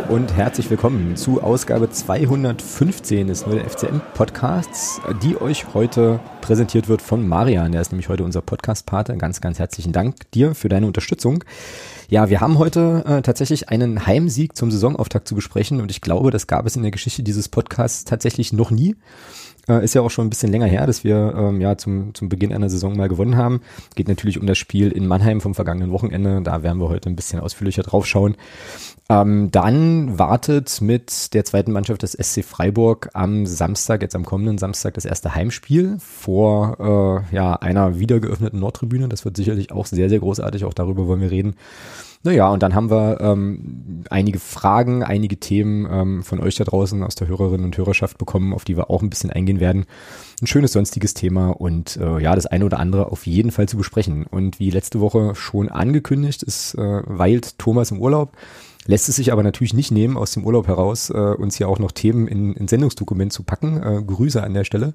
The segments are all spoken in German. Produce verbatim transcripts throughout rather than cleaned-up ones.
und herzlich willkommen zu Ausgabe zweihundertfünfzehn des Nur der F C M-Podcasts, die euch heute präsentiert wird von Marian. Der ist nämlich heute unser Podcast-Pate. Ganz, ganz herzlichen Dank dir für deine Unterstützung. Ja, wir haben heute äh, tatsächlich einen Heimsieg zum Saisonauftakt zu besprechen und ich glaube, das gab es in der Geschichte dieses Podcasts tatsächlich noch nie. Äh, ist ja auch schon ein bisschen länger her, dass wir ähm, ja zum zum Beginn einer Saison mal gewonnen haben. Geht natürlich um das Spiel in Mannheim vom vergangenen Wochenende. Da werden wir heute ein bisschen ausführlicher drauf schauen. Ähm, dann wartet mit der zweiten Mannschaft des S C Freiburg am Samstag, jetzt am kommenden Samstag, das erste Heimspiel vor äh, ja einer wieder geöffneten Nordtribüne. Das wird sicherlich auch sehr, sehr großartig. Auch darüber wollen wir reden. Naja, und dann haben wir ähm, einige Fragen, einige Themen ähm, von euch da draußen aus der Hörerinnen und Hörerschaft bekommen, auf die wir auch ein bisschen eingehen werden. Ein schönes sonstiges Thema und äh, ja, das eine oder andere auf jeden Fall zu besprechen. Und wie letzte Woche schon angekündigt, ist äh, weilt Thomas im Urlaub. Lässt es sich aber natürlich nicht nehmen, aus dem Urlaub heraus äh, uns hier auch noch Themen in, in Sendungsdokument zu packen. Äh, Grüße an der Stelle.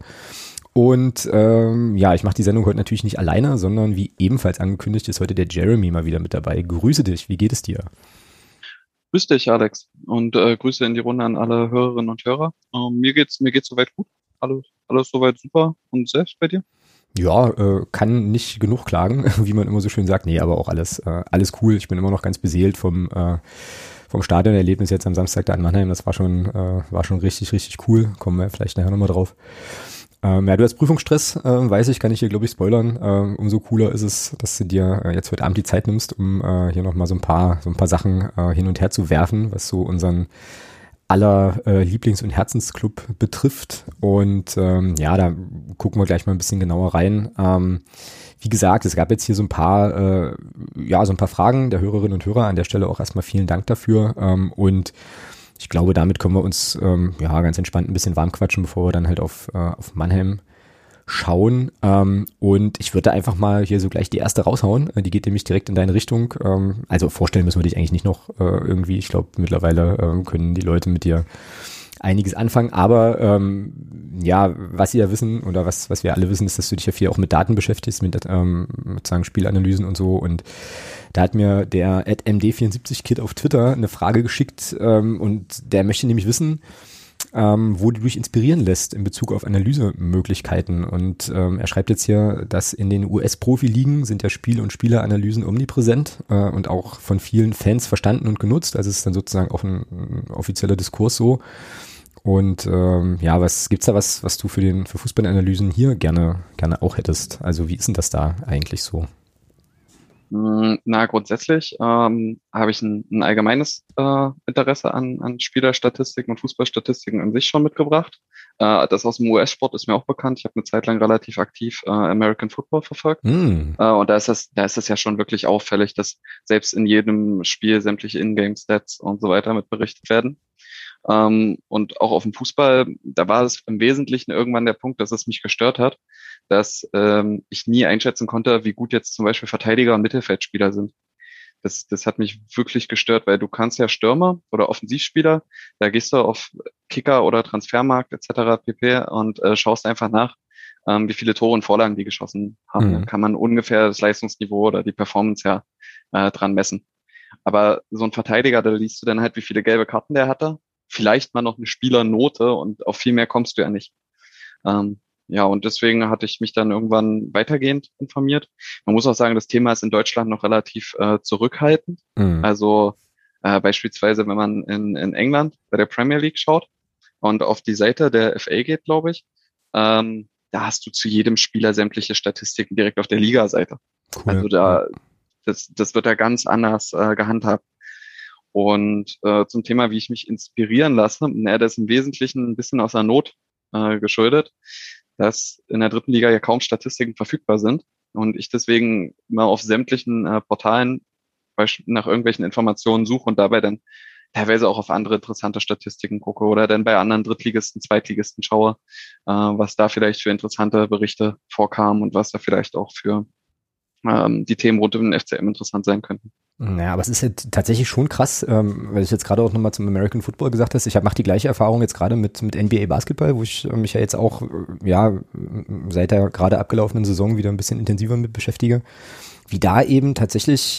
Und ähm, ja, ich mache die Sendung heute natürlich nicht alleine, sondern wie ebenfalls angekündigt ist heute der Jeremy mal wieder mit dabei. Grüße dich, wie geht es dir? Grüß dich, Alex, und äh, Grüße in die Runde an alle Hörerinnen und Hörer. Ähm, mir geht's mir geht's soweit gut, alles, alles soweit super. Und selbst bei dir? Ja, äh, kann nicht genug klagen, wie man immer so schön sagt. Nee, aber auch alles äh, alles cool. Ich bin immer noch ganz beseelt vom äh, vom Stadionerlebnis jetzt am Samstag da in Mannheim. Das war schon äh, war schon richtig, richtig cool. Kommen wir vielleicht nachher nochmal drauf. Ähm, ja, du hast Prüfungsstress, äh, weiß ich, kann ich hier, glaube ich, spoilern. Ähm, umso cooler ist es, dass du dir äh, jetzt heute Abend die Zeit nimmst, um äh, hier nochmal so ein paar so ein paar Sachen äh, hin und her zu werfen, was so unseren aller äh, Lieblings- und Herzensclub betrifft. Und ähm, ja, da gucken wir gleich mal ein bisschen genauer rein. Ähm, wie gesagt, es gab jetzt hier so ein paar, äh, ja, so ein paar Fragen der Hörerinnen und Hörer. An der Stelle auch erstmal vielen Dank dafür. Ähm, und ich glaube, damit können wir uns ähm, ja ganz entspannt ein bisschen warm quatschen, bevor wir dann halt auf, äh, auf Mannheim schauen. Ähm, und ich würde einfach mal hier so gleich die erste raushauen. Die geht nämlich direkt in deine Richtung. Ähm, also vorstellen müssen wir dich eigentlich nicht noch äh, irgendwie. Ich glaube, mittlerweile ähm, können die Leute mit dir einiges anfangen. Aber ähm, ja, was sie ja wissen oder was was wir alle wissen, ist, dass du dich ja viel auch mit Daten beschäftigst, mit ähm, sozusagen Spielanalysen und so. Und da hat mir der at M D vierundsiebzig Kid auf Twitter eine Frage geschickt ähm, und der möchte nämlich wissen, ähm, wo du dich inspirieren lässt in Bezug auf Analysemöglichkeiten. Und ähm, er schreibt jetzt hier, dass in den U S-Profi-Ligen sind ja Spiel- und Spieleranalysen omnipräsent äh, und auch von vielen Fans verstanden und genutzt. Also es ist dann sozusagen auch ein, ein offizieller Diskurs so. Und ähm, ja, was gibt's da was, was du für den für Fußballanalysen hier gerne gerne auch hättest? Also wie ist denn das da eigentlich so? Na, grundsätzlich ähm, habe ich ein, ein allgemeines äh, Interesse an, an Spielerstatistiken und Fußballstatistiken an sich schon mitgebracht. Äh, das aus dem U S-Sport ist mir auch bekannt. Ich habe eine Zeit lang relativ aktiv äh, American Football verfolgt. Mm. Äh, und da ist das, da ist es ja schon wirklich auffällig, dass selbst in jedem Spiel sämtliche Ingame-Stats und so weiter mit berichtet werden. Ähm, und auch auf dem Fußball, da war es im Wesentlichen irgendwann der Punkt, dass es mich gestört hat, dass ähm, ich nie einschätzen konnte, wie gut jetzt zum Beispiel Verteidiger und Mittelfeldspieler sind. Das, das hat mich wirklich gestört, weil du kannst ja Stürmer oder Offensivspieler, da gehst du auf Kicker oder Transfermarkt et cetera pp. Und äh, schaust einfach nach, ähm, wie viele Tore und Vorlagen die geschossen haben. Mhm. Dann kann man ungefähr das Leistungsniveau oder die Performance ja äh, dran messen. Aber so ein Verteidiger, da liest du dann halt, wie viele gelbe Karten der hatte. Vielleicht mal noch eine Spielernote und auf viel mehr kommst du ja nicht. Ähm, ja, und deswegen hatte ich mich dann irgendwann weitergehend informiert. Man muss auch sagen, das Thema ist in Deutschland noch relativ äh, zurückhaltend. Mhm. Also äh, beispielsweise, wenn man in, in England bei der Premier League schaut und auf die Seite der F A geht, glaube ich, ähm, da hast du zu jedem Spieler sämtliche Statistiken direkt auf der Liga-Seite. Cool. Also da, das, das wird da ganz anders äh, gehandhabt. Und äh, zum Thema, wie ich mich inspirieren lasse, na, das ist im Wesentlichen ein bisschen aus der Not äh, geschuldet, dass in der dritten Liga ja kaum Statistiken verfügbar sind und ich deswegen immer auf sämtlichen äh, Portalen nach irgendwelchen Informationen suche und dabei dann teilweise auch auf andere interessante Statistiken gucke oder dann bei anderen Drittligisten, Zweitligisten schaue, äh, was da vielleicht für interessante Berichte vorkamen und was da vielleicht auch für ähm, die Themen rund um den F C M interessant sein könnten. Naja, aber es ist ja tatsächlich schon krass, ähm, weil ich jetzt gerade auch nochmal zum American Football gesagt hast, ich mache die gleiche Erfahrung jetzt gerade mit mit N B A Basketball, wo ich mich ja jetzt auch, ja, seit der gerade abgelaufenen Saison wieder ein bisschen intensiver mit beschäftige, wie da eben tatsächlich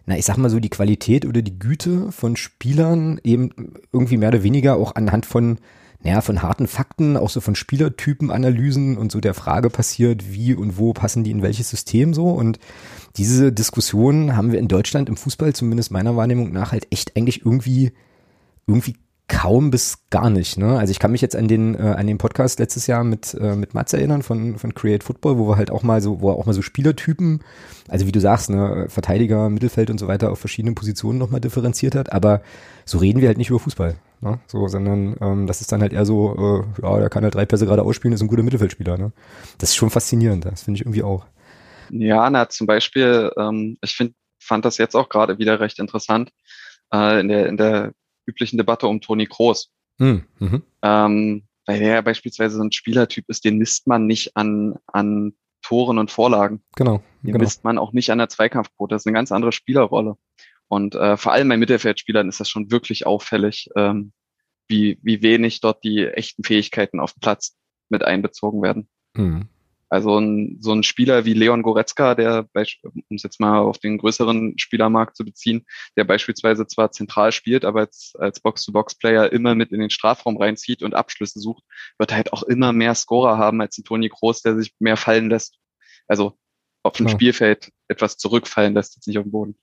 na, ich sag mal so, die Qualität oder die Güte von Spielern eben irgendwie mehr oder weniger auch anhand von, naja, von harten Fakten, auch so von Spielertypenanalysen und so der Frage passiert, wie und wo passen die in welches System so. Und diese Diskussion haben wir in Deutschland im Fußball, zumindest meiner Wahrnehmung nach, halt echt eigentlich irgendwie, irgendwie kaum bis gar nicht, ne? Also ich kann mich jetzt an den äh, an den Podcast letztes Jahr mit äh, mit Mats erinnern von von Create Football, wo wir halt auch mal so, wo er auch mal so Spielertypen, also wie du sagst, ne, Verteidiger, Mittelfeld und so weiter auf verschiedenen Positionen nochmal differenziert hat, aber so reden wir halt nicht über Fußball, ne? So, sondern ähm, das ist dann halt eher so, äh, ja, der kann halt drei Pässe gerade ausspielen, ist ein guter Mittelfeldspieler, ne? Das ist schon faszinierend, das finde ich irgendwie auch. Ja, na, zum Beispiel, ähm, ich finde, fand das jetzt auch gerade wieder recht interessant, äh, in der, in der üblichen Debatte um Toni Kroos. Hm, mhm. Ähm, weil der ja beispielsweise so ein Spielertyp ist, den misst man nicht an, an Toren und Vorlagen. Genau, Den genau. misst man auch nicht an der Zweikampfquote. Das ist eine ganz andere Spielerrolle. Und äh, vor allem bei Mittelfeldspielern ist das schon wirklich auffällig, ähm, wie, wie wenig dort die echten Fähigkeiten auf dem Platz mit einbezogen werden. Hm. Also ein, so ein Spieler wie Leon Goretzka, der, um es jetzt mal auf den größeren Spielermarkt zu beziehen, der beispielsweise zwar zentral spielt, aber als, als Box-to-Box-Player immer mit in den Strafraum reinzieht und Abschlüsse sucht, wird halt auch immer mehr Scorer haben als ein Toni Kroos, der sich mehr fallen lässt. Also auf dem Genau. Spielfeld etwas zurückfallen lässt, jetzt nicht auf dem Boden.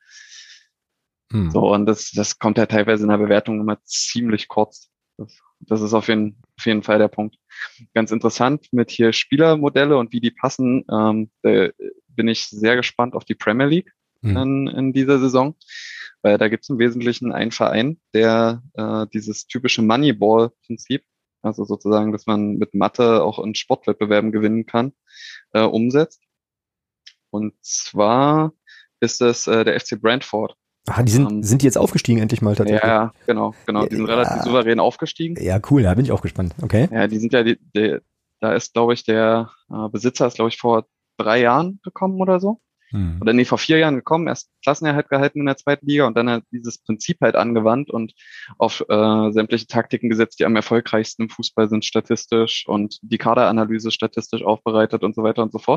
Hm. So, und das, das kommt ja teilweise in der Bewertung immer ziemlich kurz. Das, das ist auf jeden, auf jeden Fall der Punkt. Ganz interessant mit hier Spielermodelle und wie die passen. Ähm, da bin ich sehr gespannt auf die Premier League mhm. in, in dieser Saison, weil da gibt es im Wesentlichen einen Verein, der äh, dieses typische Moneyball-Prinzip, also sozusagen, dass man mit Mathe auch in Sportwettbewerben gewinnen kann, äh, umsetzt. Und zwar ist es äh, der F C Brentford. Ah, die sind, um, sind die jetzt aufgestiegen endlich mal tatsächlich? Ja, genau, genau. Die sind ja, relativ souverän aufgestiegen. Ja, cool, da bin ich auch gespannt. Okay. Ja, die sind ja, die, die, da ist, glaube ich, der äh, Besitzer ist, glaube ich, vor drei Jahren gekommen oder so. Hm. Oder nee, vor vier Jahren gekommen, erst Klassenerhalt gehalten in der zweiten Liga und dann halt dieses Prinzip halt angewandt und auf äh, sämtliche Taktiken gesetzt, die am erfolgreichsten im Fußball sind statistisch und die Kaderanalyse statistisch aufbereitet und so weiter und so fort.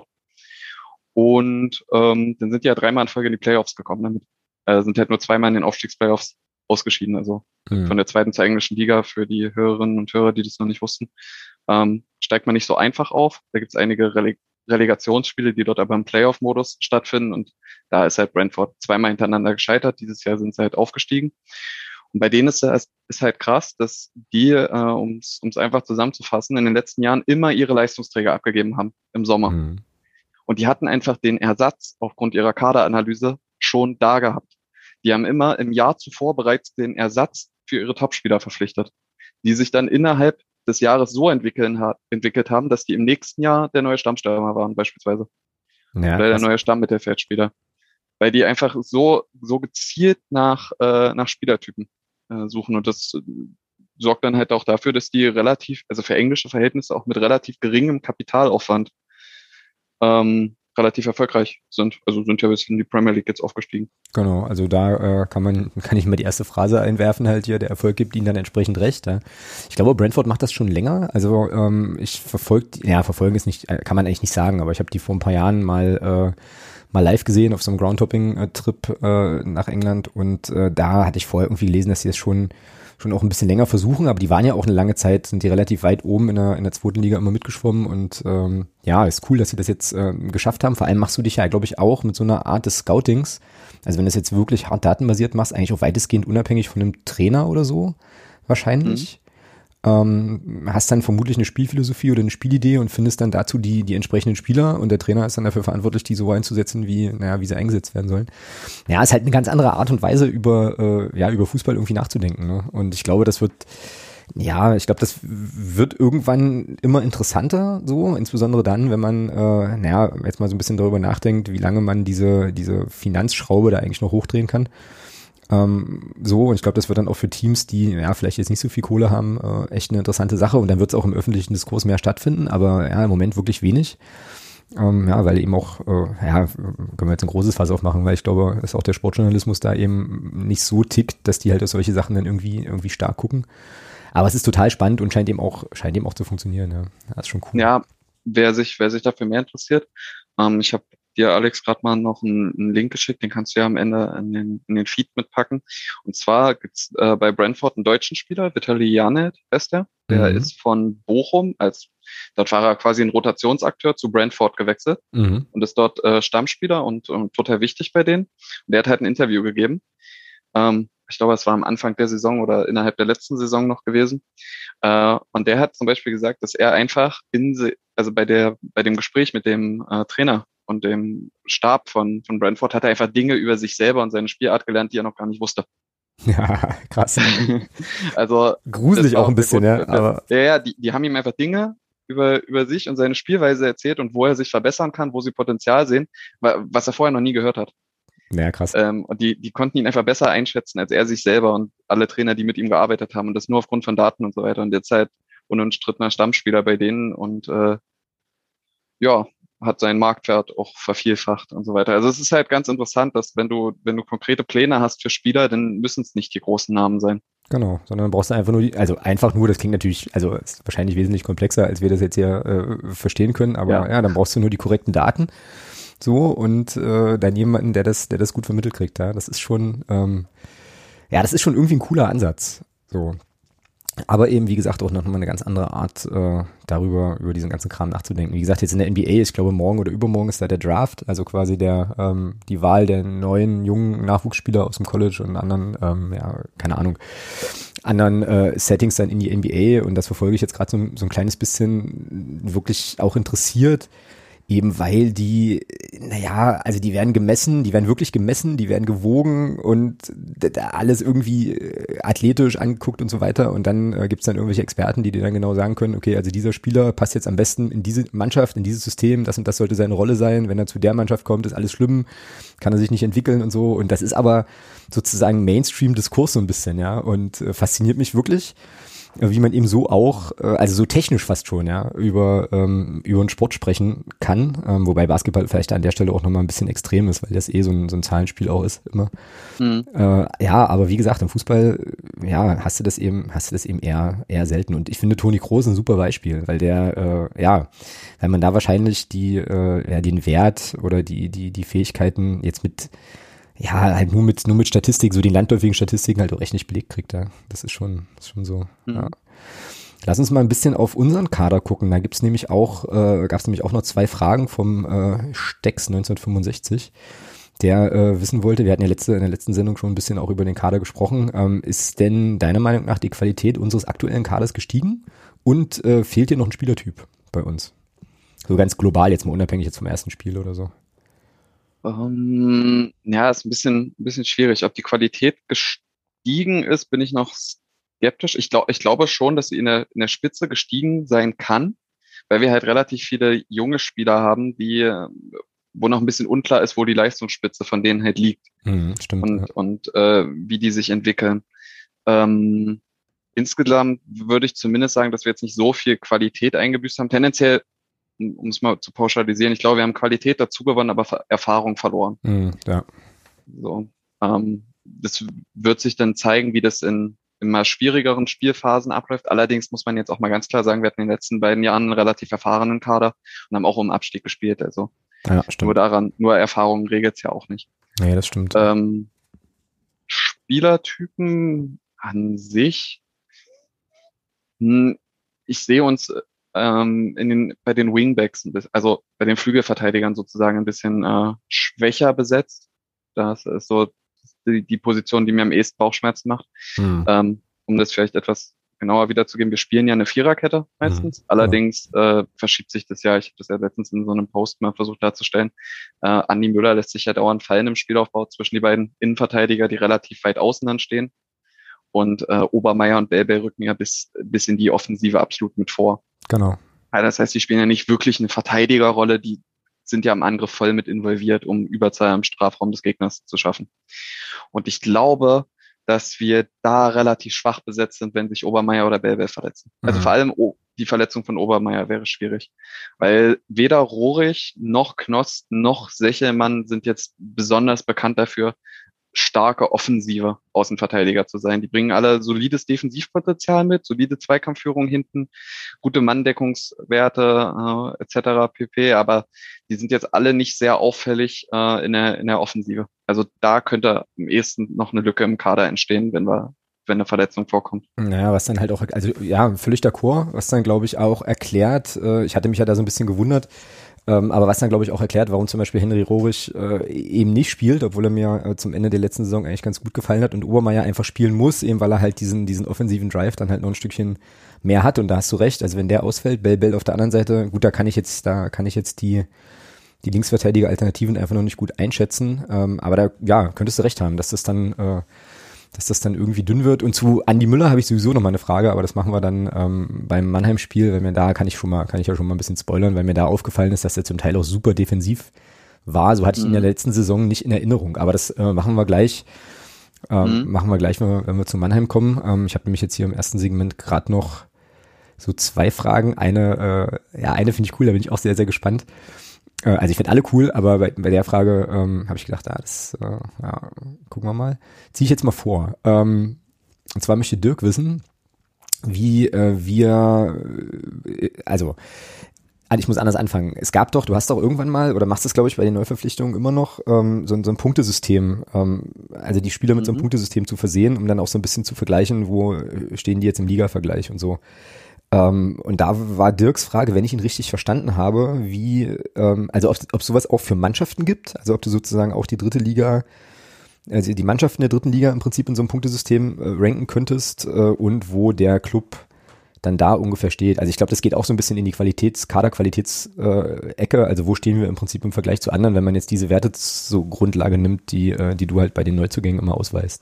Und ähm, dann sind die ja dreimal in Folge in die Playoffs gekommen damit. Äh, sind halt nur zweimal in den Aufstiegsplayoffs ausgeschieden, also mhm. von der zweiten zur englischen Liga für die Hörerinnen und Hörer, die das noch nicht wussten, ähm, steigt man nicht so einfach auf. Da gibt es einige Rele- Relegationsspiele, die dort aber im Playoff-Modus stattfinden und da ist halt Brentford zweimal hintereinander gescheitert. Dieses Jahr sind sie halt aufgestiegen. Und bei denen ist es ist halt krass, dass die, äh, um es einfach zusammenzufassen, in den letzten Jahren immer ihre Leistungsträger abgegeben haben im Sommer. Mhm. Und die hatten einfach den Ersatz aufgrund ihrer Kaderanalyse schon da gehabt. Die haben immer im Jahr zuvor bereits den Ersatz für ihre Topspieler verpflichtet, die sich dann innerhalb des Jahres so entwickeln, ha- entwickelt haben, dass die im nächsten Jahr der neue Stammstürmer waren beispielsweise. Ja, oder der neue Stammmittelfeldspieler. Weil die einfach so so gezielt nach äh, nach Spielertypen äh, suchen. Und das äh, sorgt dann halt auch dafür, dass die relativ, also für englische Verhältnisse auch mit relativ geringem Kapitalaufwand ähm, relativ erfolgreich sind. Also sind ja bis in die Premier League jetzt aufgestiegen. Genau, also da äh, kann man, kann ich mal die erste Phrase einwerfen halt hier, der Erfolg gibt ihnen dann entsprechend recht. Ja. Ich glaube, Brentford macht das schon länger. Also ähm, ich verfolge, ja, verfolgen ist nicht, kann man eigentlich nicht sagen, aber ich habe die vor ein paar Jahren mal äh, mal live gesehen auf so einem Groundhopping-Trip äh, nach England und äh, da hatte ich vorher irgendwie gelesen, dass sie das schon schon auch ein bisschen länger versuchen, aber die waren ja auch eine lange Zeit, sind die relativ weit oben in der, in der zweiten Liga immer mitgeschwommen und ähm, ja, ist cool, dass sie das jetzt äh, geschafft haben. Vor allem machst du dich ja, glaube ich, auch mit so einer Art des Scoutings, also wenn du das jetzt wirklich hart datenbasiert machst, eigentlich auch weitestgehend unabhängig von einem Trainer oder so, wahrscheinlich. Mhm. Ähm, hast dann vermutlich eine Spielphilosophie oder eine Spielidee und findest dann dazu die, die entsprechenden Spieler und der Trainer ist dann dafür verantwortlich, die so einzusetzen, wie, naja, wie sie eingesetzt werden sollen. Ja, ist halt eine ganz andere Art und Weise, über, äh, ja, über Fußball irgendwie nachzudenken, ne? Und ich glaube, das wird, ja, ich glaube, das wird irgendwann immer interessanter, so, insbesondere dann, wenn man, äh, naja, jetzt mal so ein bisschen darüber nachdenkt, wie lange man diese, diese Finanzschraube da eigentlich noch hochdrehen kann. Ähm, so, und ich glaube, das wird dann auch für Teams, die ja vielleicht jetzt nicht so viel Kohle haben, äh, echt eine interessante Sache und dann wird es auch im öffentlichen Diskurs mehr stattfinden, aber ja, im Moment wirklich wenig. Ähm, ja, weil eben auch, äh, ja, können wir jetzt ein großes Fass aufmachen, weil ich glaube, dass auch der Sportjournalismus da eben nicht so tickt, dass die halt auf solche Sachen dann irgendwie, irgendwie stark gucken. Aber es ist total spannend und scheint eben auch, scheint eben auch zu funktionieren, ja. Das ist schon cool. Ja, wer sich, wer sich dafür mehr interessiert, ähm, ich habe dir, Alex, gerade mal noch einen, einen Link geschickt, den kannst du ja am Ende in den, in den Feed mitpacken. Und zwar gibt's äh, bei Brentford einen deutschen Spieler, Vitali Janet heißt der. Der Mhm. ist von Bochum, als dort war er quasi ein Rotationsakteur zu Brentford gewechselt Mhm. und ist dort äh, Stammspieler und, und total wichtig bei denen. Und der hat halt ein Interview gegeben. Ähm, ich glaube, es war am Anfang der Saison oder innerhalb der letzten Saison noch gewesen. Äh, und der hat zum Beispiel gesagt, dass er einfach in, se- also bei der, bei dem Gespräch mit dem äh, Trainer und dem Stab von, von Brentford hat er einfach Dinge über sich selber und seine Spielart gelernt, die er noch gar nicht wusste. Ja, krass. Also, das Gruselig war auch auch ein der bisschen, Grund. ja, äh, aber Ja, ja, die, die haben ihm einfach Dinge über, über sich und seine Spielweise erzählt und wo er sich verbessern kann, wo sie Potenzial sehen, wa- was er vorher noch nie gehört hat. ja, krass. Ähm, und die, die konnten ihn einfach besser einschätzen als er sich selber und alle Trainer, die mit ihm gearbeitet haben und das nur aufgrund von Daten und so weiter. Und jetzt halt unumstrittener Stammspieler bei denen und äh, ja, hat seinen Marktwert auch vervielfacht und so weiter. Also es ist halt ganz interessant, dass wenn du, wenn du konkrete Pläne hast für Spieler, dann müssen es nicht die großen Namen sein. Genau, sondern brauchst du einfach nur die, also einfach nur, das klingt natürlich, also ist wahrscheinlich wesentlich komplexer, als wir das jetzt hier äh, verstehen können, aber ja. Ja. dann brauchst du nur die korrekten Daten so und äh, dann jemanden, der das, der das gut vermittelt kriegt, ja. Das ist schon, ähm, ja, das ist schon irgendwie ein cooler Ansatz. So. Aber eben, wie gesagt, auch noch mal eine ganz andere Art, äh, darüber, über diesen ganzen Kram nachzudenken. Wie gesagt, jetzt in der N B A, ich glaube, morgen oder übermorgen ist da der Draft, also quasi der, ähm, die Wahl der neuen, jungen Nachwuchsspieler aus dem College und anderen, ähm, ja, keine Ahnung, anderen äh, Settings dann in die N B A und das verfolge ich jetzt gerade so, so ein kleines bisschen wirklich auch interessiert, eben weil die, naja, also die werden gemessen, die werden wirklich gemessen, die werden gewogen und da alles irgendwie äh, athletisch angeguckt und so weiter und dann äh, gibt's dann irgendwelche Experten, die dir dann genau sagen können, okay, also dieser Spieler passt jetzt am besten in diese Mannschaft, in dieses System, das und das sollte seine Rolle sein, wenn er zu der Mannschaft kommt, ist alles schlimm, kann er sich nicht entwickeln und so und das ist aber sozusagen Mainstream-Diskurs so ein bisschen, ja, und äh, fasziniert mich wirklich, wie man eben so auch, äh, also so technisch fast schon, ja, über ähm, über einen Sport sprechen kann, ähm, wobei Basketball vielleicht an der Stelle auch nochmal ein bisschen extrem ist, weil das eh so ein, so ein Zahlenspiel auch ist immer. Mhm. Äh, ja, aber wie gesagt, im Fußball, ja, hast du das eben, hast du das eben eher eher selten und ich finde Toni Kroos ein super Beispiel, weil der, äh, ja, weil man da wahrscheinlich die, äh, ja, den Wert oder die die die Fähigkeiten jetzt mit ja, halt nur mit, nur mit Statistik, so die landläufigen Statistiken halt auch echt nicht belegt kriegt, ja. Das ist schon, ist schon so, Mhm. ja. Lass uns mal ein bisschen auf unseren Kader gucken. Da gibt's nämlich auch, äh, gab's nämlich auch noch zwei Fragen vom äh, Stex neunzehnhundertfünfundsechzig, der äh, wissen wollte, wir hatten ja letzte, in der letzten Sendung schon ein bisschen auch über den Kader gesprochen, ähm, ist denn deiner Meinung nach die Qualität unseres aktuellen Kaders gestiegen und äh, fehlt dir noch ein Spielertyp bei uns? So ganz global jetzt mal unabhängig jetzt vom ersten Spiel oder so. Ähm, ja, ist ein bisschen, ein bisschen schwierig. Ob die Qualität gestiegen ist, bin ich noch skeptisch. Ich glaube, ich glaube schon, dass sie in der, in der Spitze gestiegen sein kann, weil wir halt relativ viele junge Spieler haben, die, äh, wo noch ein bisschen unklar ist, wo die Leistungsspitze von denen halt liegt Mhm, stimmt, ja. und, und äh, wie die sich entwickeln. Ähm, insgesamt würde ich zumindest sagen, dass wir jetzt nicht so viel Qualität eingebüßt haben. Tendenziell, um es mal zu pauschalisieren, ich glaube, wir haben Qualität dazu gewonnen, aber Ver- Erfahrung verloren. Mhm, ja. So, ähm, das wird sich dann zeigen, wie das in immer schwierigeren Spielphasen abläuft. Allerdings muss man jetzt auch mal ganz klar sagen, wir hatten in den letzten beiden Jahren einen relativ erfahrenen Kader und haben auch um Abstieg gespielt. Also Ja, nur stimmt. daran, nur Erfahrung regelt es ja auch nicht. Nee, das stimmt. Ähm, Spielertypen an sich, hm, ich sehe uns ähm, in den, bei den Wingbacks, ein bisschen, also bei den Flügelverteidigern sozusagen ein bisschen äh, schwächer besetzt. Das ist so die, die Position, die mir am ehesten Bauchschmerzen macht. Mhm. Ähm, um das vielleicht etwas genauer wiederzugeben, wir spielen ja eine Viererkette meistens. Mhm, Allerdings äh, verschiebt sich das ja, ich habe das ja letztens in so einem Post mal versucht darzustellen, äh, Andi Müller lässt sich ja dauernd fallen im Spielaufbau zwischen die beiden Innenverteidiger, die relativ weit außen dann stehen. Und äh, Obermeier und Belbel rücken ja bis, bis in die Offensive absolut mit vor. Genau. Ja, das heißt, die spielen ja nicht wirklich eine Verteidigerrolle, die sind ja im Angriff voll mit involviert, um Überzahl im Strafraum des Gegners zu schaffen. Und ich glaube, dass wir da relativ schwach besetzt sind, wenn sich Obermeier oder Belbel verletzen. Also vor Mhm. allem oh, die Verletzung von Obermeier wäre schwierig, weil weder Rohrig noch Knost noch Sechelmann sind jetzt besonders bekannt dafür, starke offensive Außenverteidiger zu sein. Die bringen alle solides Defensivpotenzial mit, solide Zweikampfführung hinten, gute Manndeckungswerte äh, et cetera pp. Aber die sind jetzt alle nicht sehr auffällig äh, in der in der Offensive. Also da könnte am ehesten noch eine Lücke im Kader entstehen, wenn wir wenn eine Verletzung vorkommt. Naja, was dann halt auch, also ja, völlig d'accord, was dann glaube ich auch erklärt, äh, ich hatte mich ja da so ein bisschen gewundert, ähm, aber was dann glaube ich auch erklärt, warum zum Beispiel Henry Rohrig äh, eben nicht spielt, obwohl er mir äh, zum Ende der letzten Saison eigentlich ganz gut gefallen hat und Obermeier einfach spielen muss, eben weil er halt diesen diesen offensiven Drive dann halt noch ein Stückchen mehr hat und da hast du recht, also wenn der ausfällt, Bell Bell auf der anderen Seite, gut, da kann ich jetzt, da kann ich jetzt die die Linksverteidiger-Alternativen einfach noch nicht gut einschätzen, ähm, aber da, ja, könntest du recht haben, dass das dann äh, dass das dann irgendwie dünn wird. Und zu Andi Müller habe ich sowieso noch mal eine Frage, aber das machen wir dann ähm, beim Mannheim-Spiel, weil mir da kann ich schon mal, kann ich ja schon mal ein bisschen spoilern, weil mir da aufgefallen ist, dass er zum Teil auch super defensiv war. So hatte ich ihn in der letzten Saison nicht in Erinnerung. Aber das äh, machen wir gleich, ähm, mhm. machen wir gleich, wenn wir, wenn wir zu Mannheim kommen. Ähm, ich habe nämlich jetzt hier im ersten Segment gerade noch so zwei Fragen. Eine, äh, ja, eine finde ich cool, da bin ich auch sehr, sehr gespannt. Also ich finde alle cool, aber bei, bei der Frage ähm, habe ich gedacht, ah, das, äh, ja, gucken wir mal. Ziehe ich jetzt mal vor. Ähm, und zwar möchte Dirk wissen, wie äh, wir, äh, also ich muss anders anfangen. Es gab doch, du hast doch irgendwann mal, oder machst das glaube ich bei den Neuverpflichtungen immer noch, ähm, so, so ein Punktesystem, ähm, also die Spieler mit mhm. so einem Punktesystem zu versehen, um dann auch so ein bisschen zu vergleichen, wo stehen die jetzt im Liga-Vergleich und so. Um, und da war Dirks Frage, wenn ich ihn richtig verstanden habe, wie, ähm, also ob es sowas auch für Mannschaften gibt, also ob du sozusagen auch die dritte Liga, also die Mannschaften der dritten Liga im Prinzip in so einem Punktesystem äh, ranken könntest äh, und wo der Club dann da ungefähr steht. Also ich glaube, das geht auch so ein bisschen in die Qualitäts-, Kaderqualitäts-Ecke, äh, also wo stehen wir im Prinzip im Vergleich zu anderen, wenn man jetzt diese Werte so Grundlage nimmt, die, äh, die du halt bei den Neuzugängen immer ausweist.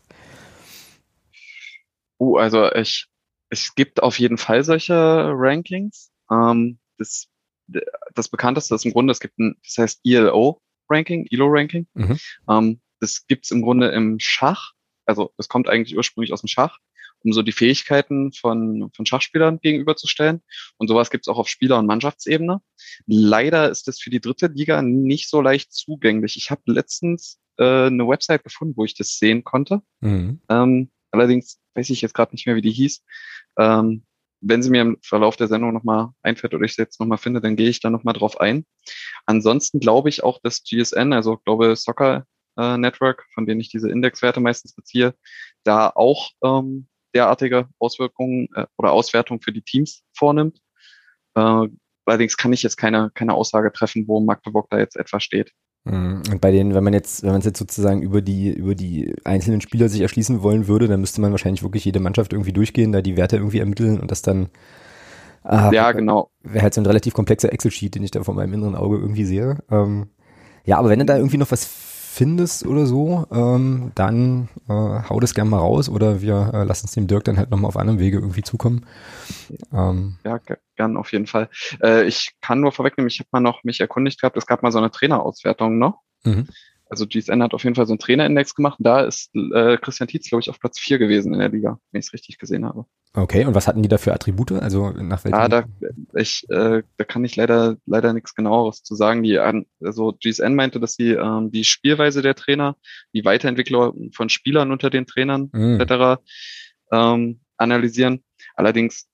Uh, also ich Es gibt auf jeden Fall solche Rankings. Ähm, das, das bekannteste ist im Grunde, es gibt ein, das heißt I L O-Ranking, I L O-Ranking. Mhm. Ähm, das gibt's im Grunde im Schach. Also das kommt eigentlich ursprünglich aus dem Schach, um so die Fähigkeiten von, von Schachspielern gegenüberzustellen. Und sowas gibt's auch auf Spieler- und Mannschaftsebene. Leider ist das für die dritte Liga nicht so leicht zugänglich. Ich habe letztens äh, eine Website gefunden, wo ich das sehen konnte. Mhm. Ähm, allerdings weiß ich jetzt gerade nicht mehr, wie die hieß. Ähm, wenn sie mir im Verlauf der Sendung nochmal einfällt oder ich sie jetzt nochmal finde, dann gehe ich da nochmal drauf ein. Ansonsten glaube ich auch, dass G S N, also glaube Soccer äh, Network, von denen ich diese Indexwerte meistens beziehe, da auch ähm, derartige Auswirkungen äh, oder Auswertungen für die Teams vornimmt. Äh, allerdings kann ich jetzt keine, keine Aussage treffen, wo Magdeburg da jetzt etwa steht. Und bei denen, wenn man jetzt, wenn man es jetzt sozusagen über die, über die einzelnen Spieler sich erschließen wollen würde, dann müsste man wahrscheinlich wirklich jede Mannschaft irgendwie durchgehen, da die Werte irgendwie ermitteln und das dann, ah, ja, genau. Wäre halt so ein relativ komplexer Excel-Sheet, den ich da von meinem inneren Auge irgendwie sehe. Ähm, ja, aber wenn du da irgendwie noch was findest oder so, ähm, dann äh, hau das gerne mal raus oder wir äh, lassen es dem Dirk dann halt nochmal auf anderem Wege irgendwie zukommen. Ähm, ja, gern auf jeden Fall. Äh, ich kann nur vorwegnehmen, ich habe mal noch mich erkundigt gehabt, es gab mal so eine Trainerauswertung noch. Mhm. Also G S N hat auf jeden Fall so einen Trainerindex gemacht. Da ist äh, Christian Tietz, glaube ich, auf Platz vier gewesen in der Liga, wenn ich es richtig gesehen habe. Okay, und was hatten die da für Attribute? Also nach welchen? Ah, da, ich, äh, da kann ich leider leider nichts Genaueres zu sagen. Die, also G S N meinte, dass sie ähm, die Spielweise der Trainer, die Weiterentwicklung von Spielern unter den Trainern mhm. et cetera ähm, analysieren. Allerdings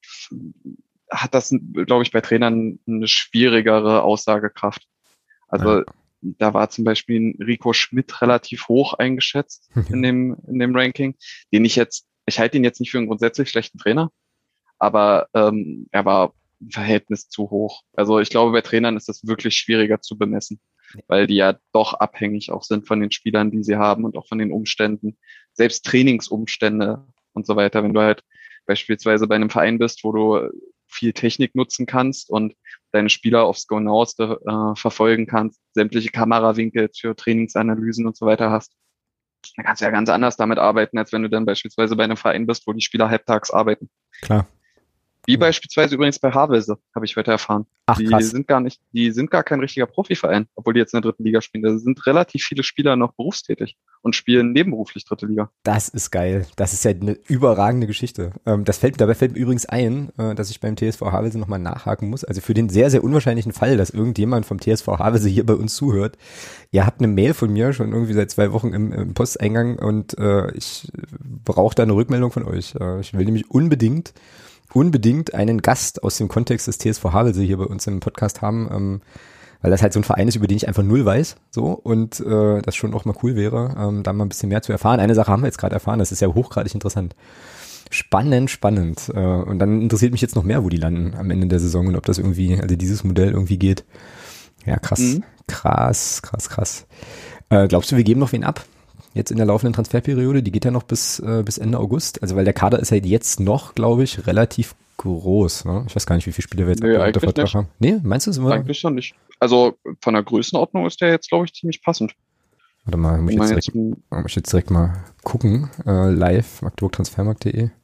hat das, glaube ich, bei Trainern eine schwierigere Aussagekraft. Also ja. Da war zum Beispiel Rico Schmidt relativ hoch eingeschätzt in dem in dem Ranking, den ich jetzt, ich halte ihn jetzt nicht für einen grundsätzlich schlechten Trainer, aber ähm, er war im Verhältnis zu hoch. Also ich glaube, bei Trainern ist das wirklich schwieriger zu bemessen, weil die ja doch abhängig auch sind von den Spielern, die sie haben und auch von den Umständen, selbst Trainingsumstände und so weiter. Wenn du halt beispielsweise bei einem Verein bist, wo du viel Technik nutzen kannst und deine Spieler aufs Genaueste äh, verfolgen kannst, sämtliche Kamerawinkel für Trainingsanalysen und so weiter hast, dann kannst du ja ganz anders damit arbeiten, als wenn du dann beispielsweise bei einem Verein bist, wo die Spieler halbtags arbeiten. Klar. Wie cool. beispielsweise übrigens bei Havelse, habe ich heute erfahren. Ach, Die krass. sind gar nicht, die sind gar kein richtiger Profiverein, obwohl die jetzt in der dritten Liga spielen. Da sind relativ viele Spieler noch berufstätig und spielen nebenberuflich dritte Liga. Das ist geil. Das ist ja eine überragende Geschichte. Ähm, das fällt, dabei fällt mir übrigens ein, äh, dass ich beim T S V Havelse nochmal nachhaken muss. Also für den sehr, sehr unwahrscheinlichen Fall, dass irgendjemand vom T S V Havelse hier bei uns zuhört. Ihr habt eine Mail von mir schon irgendwie seit zwei Wochen im, im Posteingang und äh, ich brauche da eine Rückmeldung von euch. Äh, ich will nämlich unbedingt, unbedingt einen Gast aus dem Kontext des T S V Havelse hier bei uns im Podcast haben, ähm, weil das halt so ein Verein ist, über den ich einfach null weiß, so, und äh, das schon auch mal cool wäre, ähm, da mal ein bisschen mehr zu erfahren. Eine Sache haben wir jetzt gerade erfahren, das ist ja hochgradig interessant. Spannend, spannend. Äh, und dann interessiert mich jetzt noch mehr, wo die landen am Ende der Saison und ob das irgendwie, also dieses Modell irgendwie geht. Ja, krass, Mhm. krass, krass, krass. Äh, glaubst du, wir geben noch wen ab? Jetzt in der laufenden Transferperiode, die geht ja noch bis, äh, bis Ende August. Also weil der Kader ist halt jetzt noch, glaube ich, relativ groß. Ne? Ich weiß gar nicht, wie viele Spieler wir jetzt Nee, unter eigentlich Vertrag nicht. haben. Nee, meinst du es immer? Eigentlich schon nicht. Also von der Größenordnung ist der jetzt, glaube ich, ziemlich passend. Warte mal, muss ich Wenn jetzt man direkt, jetzt, ein- muss ich jetzt direkt mal gucken. Äh, live, magdeburgtransfermarkt punkt de.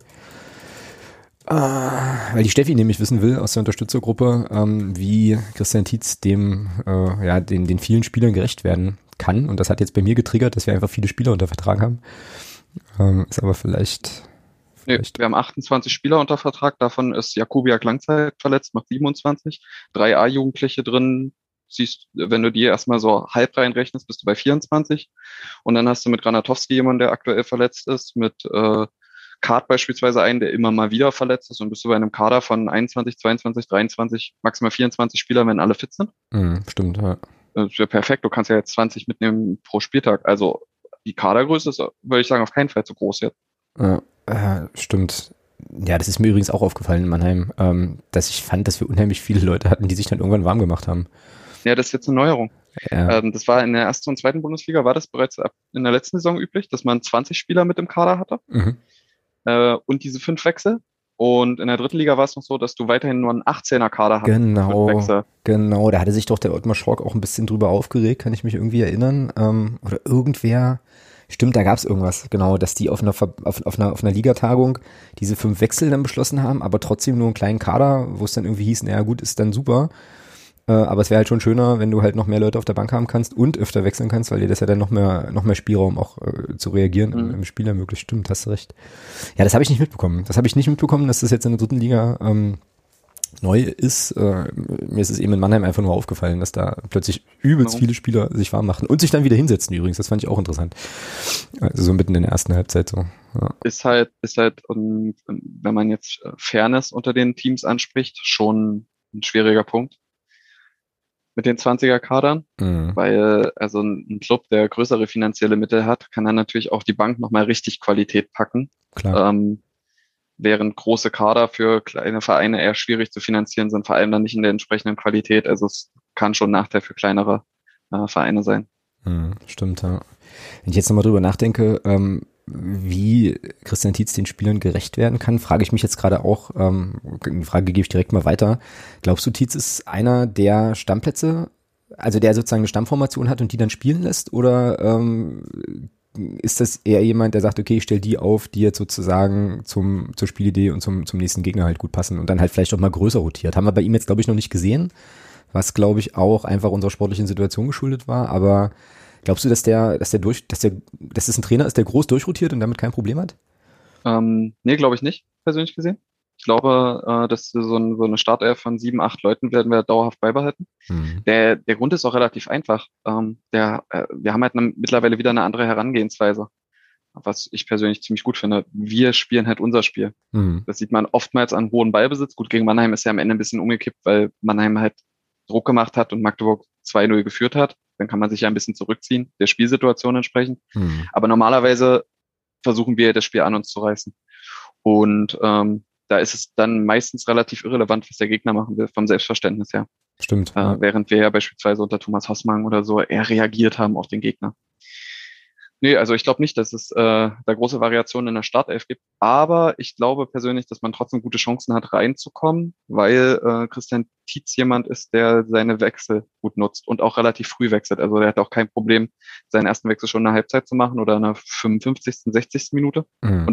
Ah, weil die Steffi nämlich wissen will aus der Unterstützergruppe, ähm, wie Christian Tietz dem, äh, ja, den, den vielen Spielern gerecht werden kann. Und das hat jetzt bei mir getriggert, dass wir einfach viele Spieler unter Vertrag haben. Ähm, ist aber vielleicht, nee, vielleicht. wir haben achtundzwanzig Spieler unter Vertrag, davon ist Jakubiak Langzeit verletzt, macht siebenundzwanzig, drei A-Jugendliche drin. Siehst, wenn du die erstmal so halb reinrechnest, bist du bei vierundzwanzig. Und dann hast du mit Granatowski jemanden, der aktuell verletzt ist, mit äh, Kart beispielsweise einen, der immer mal wieder verletzt ist, und bist du bei einem Kader von einundzwanzig, zweiundzwanzig, dreiundzwanzig, maximal vierundzwanzig Spieler, wenn alle fit sind. Mh, stimmt, ja. Das wäre perfekt. Du kannst ja jetzt zwanzig mitnehmen pro Spieltag. Also die Kadergröße ist, würde ich sagen, auf keinen Fall zu groß jetzt. Ja, äh, stimmt. Ja, das ist mir übrigens auch aufgefallen in Mannheim, ähm, dass ich fand, dass wir unheimlich viele Leute hatten, die sich dann irgendwann warm gemacht haben. Ja, das ist jetzt eine Neuerung. Ja, Ähm, das war in der ersten und zweiten Bundesliga, war das bereits ab in der letzten Saison üblich, dass man zwanzig Spieler mit im Kader hatte mhm. äh, und diese fünf Wechsel. Und in der dritten Liga war es noch so, dass du weiterhin nur einen achtzehner-Kader hattest mit fünf Genau, Wechsel. genau. Da hatte sich doch der Ottmar Schrock auch ein bisschen drüber aufgeregt, kann ich mich irgendwie erinnern. Ähm, oder irgendwer, stimmt, da gab es irgendwas, genau, dass die auf einer, Ver- auf, auf einer, auf einer Ligatagung diese fünf Wechsel dann beschlossen haben, aber trotzdem nur einen kleinen Kader, wo es dann irgendwie hieß, naja gut, ist dann super. Äh, aber es wäre halt schon schöner, wenn du halt noch mehr Leute auf der Bank haben kannst und öfter wechseln kannst, weil dir das ja dann noch mehr, noch mehr Spielraum auch äh, zu reagieren im, Mhm. im Spiel ermöglicht. Stimmt, hast du recht. Ja, das habe ich nicht mitbekommen. Das habe ich nicht mitbekommen, dass das jetzt in der dritten Liga ähm, neu ist. Äh, mir ist es eben in Mannheim einfach nur aufgefallen, dass da plötzlich übelst Genau. viele Spieler sich warm machen und sich dann wieder hinsetzen übrigens. Das fand ich auch interessant. Also so mitten in der ersten Halbzeit so. Ja. Ist halt, ist halt, und wenn man jetzt äh, Fairness unter den Teams anspricht, schon ein schwieriger Punkt mit den zwanziger-Kadern. Mhm, Weil also ein ein Club, der größere finanzielle Mittel hat, kann dann natürlich auch die Bank nochmal richtig Qualität packen. klar. Ähm, während große Kader für kleine Vereine eher schwierig zu finanzieren sind, vor allem dann nicht in der entsprechenden Qualität. Also es kann schon ein Nachteil für kleinere äh, Vereine sein. Mhm, stimmt, ja. Wenn ich jetzt nochmal drüber nachdenke, ähm, wie Christian Tietz den Spielern gerecht werden kann, frage ich mich jetzt gerade auch, ähm, die Frage gebe ich direkt mal weiter. Glaubst du, Tietz ist einer der Stammplätze, also der sozusagen eine Stammformation hat und die dann spielen lässt? Oder ähm, ist das eher jemand, der sagt, okay, ich stelle die auf, die jetzt sozusagen zum, zur Spielidee und zum, zum nächsten Gegner halt gut passen und dann halt vielleicht auch mal größer rotiert? Haben wir bei ihm jetzt, glaube ich, noch nicht gesehen, was, glaube ich, auch einfach unserer sportlichen Situation geschuldet war, aber glaubst du, dass der, dass der durch, dass der, dass das ein Trainer ist, der groß durchrotiert und damit kein Problem hat? Ähm, nee, glaube ich nicht, persönlich gesehen. Ich glaube, äh, dass so, ein, so eine Startelf von sieben, acht Leuten werden wir dauerhaft beibehalten. Hm. Der, der Grund ist auch relativ einfach. Ähm, der, äh, wir haben halt eine, mittlerweile wieder eine andere Herangehensweise, was ich persönlich ziemlich gut finde. Wir spielen halt unser Spiel. Hm. Das sieht man oftmals an hohem Ballbesitz. Gut, gegen Mannheim ist ja am Ende ein bisschen umgekippt, weil Mannheim halt Druck gemacht hat und Magdeburg zwei null geführt hat. Dann kann man sich ja ein bisschen zurückziehen, der Spielsituation entsprechend. Hm. Aber normalerweise versuchen wir das Spiel an uns zu reißen. Und ähm, da ist es dann meistens relativ irrelevant, was der Gegner machen will, vom Selbstverständnis her. Stimmt. Äh, Ja. während wir ja beispielsweise unter Thomas Hossmann oder so eher reagiert haben auf den Gegner. Nee, also ich glaube nicht, dass es äh, da große Variationen in der Startelf gibt. Aber ich glaube persönlich, dass man trotzdem gute Chancen hat, reinzukommen, weil äh, Christian Tietz jemand ist, der seine Wechsel gut nutzt und auch relativ früh wechselt. Also der hat auch kein Problem, seinen ersten Wechsel schon in der Halbzeit zu machen oder in der fünfundfünfzigsten, sechzigsten Minute. Hm. Und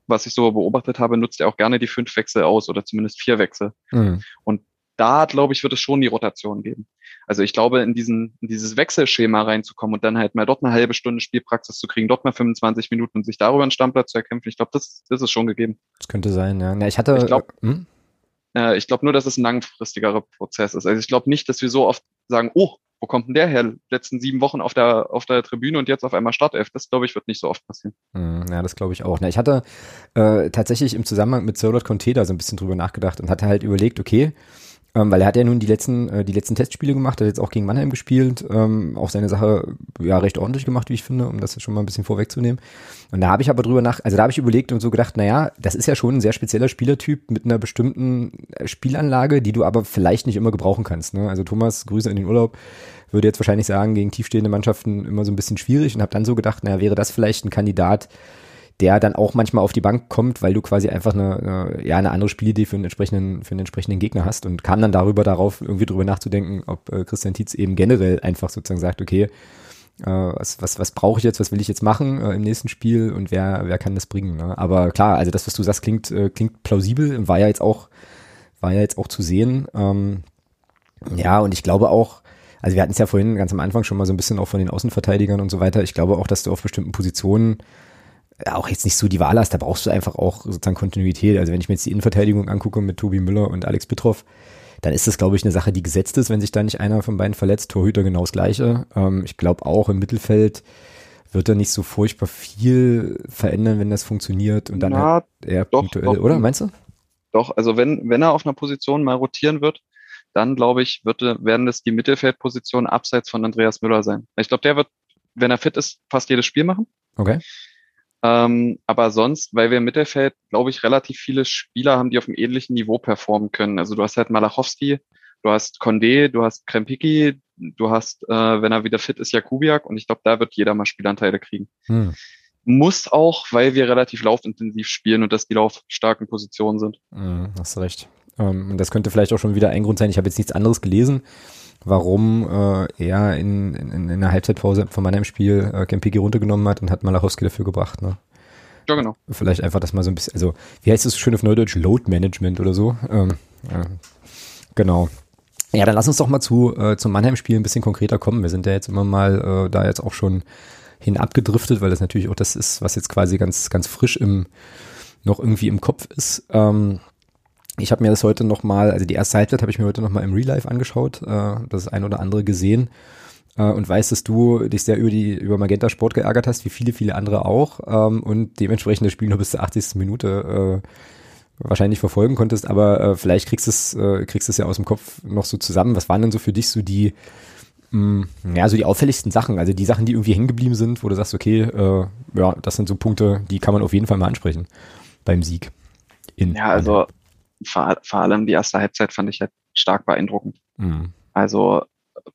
was ich so beobachtet habe, nutzt er auch gerne die fünf Wechsel aus oder zumindest vier Wechsel. Mhm. Und da, glaube ich, wird es schon die Rotation geben. Also ich glaube, in diesen, in dieses Wechselschema reinzukommen und dann halt mal dort eine halbe Stunde Spielpraxis zu kriegen, dort mal fünfundzwanzig Minuten und sich darüber einen Stammplatz zu erkämpfen, ich glaube, das, das ist schon gegeben. Das könnte sein, ja. ja ich hatte, ich glaube, hm? äh, ich glaube nur, dass es ein langfristigerer Prozess ist. Also ich glaube nicht, dass wir so oft sagen, oh, wo kommt denn der her? Letzten sieben Wochen auf der, auf der Tribüne und jetzt auf einmal Startelf. Das, glaube ich, wird nicht so oft passieren. Ja, das glaube ich auch. Na, ich hatte äh, tatsächlich im Zusammenhang mit Serdar Conte da so ein bisschen drüber nachgedacht und hatte halt überlegt, okay, ähm, weil er hat ja nun die letzten, äh, die letzten Testspiele gemacht, hat jetzt auch gegen Mannheim gespielt, ähm, auch seine Sache ja recht ordentlich gemacht, wie ich finde, um das jetzt schon mal ein bisschen vorwegzunehmen. Und da habe ich aber drüber nach, also da habe ich überlegt und so gedacht, naja, das ist ja schon ein sehr spezieller Spielertyp mit einer bestimmten Spielanlage, die du aber vielleicht nicht immer gebrauchen kannst. Ne? Also Thomas, Grüße in den Urlaub, würde jetzt wahrscheinlich sagen, gegen tiefstehende Mannschaften immer so ein bisschen schwierig und habe dann so gedacht, naja, wäre das vielleicht ein Kandidat, der dann auch manchmal auf die Bank kommt, weil du quasi einfach eine, eine, ja, eine andere Spielidee für einen entsprechenden, für einen entsprechenden Gegner hast und kam dann darüber darauf, irgendwie drüber nachzudenken, ob äh, Christian Tietz eben generell einfach sozusagen sagt, okay, äh, was, was, was brauche ich jetzt, was will ich jetzt machen äh, im nächsten Spiel und wer, wer kann das bringen, ne? Aber klar, also das, was du sagst, klingt, äh, klingt plausibel, war ja jetzt auch, war ja jetzt auch zu sehen. Ähm, ja, und ich glaube auch, also wir hatten es ja vorhin ganz am Anfang schon mal so ein bisschen auch von den Außenverteidigern und so weiter. Ich glaube auch, dass du auf bestimmten Positionen auch jetzt nicht so die Wahl hast, da brauchst du einfach auch sozusagen Kontinuität. Also wenn ich mir jetzt die Innenverteidigung angucke mit Tobi Müller und Alex Bittroff, dann ist das, glaube ich, eine Sache, die gesetzt ist, wenn sich da nicht einer von beiden verletzt. Torhüter genau das Gleiche. Ähm, ich glaube auch im Mittelfeld wird da nicht so furchtbar viel verändern, wenn das funktioniert und dann Na, halt eher doch, punktuell, doch, oder? Meinst du? Doch, also wenn, wenn er auf einer Position mal rotieren wird, dann glaube ich, wird, werden das die Mittelfeldpositionen abseits von Andreas Müller sein. Ich glaube, der wird, wenn er fit ist, fast jedes Spiel machen. Okay. Ähm, aber sonst, weil wir im Mittelfeld, glaube ich, relativ viele Spieler haben, die auf einem ähnlichen Niveau performen können. Also du hast halt Malachowski, du hast Condé, du hast Krempicki, du hast, äh, wenn er wieder fit ist, Jakubiak und ich glaube, da wird jeder mal Spielanteile kriegen. Hm. Muss auch, weil wir relativ laufintensiv spielen und das die laufstarken Positionen sind. Hm, hast recht. Ähm, das könnte vielleicht auch schon wieder ein Grund sein. Ich habe jetzt nichts anderes gelesen, warum äh, er in, in, in der Halbzeitpause von meinem Spiel äh, Kempiki runtergenommen hat und hat Malachowski dafür gebracht. Ne? Ja, genau. Vielleicht einfach das mal so ein bisschen, also wie heißt das so schön auf Neudeutsch? Load Management oder so. Ähm, ja, genau. Ja, dann lass uns doch mal zu äh, zum Mannheim-Spiel ein bisschen konkreter kommen. Wir sind ja jetzt immer mal äh, da jetzt auch schon hin abgedriftet, weil das natürlich auch das ist, was jetzt quasi ganz ganz frisch im noch irgendwie im Kopf ist. Ähm, Ich habe mir das heute nochmal, also die erste Halbzeit habe ich mir heute nochmal im Real Life angeschaut, äh, das ein oder andere gesehen äh, und weiß, dass du dich sehr über die über Magenta Sport geärgert hast, wie viele, viele andere auch ähm, und dementsprechend das Spiel nur bis zur achtzigsten Minute äh, wahrscheinlich verfolgen konntest, aber äh, vielleicht kriegst du es äh, kriegst es ja aus dem Kopf noch so zusammen. Was waren denn so für dich so die mh, ja, so die auffälligsten Sachen, also die Sachen, die irgendwie hängen geblieben sind, wo du sagst, okay, äh, ja, das sind so Punkte, die kann man auf jeden Fall mal ansprechen beim Sieg. In ja, also Vor, vor allem die erste Halbzeit fand ich halt stark beeindruckend. Mhm. Also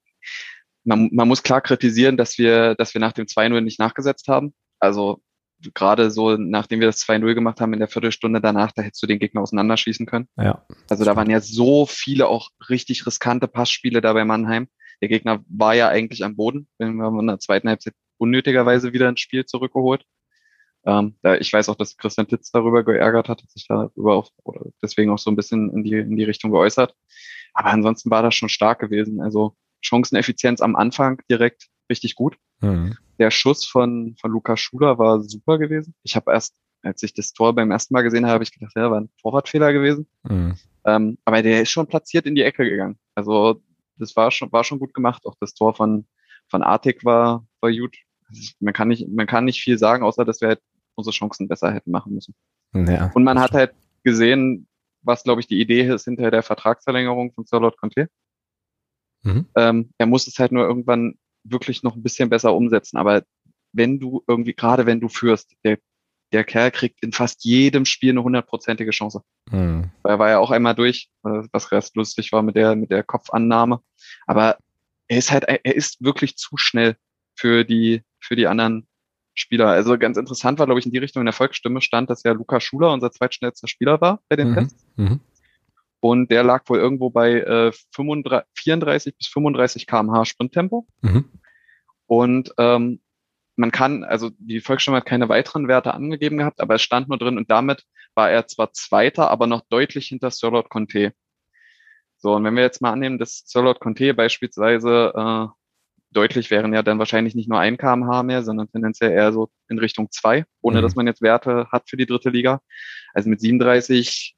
man, man muss klar kritisieren, dass wir, dass wir nach dem zwei null nicht nachgesetzt haben. Also gerade so, nachdem wir das zwei null gemacht haben in der Viertelstunde danach, da hättest du den Gegner auseinanderschießen können. Ja, also da waren ja so viele auch richtig riskante Passspiele da bei Mannheim. Der Gegner war ja eigentlich am Boden. Wir haben in der zweiten Halbzeit unnötigerweise wieder ins Spiel zurückgeholt. Ähm, da, ich weiß auch, dass Christian Titz darüber geärgert hat, hat sich darüber auch, oder deswegen auch so ein bisschen in die, in die Richtung geäußert. Aber ansonsten war das schon stark gewesen. Also Chanceneffizienz am Anfang direkt richtig gut. Mhm. Der Schuss von, von Lukas Schuler war super gewesen. Ich habe erst, als ich das Tor beim ersten Mal gesehen habe, habe ich gedacht, ja, war ein Torwartfehler gewesen. Mhm. Ähm, aber der ist schon platziert in die Ecke gegangen. Also das war schon, war schon gut gemacht. Auch das Tor von, von Artik war, war gut. Man kann nicht, man kann nicht viel sagen, außer dass wir halt unsere Chancen besser hätten machen müssen. Ja, und man hat halt gesehen, was, glaube ich, die Idee ist hinter der Vertragsverlängerung von Serdar Conte. Mhm. Ähm, er muss es halt nur irgendwann wirklich noch ein bisschen besser umsetzen. Aber wenn du irgendwie, gerade wenn du führst, der, der Kerl kriegt in fast jedem Spiel eine hundertprozentige Chance. Mhm. Weil er war ja auch einmal durch, was recht lustig war mit der, mit der Kopfannahme. Aber er ist halt, er ist wirklich zu schnell für die, für die anderen Spieler. Also ganz interessant war, glaube ich, in die Richtung in der Volksstimme stand, dass ja Lukas Schuler unser zweitschnellster Spieler war bei den mhm. Tests. Mhm. Und der lag wohl irgendwo bei äh, vierunddreißig bis fünfunddreißig Kilometer pro Stunde Sprinttempo. Mhm. Und ähm, man kann, also die Volksstimme hat keine weiteren Werte angegeben gehabt, aber es stand nur drin und damit war er zwar Zweiter, aber noch deutlich hinter Sørloth Conté. So, und wenn wir jetzt mal annehmen, dass Sørloth Conté beispielsweise äh, deutlich wären ja dann wahrscheinlich nicht nur ein Kilometer pro Stunde mehr, sondern tendenziell eher so in Richtung zwei, ohne mhm. dass man jetzt Werte hat für die dritte Liga. Also mit siebenunddreißig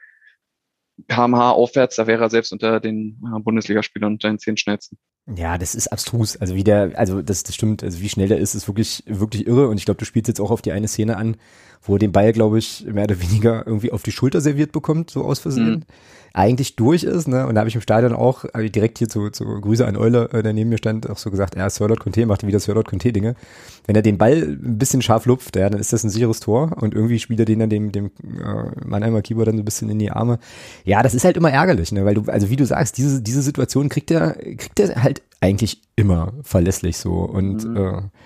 Kilometer pro Stunde aufwärts, da wäre er selbst unter den äh, Bundesligaspielern unter den zehn schnellsten. Ja, das ist abstrus. Also wie der, also das, das stimmt, also wie schnell der ist, ist wirklich, wirklich irre. Und ich glaube, du spielst jetzt auch auf die eine Szene an, wo er den Ball, glaube ich, mehr oder weniger irgendwie auf die Schulter serviert bekommt, so aus Versehen. Mhm. Eigentlich durch ist, ne? Und da habe ich im Stadion auch also direkt hier zu, zu Grüße an Eule, äh, der neben mir stand, auch so gesagt, ja, Sørloth Conté macht wieder Sørloth Conté-Dinge. Wenn er den Ball ein bisschen scharf lupft, ja, dann ist das ein sicheres Tor und irgendwie spielt er den dann dem, dem äh, Mannheimer Keeper dann so ein bisschen in die Arme. Ja, das ist halt immer ärgerlich, ne? Weil du, also wie du sagst, diese, diese Situation kriegt er, kriegt er halt eigentlich immer verlässlich so und mhm.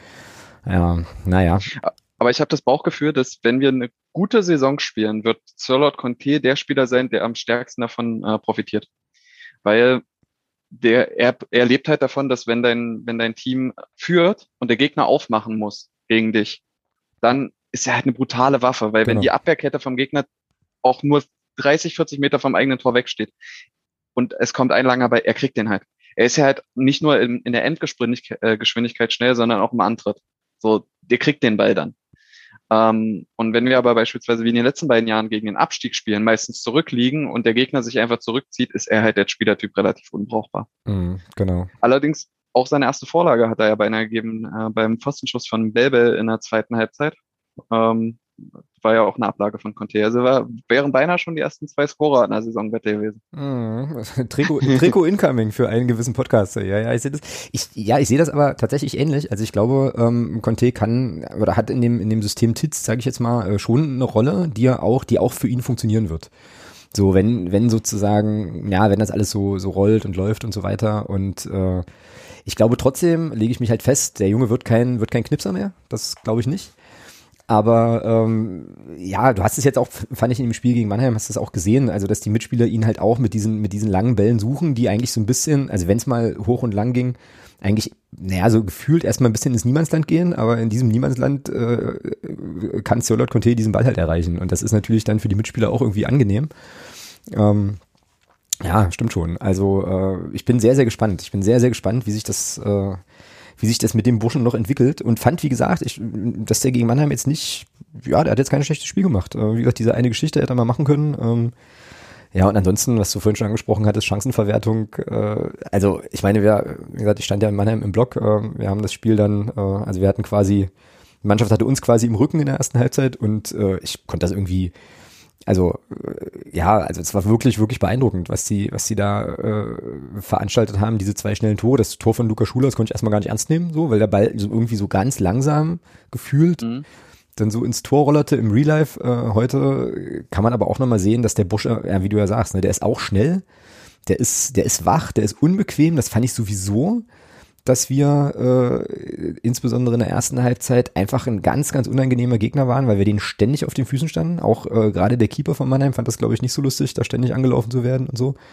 äh, ja, naja. Aber ich habe das Bauchgefühl, dass wenn wir eine gute Saison spielen, wird Sørloth Conté der Spieler sein, der am stärksten davon äh, profitiert. Weil der, er, er lebt halt davon, dass wenn dein, wenn dein Team führt und der Gegner aufmachen muss gegen dich, dann ist er halt eine brutale Waffe, weil genau. wenn die Abwehrkette vom Gegner auch nur dreißig, vierzig Meter vom eigenen Tor wegsteht und es kommt ein langer Ball, er kriegt den halt. Er ist ja halt nicht nur in, in der Endgeschwindigkeit schnell, sondern auch im Antritt. So, der kriegt den Ball dann. Ähm, und wenn wir aber beispielsweise wie in den letzten beiden Jahren gegen den Abstieg spielen, meistens zurückliegen und der Gegner sich einfach zurückzieht, ist er halt der Spielertyp relativ unbrauchbar. Mhm, genau. Allerdings auch seine erste Vorlage hat er ja beinahe gegeben äh, beim Pfostenschuss von Belbel in der zweiten Halbzeit. Ähm, war ja auch eine Ablage von Conté. Also war, wären beinahe schon die ersten zwei Scorer in der Saisonwette gewesen. Mm, Trikot, Trikot incoming für einen gewissen Podcaster. Ja, ja, ich sehe das. Ich, ja, ich sehe das aber tatsächlich ähnlich. Also ich glaube, ähm, Conté kann oder hat in dem in dem System T I Z, sage ich jetzt mal, äh, schon eine Rolle, die er auch, die auch für ihn funktionieren wird. So, wenn wenn sozusagen, ja, wenn das alles so so rollt und läuft und so weiter. Und äh, ich glaube trotzdem, lege ich mich halt fest, der Junge wird kein wird kein Knipser mehr. Das glaube ich nicht. Aber ähm, ja, du hast es jetzt auch, fand ich in dem Spiel gegen Mannheim, hast du es auch gesehen, also dass die Mitspieler ihn halt auch mit diesen mit diesen langen Bällen suchen, die eigentlich so ein bisschen, also wenn es mal hoch und lang ging, eigentlich, naja, so gefühlt erstmal ein bisschen ins Niemandsland gehen, aber in diesem Niemandsland äh, kann Sørloth Conté diesen Ball halt erreichen und das ist natürlich dann für die Mitspieler auch irgendwie angenehm. Ähm, ja, stimmt schon. Also äh, ich bin sehr, sehr gespannt. Ich bin sehr, sehr gespannt, wie sich das äh, wie sich das mit dem Burschen noch entwickelt und fand, wie gesagt, ich, dass der gegen Mannheim jetzt nicht, ja, der hat jetzt kein schlechtes Spiel gemacht. Äh, wie gesagt, diese eine Geschichte hätte er mal machen können. Ähm, ja, und ansonsten, was du vorhin schon angesprochen hattest, Chancenverwertung. Äh, also, ich meine, wir, wie gesagt, ich stand ja in Mannheim im Block. Äh, wir haben das Spiel dann, äh, also wir hatten quasi, die Mannschaft hatte uns quasi im Rücken in der ersten Halbzeit und äh, ich konnte das irgendwie, also ja, also es war wirklich, wirklich beeindruckend, was die, was die da äh, veranstaltet haben, diese zwei schnellen Tore. Das Tor von Lukas Schuler, das konnte ich erstmal gar nicht ernst nehmen, so, weil der Ball so irgendwie so ganz langsam gefühlt mhm. dann so ins Tor rollerte im Real Life. Äh, heute kann man aber auch nochmal sehen, dass der Bursche, ja, wie du ja sagst, ne, der ist auch schnell, der ist, der ist wach, der ist unbequem, das fand ich sowieso, dass wir äh, insbesondere in der ersten Halbzeit einfach ein ganz, ganz unangenehmer Gegner waren, weil wir denen ständig auf den Füßen standen. Auch äh, gerade der Keeper von Mannheim fand das, glaube ich, nicht so lustig, da ständig angelaufen zu werden und so.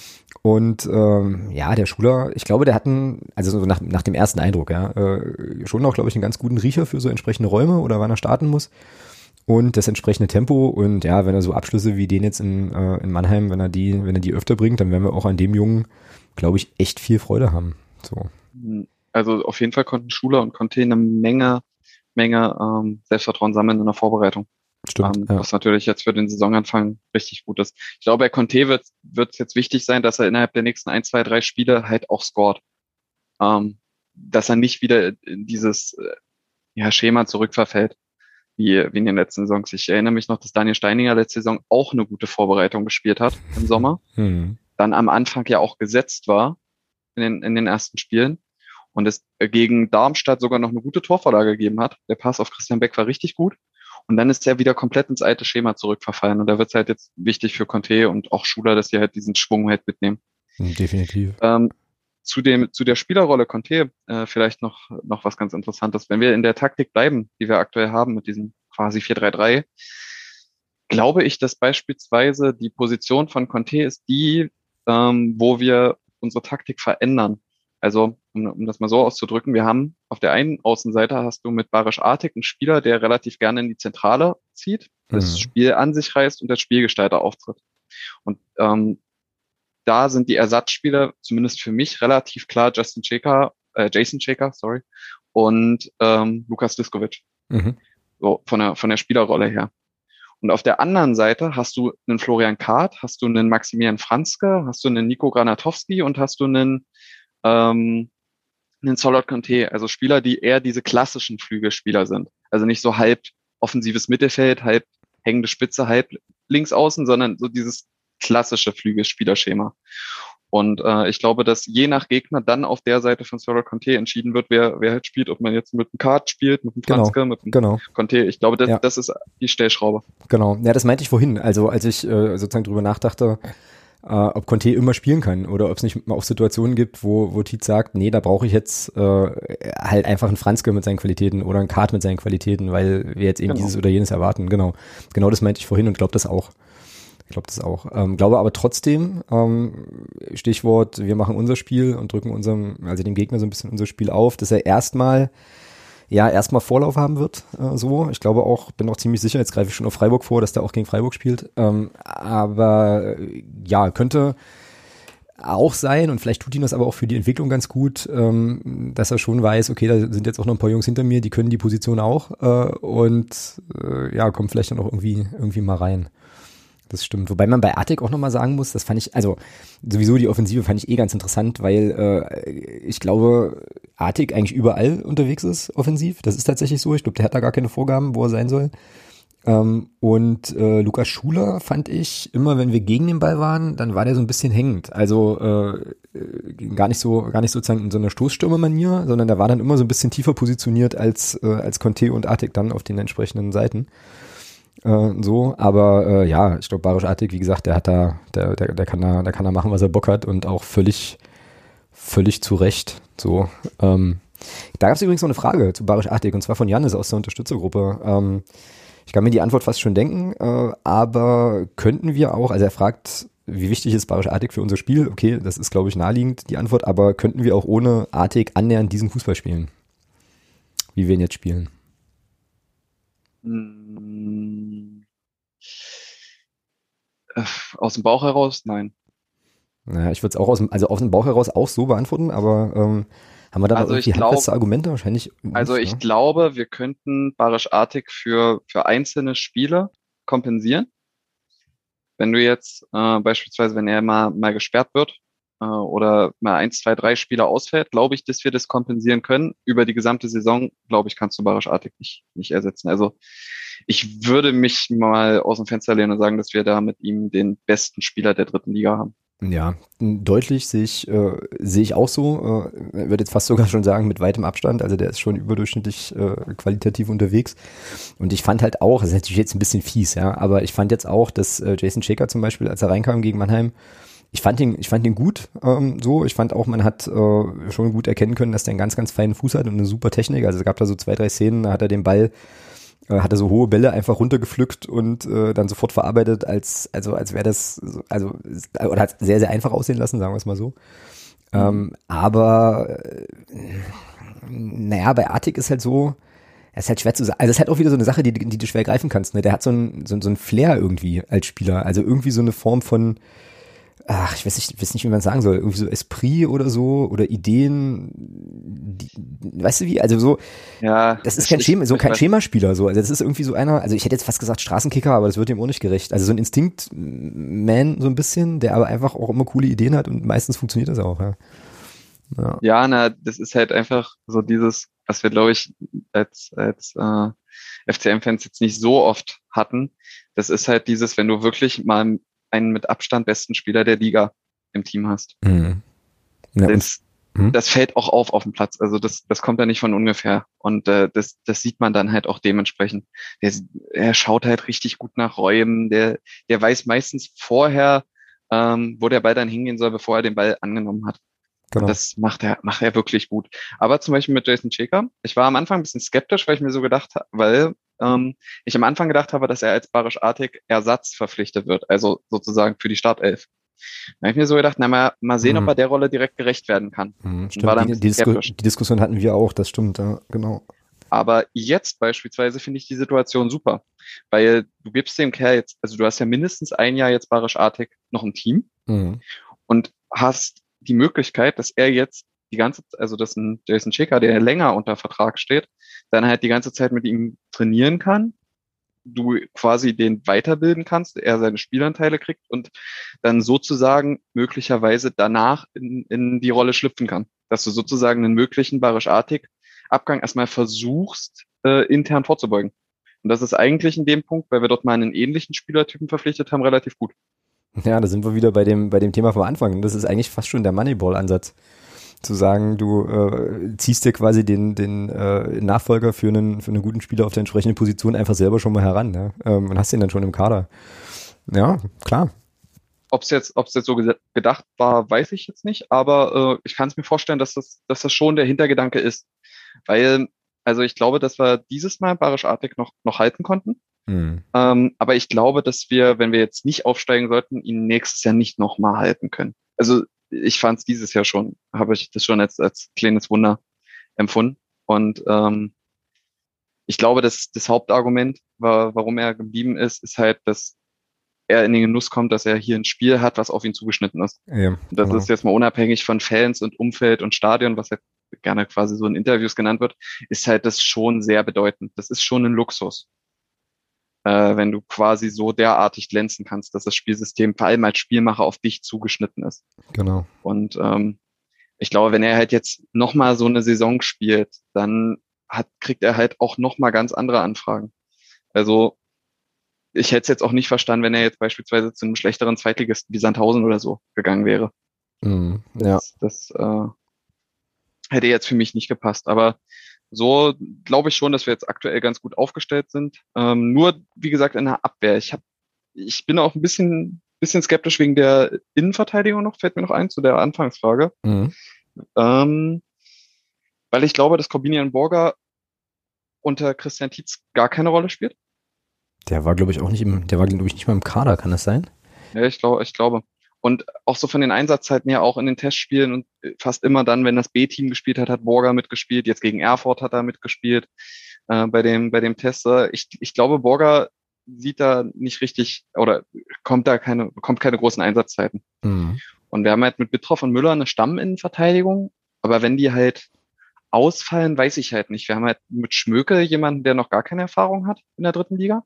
Und ähm, ja, der Schuler, ich glaube, der hat einen, also so nach, nach dem ersten Eindruck, ja, äh, schon auch, glaube ich, einen ganz guten Riecher für so entsprechende Räume oder wann er starten muss. Und das entsprechende Tempo und ja, wenn er so Abschlüsse wie den jetzt in, äh, in Mannheim, wenn er die, wenn er die öfter bringt, dann werden wir auch an dem Jungen, glaube ich, echt viel Freude haben. So. Also auf jeden Fall konnten Schuler und Conté eine Menge, Menge ähm, Selbstvertrauen sammeln in der Vorbereitung. Stimmt, ähm, ja. Was natürlich jetzt für den Saisonanfang richtig gut ist. Ich glaube, bei Conté wird wird jetzt wichtig sein, dass er innerhalb der nächsten ein, zwei, drei Spiele halt auch scoret. Ähm, dass er nicht wieder in dieses äh, ja, Schema zurückverfällt, wie, wie in den letzten Saisons. Ich erinnere mich noch, dass Daniel Steininger letzte Saison auch eine gute Vorbereitung gespielt hat im Sommer. Mhm. Dann am Anfang ja auch gesetzt war in den, in den ersten Spielen und es gegen Darmstadt sogar noch eine gute Torvorlage gegeben hat. Der Pass auf Christian Beck war richtig gut und dann ist er wieder komplett ins alte Schema zurückverfallen und da wird es halt jetzt wichtig für Conté und auch Schuler, dass sie halt diesen Schwung halt mitnehmen. Definitiv. Ähm, zu dem, zu der Spielerrolle Conté äh, vielleicht noch, noch was ganz Interessantes. Wenn wir in der Taktik bleiben, die wir aktuell haben mit diesem quasi vier drei drei, glaube ich, dass beispielsweise die Position von Conté ist die, ähm, wo wir unsere Taktik verändern. Also um, um das mal so auszudrücken. Wir haben auf der einen Außenseite hast du mit Barisch Artig einen Spieler, der relativ gerne in die Zentrale zieht, das Mhm. Spiel an sich reißt und der Spielgestalter auftritt. Und ähm, da sind die Ersatzspieler, zumindest für mich, relativ klar Justin Checker, äh, Jason Checker, sorry, und ähm, Lukas Diskovic. Mhm. So von der, von der Spielerrolle her. Und auf der anderen Seite hast du einen Florian Kath, hast du einen Maximilian Franzke, hast du einen Nico Granatowski und hast du einen, ähm, einen Solot Conte, also Spieler, die eher diese klassischen Flügelspieler sind. Also nicht so halb offensives Mittelfeld, halb hängende Spitze, halb links außen, sondern so dieses klassische Flügelspielerschema. Und äh, ich glaube, dass je nach Gegner dann auf der Seite von Solot Conte entschieden wird, wer, wer halt spielt, ob man jetzt mit dem Kart spielt, mit dem Genau, Franzke, mit dem genau. Conte. Ich glaube, das, Ja. das ist die Stellschraube. Genau, ja, das meinte ich vorhin, also als ich äh, sozusagen drüber nachdachte, äh, ob Conte immer spielen kann oder ob es nicht mal auch Situationen gibt, wo, wo Tietz sagt, nee, da brauche ich jetzt äh, halt einfach einen Franzke mit seinen Qualitäten oder einen Kart mit seinen Qualitäten, weil wir jetzt eben Genau. dieses oder jenes erwarten. Genau, genau das meinte ich vorhin und glaube das auch. Ich glaube das auch. Ähm, glaube aber trotzdem, ähm, Stichwort, wir machen unser Spiel und drücken unserem, also dem Gegner so ein bisschen unser Spiel auf, dass er erstmal ja, erstmal Vorlauf haben wird, äh, so. Ich glaube auch, bin auch ziemlich sicher, jetzt greife ich schon auf Freiburg vor, dass der auch gegen Freiburg spielt. Ähm, aber äh, ja, könnte auch sein und vielleicht tut ihn das aber auch für die Entwicklung ganz gut, ähm, dass er schon weiß, okay, da sind jetzt auch noch ein paar Jungs hinter mir, die können die Position auch äh, und äh, ja, kommt vielleicht dann auch irgendwie, irgendwie mal rein. Das stimmt. Wobei man bei Artig auch nochmal sagen muss, das fand ich, also sowieso die Offensive fand ich eh ganz interessant, weil äh, ich glaube, Artig eigentlich überall unterwegs ist, offensiv. Das ist tatsächlich so. Ich glaube, der hat da gar keine Vorgaben, wo er sein soll. Ähm, und äh, Lukas Schuler fand ich, immer wenn wir gegen den Ball waren, dann war der so ein bisschen hängend. Also äh, gar nicht so, gar nicht sozusagen in so einer Stoßstürmer-Manier, sondern der war dann immer so ein bisschen tiefer positioniert als, äh, als Conte und Artig dann auf den entsprechenden Seiten. Äh, so, aber äh, ja, ich glaube, Barisch Artig, wie gesagt, der hat da, der, der, der kann da, der kann da machen, was er Bock hat und auch völlig, völlig zu Recht. So, ähm, da gab es übrigens noch eine Frage zu Barisch Artig und zwar von Jannis aus der Unterstützergruppe. Ähm, ich kann mir die Antwort fast schon denken, äh, aber könnten wir auch, also er fragt, wie wichtig ist Barisch Artig für unser Spiel? Okay, das ist, glaube ich, naheliegend, die Antwort, aber könnten wir auch ohne Artig annähernd diesen Fußball spielen? Wie wir ihn jetzt spielen? Aus dem Bauch heraus, nein. Naja, ich würde es auch aus dem, also aus dem Bauch heraus auch so beantworten, aber ähm, haben wir da Also noch ich irgendwie glaub- handfeste Argumente? Wahrscheinlich nicht, Also ich ne? glaube, wir könnten Barisch Artig für, für einzelne Spiele kompensieren. Wenn du jetzt äh, beispielsweise, wenn er mal, mal gesperrt wird äh, oder mal eins, zwei, drei Spiele ausfällt, glaube ich, dass wir das kompensieren können. Über die gesamte Saison, glaube ich, kannst du Barisch Artig nicht, nicht ersetzen. Also ich würde mich mal aus dem Fenster lehnen und sagen, dass wir da mit ihm den besten Spieler der dritten Liga haben. Ja, deutlich sehe ich, äh, sehe ich auch so. Äh, würde jetzt fast sogar schon sagen, mit weitem Abstand. Also der ist schon überdurchschnittlich äh, qualitativ unterwegs. Und ich fand halt auch, das ist natürlich jetzt ein bisschen fies, ja, aber ich fand jetzt auch, dass äh, Jason Checker zum Beispiel, als er reinkam gegen Mannheim, ich fand ihn, ich fand ihn gut, ähm, so. Ich fand auch, man hat äh, schon gut erkennen können, dass der einen ganz, ganz feinen Fuß hat und eine super Technik. Also es gab da so zwei, drei Szenen, da hat er den Ball äh, hat er so hohe Bälle einfach runtergepflückt und äh, dann sofort verarbeitet, als also als wäre das, also oder hat sehr, sehr einfach aussehen lassen, sagen wir es mal so. Mhm. Ähm, aber äh, naja, bei Artig ist halt so, es ist halt schwer zu sagen, also es ist halt auch wieder so eine Sache, die, die du schwer greifen kannst, ne? Der hat so ein, so, so ein Flair irgendwie als Spieler, also irgendwie so eine Form von, ach, ich weiß nicht, weiß nicht, wie man sagen soll, irgendwie so Esprit oder so oder Ideen, die, weißt du wie, also so, Ja, das ist kein ich- Schema, so ich kein weiß- Schemaspieler, so, also das ist irgendwie so einer, also ich hätte jetzt fast gesagt Straßenkicker, aber das wird ihm auch nicht gerecht, also so ein Instinkt-Man so ein bisschen, der aber einfach auch immer coole Ideen hat und meistens funktioniert das auch, ja. Ja, Ja, na, das ist halt einfach so dieses, was wir, glaube ich, als, als äh, F C M-Fans jetzt nicht so oft hatten. Das ist halt dieses, wenn du wirklich mal einen mit Abstand besten Spieler der Liga im Team hast. mhm. Ja, und, Das, mhm. das fällt auch auf auf dem Platz. Also das, das kommt ja nicht von ungefähr. Und äh, das, das sieht man dann halt auch dementsprechend. Der, er schaut halt richtig gut nach Räumen. Der, der weiß meistens vorher, ähm, wo der Ball dann hingehen soll, bevor er den Ball angenommen hat. Genau. Das macht er, macht er wirklich gut. Aber zum Beispiel mit Jason Checker, ich war am Anfang ein bisschen skeptisch, weil ich mir so gedacht habe, weil ähm, ich am Anfang gedacht habe, dass er als Barisch Artig Ersatz verpflichtet wird, also sozusagen für die Startelf. Da habe ich mir so gedacht, na mal, mal sehen, Mhm. ob er der Rolle direkt gerecht werden kann. Mhm, Und war dann stimmt, ein die, die, bisschen Disku skeptisch. die Diskussion hatten wir auch, das stimmt, ja, genau. Aber jetzt beispielsweise finde ich die Situation super, weil du gibst dem Kerl jetzt, also du hast ja mindestens ein Jahr jetzt Barisch Artig noch im Team Mhm. und hast die Möglichkeit, dass er jetzt die ganze, also dass ein Jason Checker, der länger unter Vertrag steht, dann halt die ganze Zeit mit ihm trainieren kann, du quasi den weiterbilden kannst, er seine Spielanteile kriegt und dann sozusagen möglicherweise danach in, in die Rolle schlüpfen kann. Dass du sozusagen einen möglichen Barisch Artig Abgang erstmal versuchst, äh, intern vorzubeugen. Und das ist eigentlich in dem Punkt, weil wir dort mal einen ähnlichen Spielertypen verpflichtet haben, relativ gut. Ja, da sind wir wieder bei dem, bei dem Thema vom Anfang. Das ist eigentlich fast schon der Moneyball-Ansatz. Zu sagen, du äh, ziehst dir quasi den, den äh, Nachfolger für einen, für einen guten Spieler auf der entsprechenden Position einfach selber schon mal heran, ja? ähm, und hast den dann schon im Kader. Ja, klar. Ob es jetzt, ob es jetzt so gedacht war, weiß ich jetzt nicht, aber äh, ich kann es mir vorstellen, dass das, dass das schon der Hintergedanke ist. Weil, also ich glaube, dass wir dieses Mal Barisch Artig noch, noch halten konnten. Hm. Ähm, aber ich glaube, dass wir, wenn wir jetzt nicht aufsteigen sollten, ihn nächstes Jahr nicht nochmal halten können. Also ich fand es dieses Jahr schon, habe ich das schon als, als kleines Wunder empfunden. Und ähm, ich glaube, dass das Hauptargument, war, warum er geblieben ist, ist halt, dass er in den Genuss kommt, dass er hier ein Spiel hat, was auf ihn zugeschnitten ist. Ja, Und das genau. ist jetzt mal unabhängig von Fans und Umfeld und Stadion, was ja gerne quasi so in Interviews genannt wird, ist halt das schon sehr bedeutend. Das ist schon ein Luxus, äh, wenn du quasi so derartig glänzen kannst, dass das Spielsystem vor allem als Spielmacher auf dich zugeschnitten ist. Genau. Und ähm, ich glaube, wenn er halt jetzt nochmal so eine Saison spielt, dann hat, kriegt er halt auch nochmal ganz andere Anfragen. Also ich hätte es jetzt auch nicht verstanden, wenn er jetzt beispielsweise zu einem schlechteren Zweitligisten wie Sandhausen oder so gegangen wäre. Mhm. Ja. Das, das äh, hätte jetzt für mich nicht gepasst. Aber so glaube ich schon, dass wir jetzt aktuell ganz gut aufgestellt sind. Ähm, nur, wie gesagt, in der Abwehr. Ich hab, ich bin auch ein bisschen, bisschen skeptisch wegen der Innenverteidigung noch, fällt mir noch ein, zu der Anfangsfrage. Mhm. Ähm, weil ich glaube, dass Corbinian Borger unter Christian Tietz gar keine Rolle spielt. Der war, glaube ich, auch nicht im, der war, glaube ich, nicht mal im Kader, kann das sein? Ja, ich glaube, ich glaube. Und auch so von den Einsatzzeiten her, auch in den Testspielen und fast immer dann, wenn das B-Team gespielt hat, hat Borger mitgespielt. Jetzt gegen Erfurt hat er mitgespielt äh, bei dem bei dem Test. Ich, ich glaube, Borger sieht da nicht richtig oder kommt da keine bekommt keine großen Einsatzzeiten. Mhm. Und wir haben halt mit Bittroff und Müller eine Stamminnenverteidigung, aber wenn die halt ausfallen, weiß ich halt nicht. Wir haben halt mit Schmöke jemanden, der noch gar keine Erfahrung hat in der dritten Liga.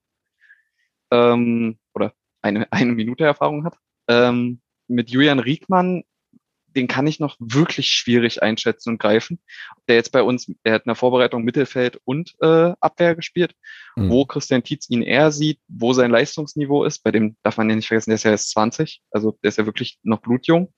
Ähm, oder eine, eine Minute Erfahrung hat. Ähm, mit Julian Riekmann, den kann ich noch wirklich schwierig einschätzen und greifen. Der jetzt bei uns, der hat in der Vorbereitung Mittelfeld und äh, Abwehr gespielt, Mhm. wo Christian Tietz ihn eher sieht, wo sein Leistungsniveau ist. Bei dem darf man ja nicht vergessen, der ist ja erst zwanzig, also der ist ja wirklich noch blutjung.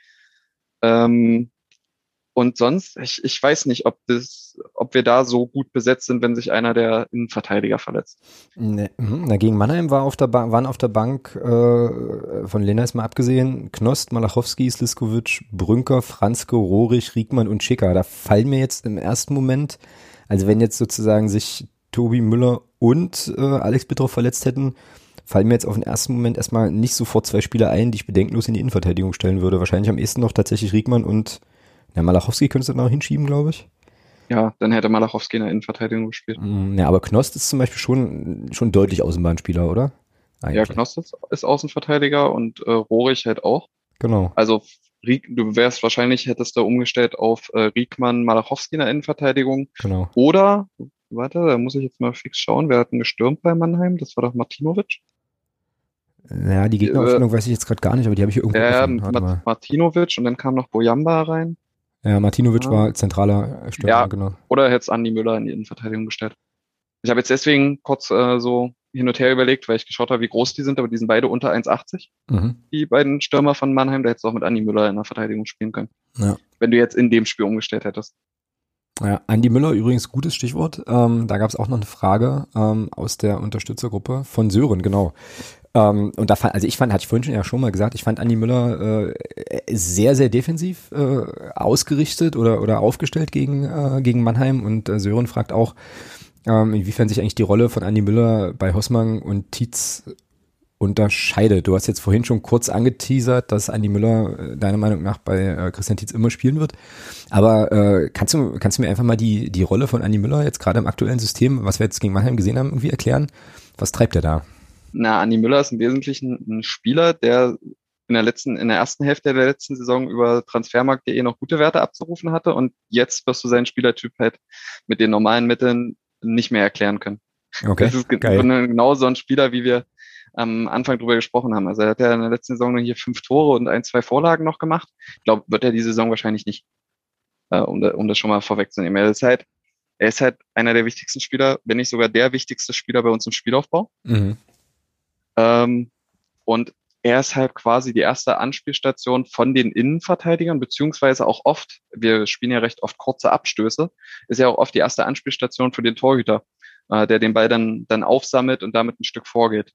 Ähm, Und sonst, ich, ich weiß nicht, ob das, ob wir da so gut besetzt sind, wenn sich einer der Innenverteidiger verletzt. Ne, mhm. Na, gegen Mannheim war auf der ba waren auf der Bank, äh, von Lena ist mal abgesehen, Knost, Malachowski, Sliskovic, Brünker, Franzke, Rohrig, Riekmann und Schicker. Da fallen mir jetzt im ersten Moment, also wenn jetzt sozusagen sich Tobi Müller und äh, Alex Bittroff verletzt hätten, fallen mir jetzt auf den ersten Moment erstmal nicht sofort zwei Spieler ein, die ich bedenkenlos in die Innenverteidigung stellen würde. Wahrscheinlich am ehesten noch tatsächlich Riekmann und ja, Malachowski könntest du noch hinschieben, glaube ich. Ja, dann hätte Malachowski in der Innenverteidigung gespielt. Mm, ja, aber Knost ist zum Beispiel schon, schon deutlich Außenbahnspieler, oder? Eigentlich. Ja, Knost ist, ist Außenverteidiger und äh, Rohrig halt auch. Genau. Also Riek, du wärst wahrscheinlich, hättest du umgestellt auf äh, Riekmann, Malachowski in der Innenverteidigung. Genau. Oder, warte, da muss ich jetzt mal fix schauen, wer hat denn gestürmt bei Mannheim? Das war doch Martinovic. Ja, die Gegneraufstellung äh, weiß ich jetzt gerade gar nicht, aber die habe ich hier irgendwo Ja, offen. Warte Mart mal. Martinovic und dann kam noch Bojamba rein. Ja, Martinovic Ah. war zentraler Stürmer, Ja, genau. Oder hätte es Andi Müller in die Innenverteidigung gestellt. Ich habe jetzt deswegen kurz äh, so hin und her überlegt, weil ich geschaut habe, wie groß die sind, aber die sind beide unter eins achtzig, Mhm. die beiden Stürmer von Mannheim. Da hättest du auch mit Andi Müller in der Verteidigung spielen können. Ja. Wenn du jetzt in dem Spiel umgestellt hättest. Ja, Andi Müller übrigens gutes Stichwort. Ähm, da gab es auch noch eine Frage ähm, aus der Unterstützergruppe von Sören, genau. Ähm, und da fand, also ich fand, hatte ich vorhin schon ja schon mal gesagt, ich fand Andi Müller äh, sehr, sehr defensiv äh, ausgerichtet oder oder aufgestellt gegen äh, gegen Mannheim und äh, Sören fragt auch, ähm, inwiefern sich eigentlich die Rolle von Andi Müller bei Hossmann und Tietz unterscheidet. Du hast jetzt vorhin schon kurz angeteasert, dass Andi Müller äh, deiner Meinung nach bei äh, Christian Tietz immer spielen wird. Aber äh, kannst du kannst du mir einfach mal die die Rolle von Andi Müller jetzt gerade im aktuellen System, was wir jetzt gegen Mannheim gesehen haben, irgendwie erklären? Was treibt er da? Na, Andi Müller ist im Wesentlichen ein Spieler, der in der letzten, in der ersten Hälfte der letzten Saison über Transfermarkt punkt de noch gute Werte abzurufen hatte und jetzt wirst du seinen Spielertyp halt mit den normalen Mitteln nicht mehr erklären können. Okay, das ist geil. genau so ein Spieler, wie wir am Anfang drüber gesprochen haben. Also er hat ja in der letzten Saison nur hier fünf Tore und ein, zwei Vorlagen noch gemacht. Ich glaube, wird er die Saison wahrscheinlich nicht, äh, um, da, um das schon mal vorwegzunehmen. Er ist halt, er ist halt einer der wichtigsten Spieler, wenn nicht sogar der wichtigste Spieler bei uns im Spielaufbau. Mhm. Ähm, und er ist halt quasi die erste Anspielstation von den Innenverteidigern, beziehungsweise auch oft, wir spielen ja recht oft kurze Abstöße, ist ja auch oft die erste Anspielstation für den Torhüter, äh, der den Ball dann, dann aufsammelt und damit ein Stück vorgeht.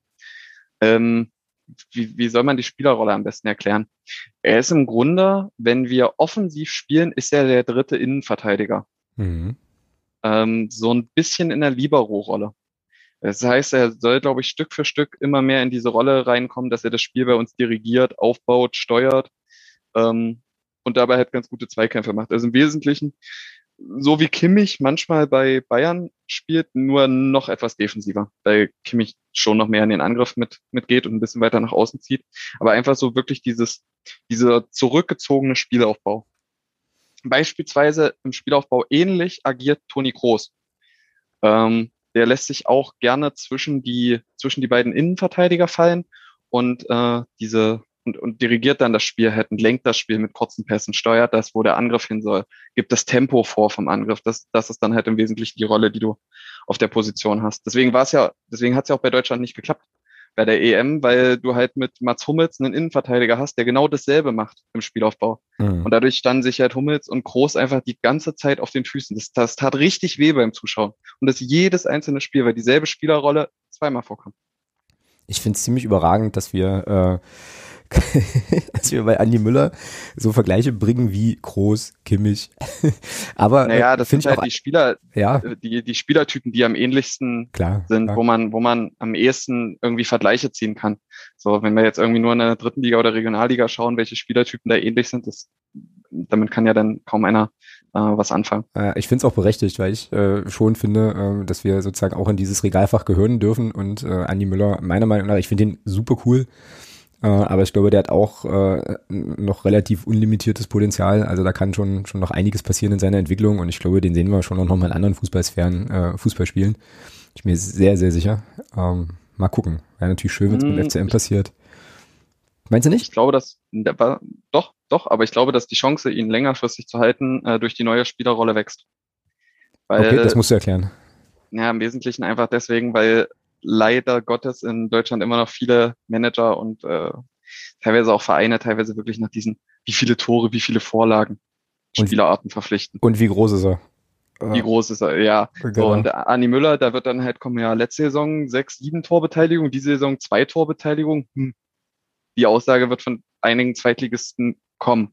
Ähm, wie, wie soll man die Spielerrolle am besten erklären? Er ist im Grunde, wenn wir offensiv spielen, ist er der dritte Innenverteidiger. Mhm. Ähm, so ein bisschen in der Libero-Rolle. Das heißt, er soll, glaube ich, Stück für Stück immer mehr in diese Rolle reinkommen, dass er das Spiel bei uns dirigiert, aufbaut, steuert ähm, und dabei halt ganz gute Zweikämpfe macht. Also im Wesentlichen, so wie Kimmich manchmal bei Bayern spielt, nur noch etwas defensiver, weil Kimmich schon noch mehr in den Angriff mit mitgeht und ein bisschen weiter nach außen zieht. Aber einfach so wirklich dieses dieser zurückgezogene Spielaufbau. Beispielsweise im Spielaufbau ähnlich agiert Toni Kroos. Ähm, Der lässt sich auch gerne zwischen die zwischen die beiden Innenverteidiger fallen und äh, diese und, und dirigiert dann das Spiel halt und lenkt das Spiel mit kurzen Pässen, steuert das, wo der Angriff hin soll, gibt das Tempo vor vom Angriff. Das, das ist dann halt im Wesentlichen die Rolle, die du auf der Position hast. Deswegen war es ja, deswegen hat es ja auch bei Deutschland nicht geklappt bei der E M, weil du halt mit Mats Hummels einen Innenverteidiger hast, der genau dasselbe macht im Spielaufbau. Mhm. Und dadurch standen sich halt Hummels und Kroos einfach die ganze Zeit auf den Füßen. Das, das tat richtig weh beim Zuschauen. Und das jedes einzelne Spiel, weil dieselbe Spielerrolle zweimal vorkommt. Ich finde es ziemlich überragend, dass wir, äh, dass wir bei Andi Müller so Vergleiche bringen wie Kroos, Kimmich. Aber naja, das sind halt auch, die Spieler, ja. die, die Spielertypen, die am ähnlichsten klar, sind, klar. wo man, wo man am ehesten irgendwie Vergleiche ziehen kann. So, wenn wir jetzt irgendwie nur in der dritten Liga oder Regionalliga schauen, welche Spielertypen da ähnlich sind, das, damit kann ja dann kaum einer äh, was anfangen. Äh, ich finde es auch berechtigt, weil ich äh, schon finde, äh, dass wir sozusagen auch in dieses Regalfach gehören dürfen und äh, Andi Müller, meiner Meinung nach, ich finde ihn super cool. Uh, aber ich glaube, der hat auch uh, noch relativ unlimitiertes Potenzial. Also da kann schon schon noch einiges passieren in seiner Entwicklung und ich glaube, den sehen wir schon noch mal in anderen Fußballsphären uh, Fußball spielen. Ich bin mir sehr, sehr sicher. Um, mal gucken. Wäre natürlich schön, wenn es hm, mit F C M passiert. Meinst du nicht? Ich glaube, dass der war, doch, doch, aber ich glaube, dass die Chance, ihn längerfristig zu halten, uh, durch die neue Spielerrolle wächst. Weil, okay, das musst du erklären. Ja, im Wesentlichen einfach deswegen, weil leider Gottes in Deutschland immer noch viele Manager und äh, teilweise auch Vereine, teilweise wirklich nach diesen, wie viele Tore, wie viele Vorlagen, und, Spielerarten verpflichten. Und wie groß ist er? Wie groß ist er, ja. Genau. So, und Andi Müller, da wird dann halt kommen, ja, letzte Saison sechs, sieben Torbeteiligung, diese Saison zwei Torbeteiligung. Hm. Die Aussage wird von einigen Zweitligisten kommen.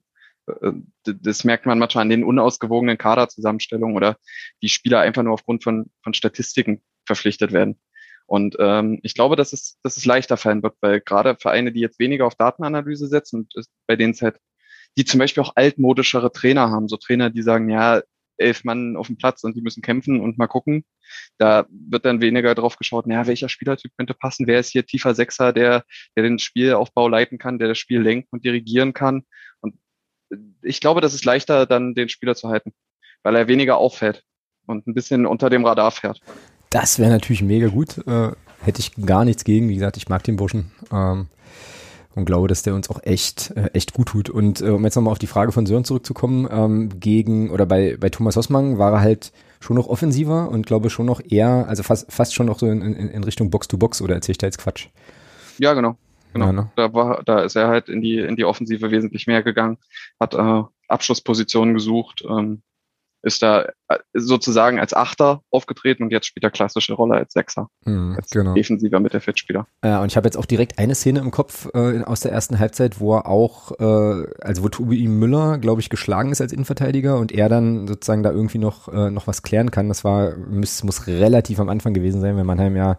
Das merkt man manchmal an den unausgewogenen Kaderzusammenstellungen oder die Spieler einfach nur aufgrund von, von Statistiken verpflichtet werden. Und ähm, ich glaube, dass es, dass es leichter fallen wird, weil gerade Vereine, die jetzt weniger auf Datenanalyse setzen und es, bei denen es halt, die zum Beispiel auch altmodischere Trainer haben, so Trainer, die sagen, ja, elf Mann auf dem Platz und die müssen kämpfen und mal gucken. Da wird dann weniger drauf geschaut, naja, welcher Spielertyp könnte passen, wer ist hier tiefer Sechser, der, der den Spielaufbau leiten kann, der das Spiel lenken und dirigieren kann. Und ich glaube, das ist leichter, dann den Spieler zu halten, weil er weniger auffällt und ein bisschen unter dem Radar fährt. Das wäre natürlich mega gut. Äh, hätte ich gar nichts gegen. Wie gesagt, ich mag den Burschen ähm, und glaube, dass der uns auch echt äh, echt gut tut. Und äh, um jetzt nochmal auf die Frage von Sören zurückzukommen, ähm, gegen oder bei bei Thomas Hossmann war er halt schon noch offensiver und glaube schon noch eher, also fast fast schon noch so in, in, in Richtung Box-to-Box oder erzähle ich da jetzt Quatsch? Ja, genau. Genau. Ja, ne? Da war, da ist er halt in die in die Offensive wesentlich mehr gegangen, hat äh, Abschlusspositionen gesucht. Ähm, ist da sozusagen als Achter aufgetreten und jetzt spielt er klassische Rolle als Sechser, mhm, als genau. defensiver Mittelfeldspieler. Ja, und ich habe jetzt auch direkt eine Szene im Kopf äh, aus der ersten Halbzeit, wo er auch, äh, also wo Tobi Müller, glaube ich, geschlagen ist als Innenverteidiger und er dann sozusagen da irgendwie noch äh, noch was klären kann. Das war muss, muss relativ am Anfang gewesen sein, wenn Mannheim ja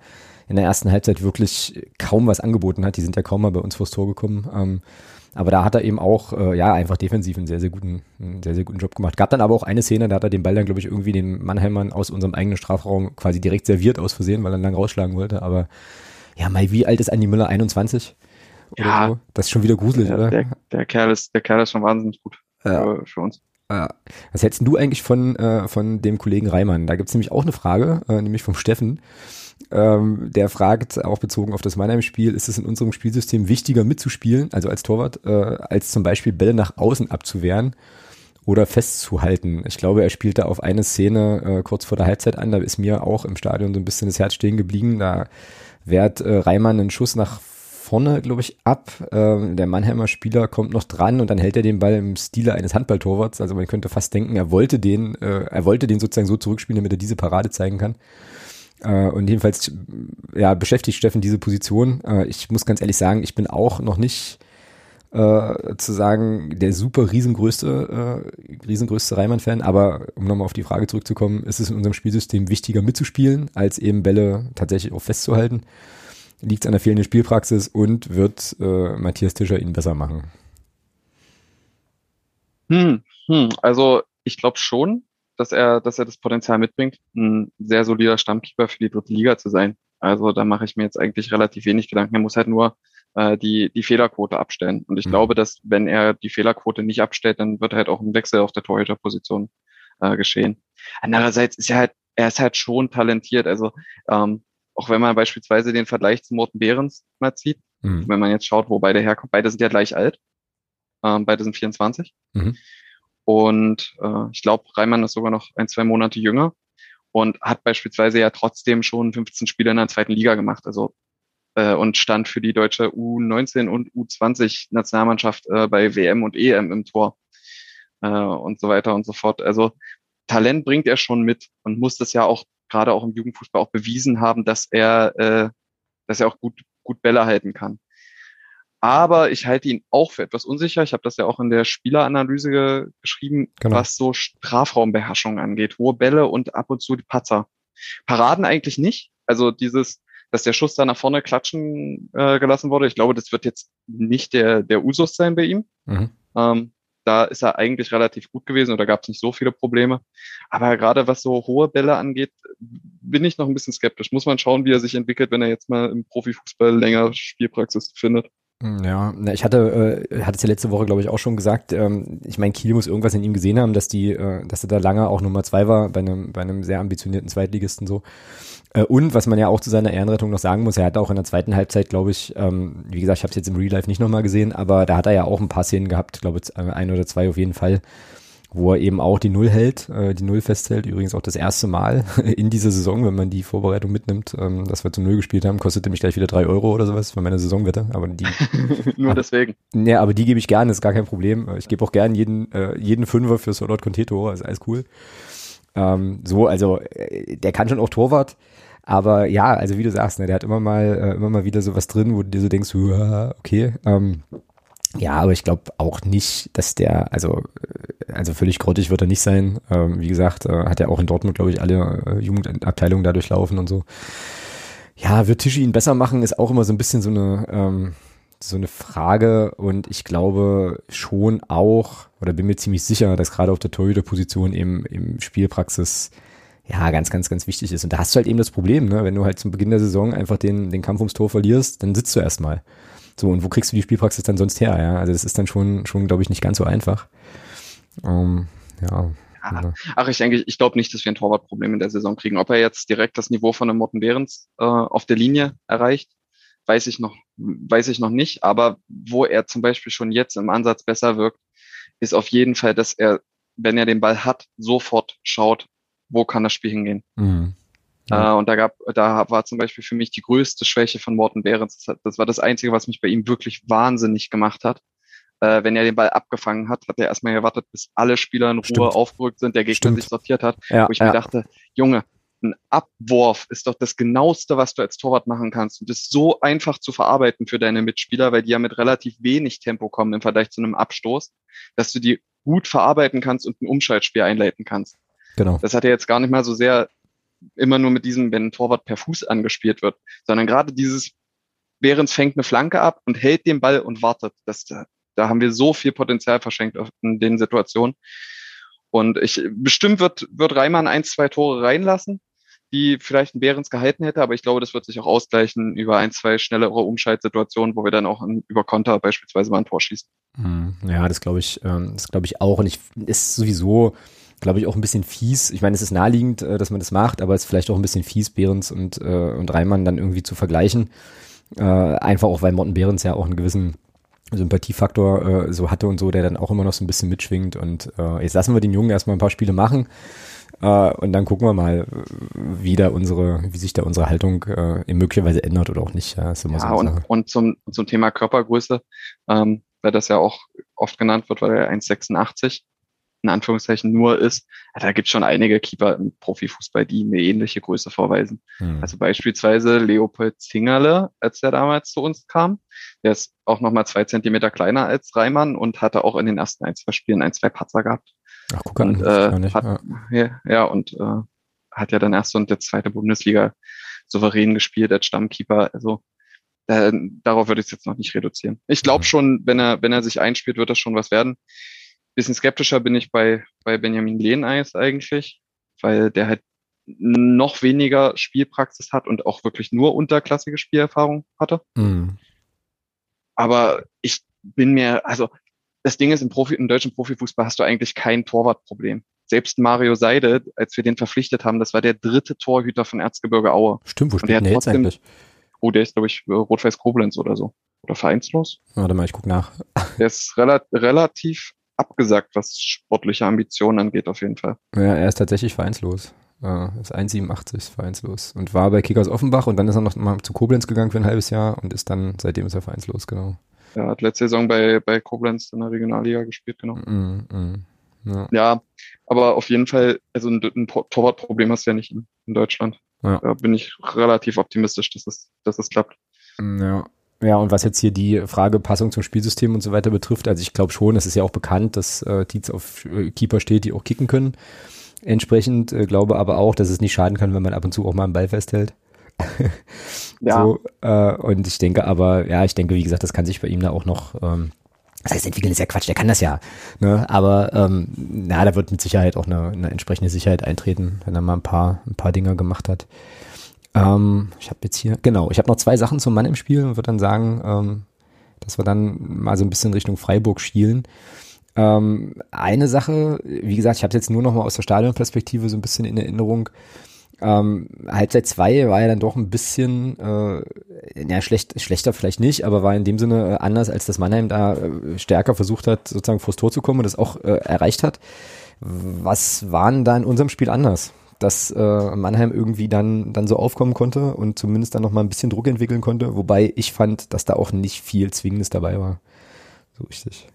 in der ersten Halbzeit wirklich kaum was angeboten hat. Die sind ja kaum mal bei uns vors Tor gekommen. Ähm, aber da hat er eben auch, äh, ja, einfach defensiv einen sehr, sehr guten, einen sehr, sehr guten Job gemacht. Gab dann aber auch eine Szene, da hat er den Ball dann, glaube ich, irgendwie den Mannheimern aus unserem eigenen Strafraum quasi direkt serviert aus Versehen, weil er lang rausschlagen wollte. Aber ja, Mai, wie alt ist Andi Müller? einundzwanzig? Oder Ja, so? Das ist schon wieder gruselig, der, oder? der, der Kerl ist, der Kerl ist schon wahnsinnig gut Ja. für, für uns. Ja. Was hältst denn du eigentlich von, äh, von dem Kollegen Reimann? Da gibt's nämlich auch eine Frage, äh, nämlich vom Steffen. Ähm, der fragt, auch bezogen auf das Mannheim-Spiel, ist es in unserem Spielsystem wichtiger mitzuspielen, also als Torwart, äh, als zum Beispiel Bälle nach außen abzuwehren oder festzuhalten? Ich glaube, er spielt da auf eine Szene äh, kurz vor der Halbzeit an, da ist mir auch im Stadion so ein bisschen das Herz stehen geblieben. Da wehrt äh, Reimann einen Schuss nach vorne, glaube ich, ab. Ähm, der Mannheimer Spieler kommt noch dran und dann hält er den Ball im Stile eines Handballtorwarts. Also man könnte fast denken, er wollte den, äh, er wollte den sozusagen so zurückspielen, damit er diese Parade zeigen kann. Äh, und jedenfalls, ja, beschäftigt Steffen diese Position. Äh, ich muss ganz ehrlich sagen, ich bin auch noch nicht äh, zu sagen, der super riesengrößte, äh, riesengrößte Reimann-Fan, aber um nochmal auf die Frage zurückzukommen, ist es in unserem Spielsystem wichtiger mitzuspielen, als eben Bälle tatsächlich auch festzuhalten? Liegt es an der fehlenden Spielpraxis und wird äh, Matthias Tischer ihn besser machen? Hm, hm. Also ich glaube schon, dass er, dass er das Potenzial mitbringt, ein sehr solider Stammkeeper für die dritte Liga zu sein. Also da mache ich mir jetzt eigentlich relativ wenig Gedanken. Er muss halt nur äh, die, die Fehlerquote abstellen. Und ich Mhm. glaube, dass wenn er die Fehlerquote nicht abstellt, dann wird halt auch ein Wechsel auf der Torhüterposition äh, geschehen. Andererseits ist er halt, er ist halt schon talentiert. Also ähm, auch wenn man beispielsweise den Vergleich zu Morten Behrens mal zieht, Mhm. wenn man jetzt schaut, wo beide herkommen, beide sind ja gleich alt, ähm, beide sind vierundzwanzig. Mhm. Und äh, ich glaube, Reimann ist sogar noch ein, zwei Monate jünger und hat beispielsweise ja trotzdem schon fünfzehn Spiele in der zweiten Liga gemacht. Also äh, und stand für die deutsche U neunzehn und U zwanzig Nationalmannschaft äh, bei W M und E M im Tor äh, und so weiter und so fort. Also Talent bringt er schon mit und muss das ja auch gerade auch im Jugendfußball auch bewiesen haben, dass er, äh, dass er auch gut, gut Bälle halten kann. Aber ich halte ihn auch für etwas unsicher. Ich habe das ja auch in der Spieleranalyse ge geschrieben, Genau. was so Strafraumbeherrschung angeht. Hohe Bälle und ab und zu die Patzer. Paraden eigentlich nicht. Also dieses, dass der Schuss da nach vorne klatschen äh, gelassen wurde. Ich glaube, das wird jetzt nicht der, der Usus sein bei ihm. Mhm. Ähm, da ist er eigentlich relativ gut gewesen oder gab es nicht so viele Probleme. Aber gerade was so hohe Bälle angeht, bin ich noch ein bisschen skeptisch. Muss man schauen, wie er sich entwickelt, wenn er jetzt mal im Profifußball länger Spielpraxis findet. Ja, na, ich hatte, äh, hatte es ja letzte Woche, glaube ich, auch schon gesagt, ähm, ich meine, Kiel muss irgendwas in ihm gesehen haben, dass die, äh, dass er da lange auch Nummer zwei war, bei einem, bei einem sehr ambitionierten Zweitligisten so. Äh, und was man ja auch zu seiner Ehrenrettung noch sagen muss, er hat auch in der zweiten Halbzeit, glaube ich, ähm, wie gesagt, ich habe es jetzt im Real Life nicht nochmal gesehen, aber da hat er ja auch ein paar Szenen gehabt, glaube ich, ein oder zwei auf jeden Fall, wo er eben auch die Null hält, äh, die Null festhält, übrigens auch das erste Mal in dieser Saison, wenn man die Vorbereitung mitnimmt, ähm, dass wir zu Null gespielt haben, kostete mich gleich wieder drei Euro oder sowas für meine Saisonwette, aber die Nur aber, deswegen. Ja, aber die gebe ich gerne, ist gar kein Problem. Ich gebe auch gerne jeden, äh, jeden Fünfer für Solot Conteto, ist alles cool. Ähm, so, also äh, der kann schon auch Torwart, aber ja, also wie du sagst, ne, der hat immer mal, äh, immer mal wieder sowas drin, wo du dir so denkst, uh, okay, ähm, ja, aber ich glaube auch nicht, dass der, also also völlig grottig wird er nicht sein. Ähm, wie gesagt, äh, hat er auch in Dortmund, glaube ich, alle äh, Jugendabteilungen da durchlaufen und so. Ja, wird Tischi ihn besser machen, ist auch immer so ein bisschen so eine ähm, so eine Frage und ich glaube schon auch, oder bin mir ziemlich sicher, dass gerade auf der Torhüterposition eben im Spielpraxis ja ganz, ganz, ganz wichtig ist. Und da hast du halt eben das Problem, ne? Wenn du halt zum Beginn der Saison einfach den, den Kampf ums Tor verlierst, dann sitzt du erstmal. So, und wo kriegst du die Spielpraxis dann sonst her? Ja, also das ist dann schon, schon, glaube ich, nicht ganz so einfach. Um, ja. Ja. Ach, ich denke, ich glaube nicht, dass wir ein Torwartproblem in der Saison kriegen. Ob er jetzt direkt das Niveau von einem Morten Behrens äh, auf der Linie erreicht, weiß ich noch, weiß ich noch nicht. Aber wo er zum Beispiel schon jetzt im Ansatz besser wirkt, ist auf jeden Fall, dass er, wenn er den Ball hat, sofort schaut, wo kann das Spiel hingehen. Mhm. Ja. Äh, und da gab, da war zum Beispiel für mich die größte Schwäche von Morten Behrens. Das, hat, das war das Einzige, was mich bei ihm wirklich wahnsinnig gemacht hat. Äh, wenn er den Ball abgefangen hat, hat er erstmal gewartet, bis alle Spieler in Ruhe Stimmt. aufgerückt sind, der Gegner Stimmt. sich sortiert hat, Ja, wo ich ja. mir dachte, Junge, ein Abwurf ist doch das Genaueste, was du als Torwart machen kannst. Und das ist so einfach zu verarbeiten für deine Mitspieler, weil die ja mit relativ wenig Tempo kommen im Vergleich zu einem Abstoß, dass du die gut verarbeiten kannst und ein Umschaltspiel einleiten kannst. Genau. Das hat er jetzt gar nicht mal so sehr immer nur mit diesem, wenn ein Torwart per Fuß angespielt wird, sondern gerade dieses, Behrens fängt eine Flanke ab und hält den Ball und wartet. Das, da, da haben wir so viel Potenzial verschenkt in den Situationen. Und ich, bestimmt wird, wird Reimann ein, zwei Tore reinlassen, die vielleicht ein Behrens gehalten hätte, aber ich glaube, das wird sich auch ausgleichen über ein, zwei schnellere Umschaltsituationen, wo wir dann auch in, über Konter beispielsweise mal ein Tor schießen. Ja, das glaube ich, das glaube ich auch. Und ich ist sowieso, glaube ich, auch ein bisschen fies. Ich meine, es ist naheliegend, dass man das macht, aber es ist vielleicht auch ein bisschen fies, Behrens und, und Reimann dann irgendwie zu vergleichen. Einfach auch, weil Morten Behrens ja auch einen gewissen Sympathiefaktor so hatte und so, der dann auch immer noch so ein bisschen mitschwingt. Und jetzt lassen wir den Jungen erstmal ein paar Spiele machen. Uh, und dann gucken wir mal, wie da unsere, wie sich da unsere Haltung uh, möglicherweise ändert oder auch nicht. Ja, ist immer ja so und, und zum, zum Thema Körpergröße, ähm, weil das ja auch oft genannt wird, weil er eins Komma sechsundachtzig in Anführungszeichen nur ist, ja, da gibt es schon einige Keeper im Profifußball, die eine ähnliche Größe vorweisen. Hm. Also beispielsweise Leopold Zingerle, als der damals zu uns kam, der ist auch nochmal zwei Zentimeter kleiner als Reimann und hatte auch in den ersten ein, zwei Spielen ein, zwei Patzer gehabt. Ach, guck an, und, äh, nicht. Hat, ja. ja, und äh, hat ja dann erste und der zweite Bundesliga souverän gespielt als Stammkeeper. Also äh, darauf würde ich es jetzt noch nicht reduzieren. Ich glaube ja. schon, wenn er wenn er sich einspielt, wird das schon was werden. Bisschen skeptischer bin ich bei bei Benjamin Lehneis eigentlich, weil der halt noch weniger Spielpraxis hat und auch wirklich nur unterklassige Spielerfahrung hatte. Mhm. Aber ich bin mir, also das Ding ist, im, Profi, im deutschen Profifußball hast du eigentlich kein Torwartproblem. Selbst Mario Seide, als wir den verpflichtet haben, das war der dritte Torhüter von Erzgebirge Aue. Stimmt, wo spielt der jetzt eigentlich? Oh, der ist, glaube ich, Rot-Weiß Koblenz oder so. Oder vereinslos. Warte mal, ich guck nach. Der ist rela- relativ abgesagt, was sportliche Ambitionen angeht, auf jeden Fall. Ja, er ist tatsächlich vereinslos. Ja, ist eins Komma siebenundachtzig, ist vereinslos. Und war bei Kickers Offenbach und dann ist er noch mal zu Koblenz gegangen für ein halbes Jahr und ist dann, seitdem ist er vereinslos, genau. Er hat letzte Saison bei, bei Koblenz in der Regionalliga gespielt, genau. Mm, mm, ja. ja, aber auf jeden Fall, also ein, ein Torwartproblem hast du ja nicht in, in Deutschland. Ja. Da bin ich relativ optimistisch, dass es, dass es klappt. Ja. Ja, und was jetzt hier die Frage Passung zum Spielsystem und so weiter betrifft, also ich glaube schon, es ist ja auch bekannt, dass äh, Tietz auf äh, Keeper steht, die auch kicken können. Entsprechend äh, glaube aber auch, dass es nicht schaden kann, wenn man ab und zu auch mal einen Ball festhält. ja. So, äh, und ich denke aber, ja, ich denke, wie gesagt, das kann sich bei ihm da auch noch, ähm, das heißt, entwickeln ist ja Quatsch, der kann das ja, ne? Aber ähm, na, da wird mit Sicherheit auch eine, eine entsprechende Sicherheit eintreten, wenn er mal ein paar, ein paar Dinger gemacht hat. Ähm, ich habe jetzt hier, genau, ich habe noch zwei Sachen zum Mann im Spiel und würde dann sagen, ähm, dass wir dann mal so ein bisschen Richtung Freiburg schielen. Ähm, eine Sache, wie gesagt, ich habe es jetzt nur noch mal aus der Stadionperspektive so ein bisschen in Erinnerung. Ähm, Halbzeit zwei war ja dann doch ein bisschen, äh, ja, schlecht, schlechter vielleicht nicht, aber war in dem Sinne äh, anders, als dass Mannheim da äh, stärker versucht hat, sozusagen vors Tor zu kommen und das auch äh, erreicht hat. Was war denn da in unserem Spiel anders? Dass äh, Mannheim irgendwie dann dann so aufkommen konnte und zumindest dann noch mal ein bisschen Druck entwickeln konnte, wobei ich fand, dass da auch nicht viel Zwingendes dabei war. So richtig.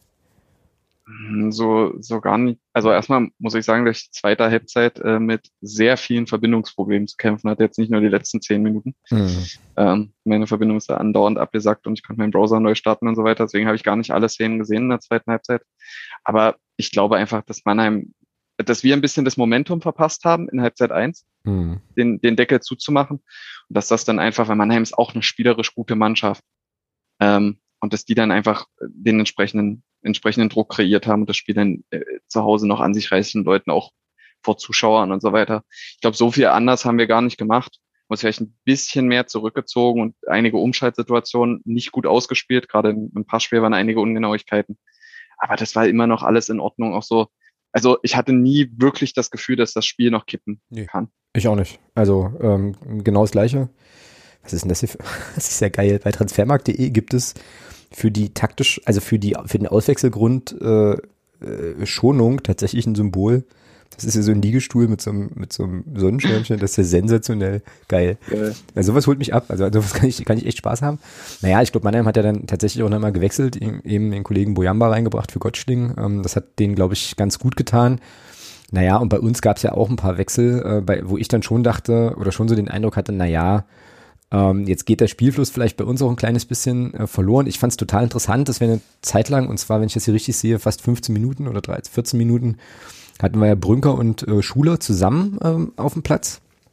So, so gar nicht. Also erstmal muss ich sagen, dass ich die zweite Halbzeit äh, mit sehr vielen Verbindungsproblemen zu kämpfen hatte. Jetzt nicht nur die letzten zehn Minuten. Mhm. Ähm, meine Verbindung ist da andauernd abgesackt und ich konnte meinen Browser neu starten und so weiter. Deswegen habe ich gar nicht alle Szenen gesehen in der zweiten Halbzeit. Aber ich glaube einfach, dass Mannheim, dass wir ein bisschen das Momentum verpasst haben in Halbzeit eins, mhm. den, den Deckel zuzumachen. Und dass das dann einfach, weil Mannheim ist auch eine spielerisch gute Mannschaft. Ähm, und dass die dann einfach den entsprechenden entsprechenden Druck kreiert haben und das Spiel dann äh, zu Hause noch an sich reißen, Leuten auch vor Zuschauern und so weiter. Ich glaube, so viel anders haben wir gar nicht gemacht. Uns vielleicht ein bisschen mehr zurückgezogen und einige Umschaltsituationen nicht gut ausgespielt. Gerade im, im Passspiel waren einige Ungenauigkeiten. Aber das war immer noch alles in Ordnung. Auch so, also ich hatte nie wirklich das Gefühl, dass das Spiel noch kippen nee, kann. Ich auch nicht. Also ähm, genau das Gleiche. Was ist denn das hier für, das ist ja geil. Bei transfermarkt punkt de gibt es für die taktisch, also für die für den Auswechselgrund äh, äh, Schonung tatsächlich ein Symbol. Das ist ja so ein Liegestuhl mit so einem, mit so einem Sonnenschirmchen, das ist ja sensationell geil. Ja. Also sowas holt mich ab, also sowas kann ich, kann ich echt Spaß haben. Naja, ich glaube, Mannheim hat ja dann tatsächlich auch nochmal gewechselt, eben den Kollegen Bojamba reingebracht für Gottschling. Ähm, das hat denen, glaube ich, ganz gut getan. Naja, und bei uns gab es ja auch ein paar Wechsel, äh, bei, wo ich dann schon dachte, oder schon so den Eindruck hatte, naja, Ähm, jetzt geht der Spielfluss vielleicht bei uns auch ein kleines bisschen äh, verloren. Ich fand es total interessant, dass wir eine Zeit lang, und zwar, wenn ich das hier richtig sehe, fast fünfzehn Minuten oder dreizehn, vierzehn Minuten, hatten wir ja Brünker und äh, Schuler zusammen ähm, auf dem Platz.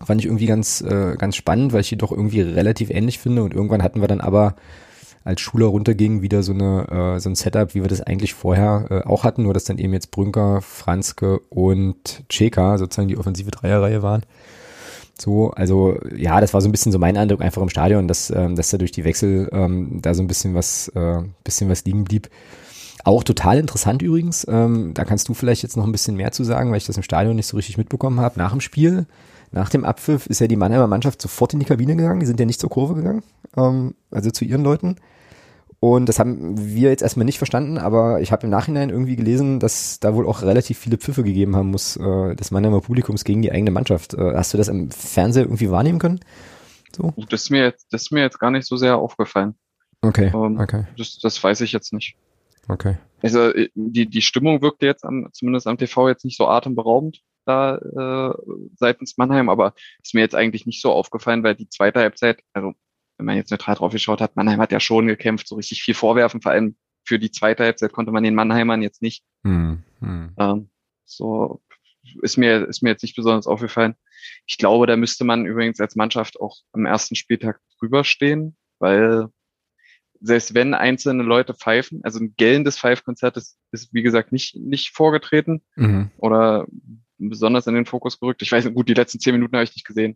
Fand ich irgendwie ganz, äh, ganz spannend, weil ich die doch irgendwie relativ ähnlich finde. Und irgendwann hatten wir dann aber, als Schuler runterging, wieder so eine äh, so ein Setup, wie wir das eigentlich vorher äh, auch hatten, nur dass dann eben jetzt Brünker, Franzke und Ceka sozusagen die offensive Dreierreihe waren. So, also ja, das war so ein bisschen so mein Eindruck einfach im Stadion, dass, ähm, dass da durch die Wechsel ähm, da so ein bisschen was, äh, bisschen was liegen blieb. Auch total interessant übrigens, ähm, da kannst du vielleicht jetzt noch ein bisschen mehr zu sagen, weil ich das im Stadion nicht so richtig mitbekommen habe. Nach dem Spiel, nach dem Abpfiff ist ja die Mannheimer Mannschaft sofort in die Kabine gegangen, die sind ja nicht zur Kurve gegangen, ähm, also zu ihren Leuten. Und das haben wir jetzt erstmal nicht verstanden, aber ich habe im Nachhinein irgendwie gelesen, dass da wohl auch relativ viele Pfiffe gegeben haben muss, äh, des Mannheimer Publikums gegen die eigene Mannschaft. Äh, hast du das im Fernseher irgendwie wahrnehmen können? So? Das ist mir jetzt, das ist mir jetzt gar nicht so sehr aufgefallen. Okay, Ähm, okay, das, das weiß ich jetzt nicht. okay. Also äh, die, die Stimmung wirkte jetzt am, zumindest am T V jetzt nicht so atemberaubend da äh, seitens Mannheim, aber ist mir jetzt eigentlich nicht so aufgefallen, weil die zweite Halbzeit, also wenn man jetzt neutral drauf geschaut hat, Mannheim hat ja schon gekämpft, so richtig viel vorwerfen, vor allem für die zweite Halbzeit konnte man den Mannheimern jetzt nicht. Hm, hm. Ähm, so ist mir, ist mir jetzt nicht besonders aufgefallen. Ich glaube, da müsste man übrigens als Mannschaft auch am ersten Spieltag drüber stehen, weil selbst wenn einzelne Leute pfeifen, also ein gellendes Pfeifkonzert ist, ist wie gesagt nicht, nicht vorgetreten Mhm. oder besonders in den Fokus gerückt. Ich weiß nicht, gut, die letzten zehn Minuten habe ich nicht gesehen.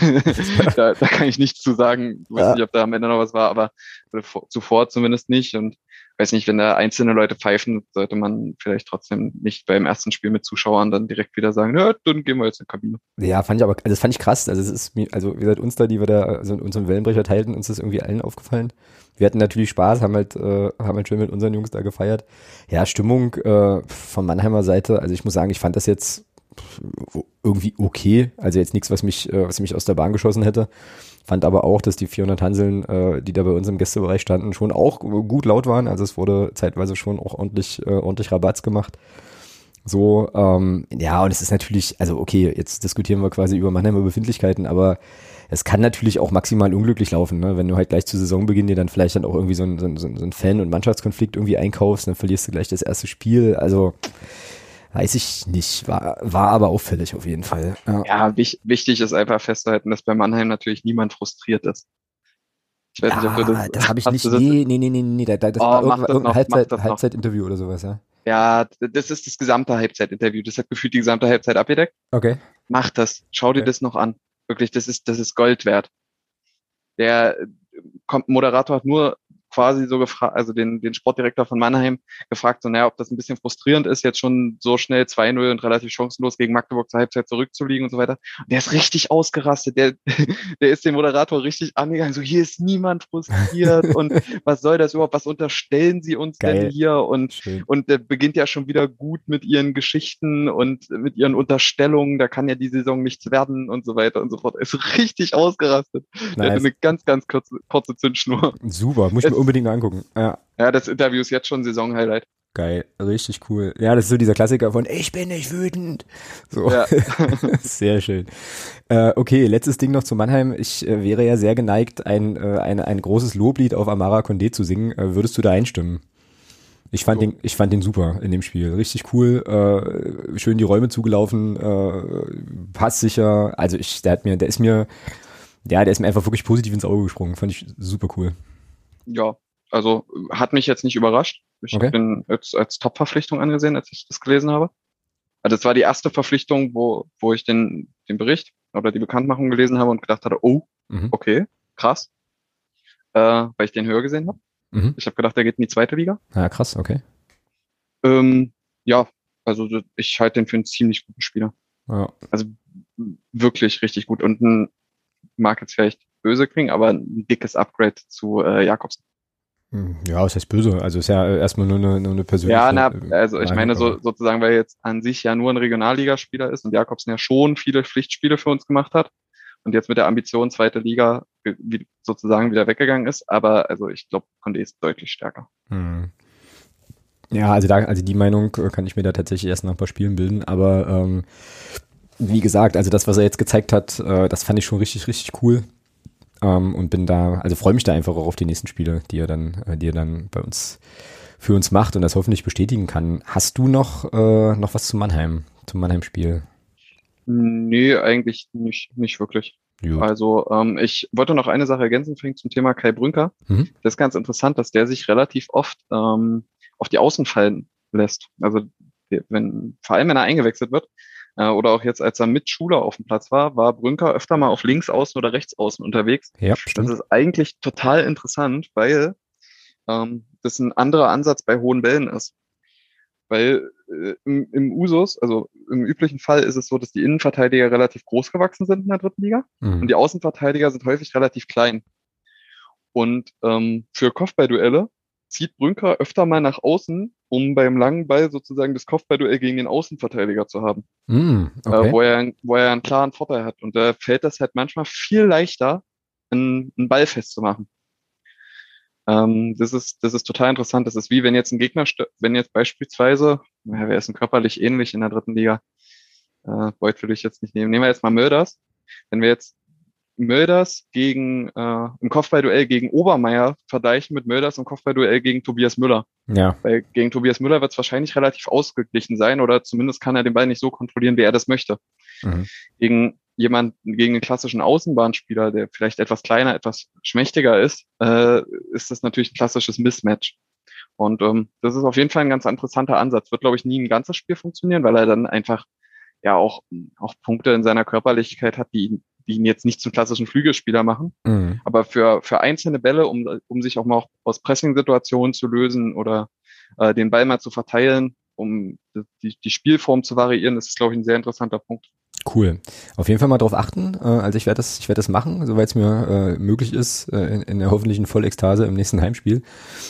da, da kann ich nichts zu sagen. Ich weiß Ja. nicht, ob da am Ende noch was war, aber zuvor zumindest nicht. Und weiß nicht, wenn da einzelne Leute pfeifen, sollte man vielleicht trotzdem nicht beim ersten Spiel mit Zuschauern dann direkt wieder sagen, ja, dann gehen wir jetzt in die Kabine. Ja, fand ich aber, also das fand ich krass. Also es ist mir, also wie gesagt, uns da, die wir da, also in unserem Wellenbrecher teilten, uns ist irgendwie allen aufgefallen. Wir hatten natürlich Spaß, haben halt, äh, haben halt schön mit unseren Jungs da gefeiert. Ja, Stimmung äh, von Mannheimer Seite, also ich muss sagen, ich fand das jetzt irgendwie okay. Also jetzt nichts, was mich, äh, was mich aus der Bahn geschossen hätte. Fand aber auch, dass die vierhundert Hanseln, äh, die da bei uns im Gästebereich standen, schon auch gut laut waren. Also es wurde zeitweise schon auch ordentlich, äh, ordentlich Rabatz gemacht. So, ähm, ja, und es ist natürlich, also okay, jetzt diskutieren wir quasi über Mannheimer Befindlichkeiten, aber es kann natürlich auch maximal unglücklich laufen, ne? Wenn du halt gleich zu Saisonbeginn dir dann vielleicht dann auch irgendwie so ein, so ein, so ein Fan- und Mannschaftskonflikt irgendwie einkaufst, dann verlierst du gleich das erste Spiel. Also weiß ich nicht, war, war aber auffällig auf jeden Fall. Ja, Ja, wich, wichtig ist einfach festzuhalten, dass bei Mannheim natürlich niemand frustriert ist. Ich weiß nicht, ob du ja das, das habe ich hast nicht, du das, nee, nee, nee, nee, nee, da, da, das oh, war mach irgendein, das irgendein noch, Halbzeit, mach das noch. Halbzeitinterview oder sowas, ja. Ja, das ist das gesamte Halbzeitinterview. Das hat gefühlt die gesamte Halbzeit abgedeckt. Okay. Mach das. Schau dir Okay. das noch an. Wirklich, das ist, das ist Gold wert. Der äh, kommt, Moderator hat nur quasi so gefragt, also den, den Sportdirektor von Mannheim gefragt, so, naja, ob das ein bisschen frustrierend ist, jetzt schon so schnell zwei null und relativ chancenlos gegen Magdeburg zur Halbzeit zurückzuliegen und so weiter. Und der ist richtig ausgerastet. Der, der ist dem Moderator richtig angegangen. So, hier ist niemand frustriert und was soll das überhaupt? Was unterstellen Sie uns Geil. denn hier? Und Schön. Und der beginnt ja schon wieder gut mit ihren Geschichten und mit ihren Unterstellungen. Da kann ja die Saison nichts werden und so weiter und so fort. Er ist richtig ausgerastet. Nice. Er hatte eine ganz, ganz kurze, kurze Zündschnur. Super, muss ich Es- mir unbedingt mal angucken. Ja, Ja, das Interview ist jetzt schon Saison-Highlight. geil, richtig cool. Ja, das ist so dieser Klassiker von ich bin nicht wütend. So, Ja. sehr schön. Äh, okay, letztes Ding noch zu Mannheim. Ich äh, wäre ja sehr geneigt, ein, äh, ein, ein großes Loblied auf Amara Condé zu singen. Äh, würdest du da einstimmen? Ich fand, So. den, ich fand den super in dem Spiel. Richtig cool, äh, schön die Räume zugelaufen, äh, passsicher. Also ich, der hat mir, der ist mir, ja, der ist mir einfach wirklich positiv ins Auge gesprungen. Fand ich super cool. Ja, also hat mich jetzt nicht überrascht. Ich Okay. habe den als, als Top-Verpflichtung angesehen, als ich das gelesen habe. Also das war die erste Verpflichtung, wo, wo ich den, den Bericht oder die Bekanntmachung gelesen habe und gedacht hatte, oh, Mhm. okay, krass. Äh, weil ich den höher gesehen habe. Mhm. Ich habe gedacht, der geht in die zweite Liga. Ja, krass, okay. Ähm, ja, also ich halte den für einen ziemlich guten Spieler. Ja. Also wirklich richtig gut. Und ein, mag jetzt vielleicht böse klingen, aber ein dickes Upgrade zu äh, Jakobsen. Hm, ja, was heißt böse? Also ist ja äh, erstmal nur eine, nur eine persönliche. Ja, na, äh, also ich Meinung, meine so, aber- sozusagen, weil er jetzt an sich ja nur ein Regionalligaspieler ist und Jakobsen ja schon viele Pflichtspiele für uns gemacht hat und jetzt mit der Ambition zweite Liga ge- wie, sozusagen wieder weggegangen ist. Aber also ich glaube, Condé ist deutlich stärker. Hm. Ja, also da, also die Meinung äh, kann ich mir da tatsächlich erst nach ein paar Spielen bilden, aber ähm, wie gesagt, also das, was er jetzt gezeigt hat, äh, das fand ich schon richtig, richtig cool. Ähm, und bin da, also freue mich da einfach auch auf die nächsten Spiele, die er dann, äh, die er dann bei uns für uns macht und das hoffentlich bestätigen kann. Hast du noch, äh, noch was zu Mannheim, zum Mannheim-Spiel? Nee, eigentlich nicht, nicht wirklich. Gut. Also ähm, ich wollte noch eine Sache ergänzen Frank, zum Thema Kai Brünker. Mhm. Das ist ganz interessant, dass der sich relativ oft ähm, auf die Außen fallen lässt. Also der- wenn, vor allem wenn er eingewechselt wird, äh, oder auch jetzt, als er mit Schuler auf dem Platz war, war Brünker öfter mal auf links außen oder rechts außen unterwegs. Ja, Das stimmt. ist eigentlich total interessant, weil ähm, das ein anderer Ansatz bei hohen Bällen ist. Weil äh, im, im Usus, also im üblichen Fall ist es so, dass die Innenverteidiger relativ groß gewachsen sind in der dritten Liga und Mhm. die Außenverteidiger sind häufig relativ klein. Und ähm, für Kopfballduelle zieht Brünker öfter mal nach außen, um beim langen Ball sozusagen das Kopfballduell gegen den Außenverteidiger zu haben, Mhm. äh, Okay. wo er, wo er einen klaren Vorteil hat. Und da fällt das halt manchmal viel leichter, einen, einen Ball festzumachen. Ähm, das ist, das ist total interessant. Das ist wie wenn jetzt ein Gegner, st- wenn jetzt beispielsweise, ja, wer ist denn körperlich ähnlich in der dritten Liga? Äh, Beuth will ich jetzt nicht nehmen. Nehmen wir jetzt mal Mölders. Wenn wir jetzt Mölders gegen, äh, im Kopfballduell gegen Obermeier vergleichen mit Mölders im Kopfballduell gegen Tobias Müller. Ja. Weil gegen Tobias Müller wird es wahrscheinlich relativ ausgeglichen sein oder zumindest kann er den Ball nicht so kontrollieren, wie er das möchte. Mhm. Gegen jemanden, gegen einen klassischen Außenbahnspieler, der vielleicht etwas kleiner, etwas schmächtiger ist, äh, ist das natürlich ein klassisches Mismatch. Und ähm, das ist auf jeden Fall ein ganz interessanter Ansatz. Wird, glaube ich, nie ein ganzes Spiel funktionieren, weil er dann einfach ja auch, auch Punkte in seiner Körperlichkeit hat, die ihn, die ihn jetzt nicht zum klassischen Flügelspieler machen. Mhm. Aber für, für einzelne Bälle, um, um sich auch mal aus Pressing-Situationen zu lösen oder äh, den Ball mal zu verteilen, um die, die Spielform zu variieren, das ist, glaube ich, ein sehr interessanter Punkt. Cool. Auf jeden Fall mal drauf achten. Äh, also ich werde das, ich werde das machen, soweit es mir äh, möglich ist, äh, in, in der hoffentlichen Vollekstase im nächsten Heimspiel.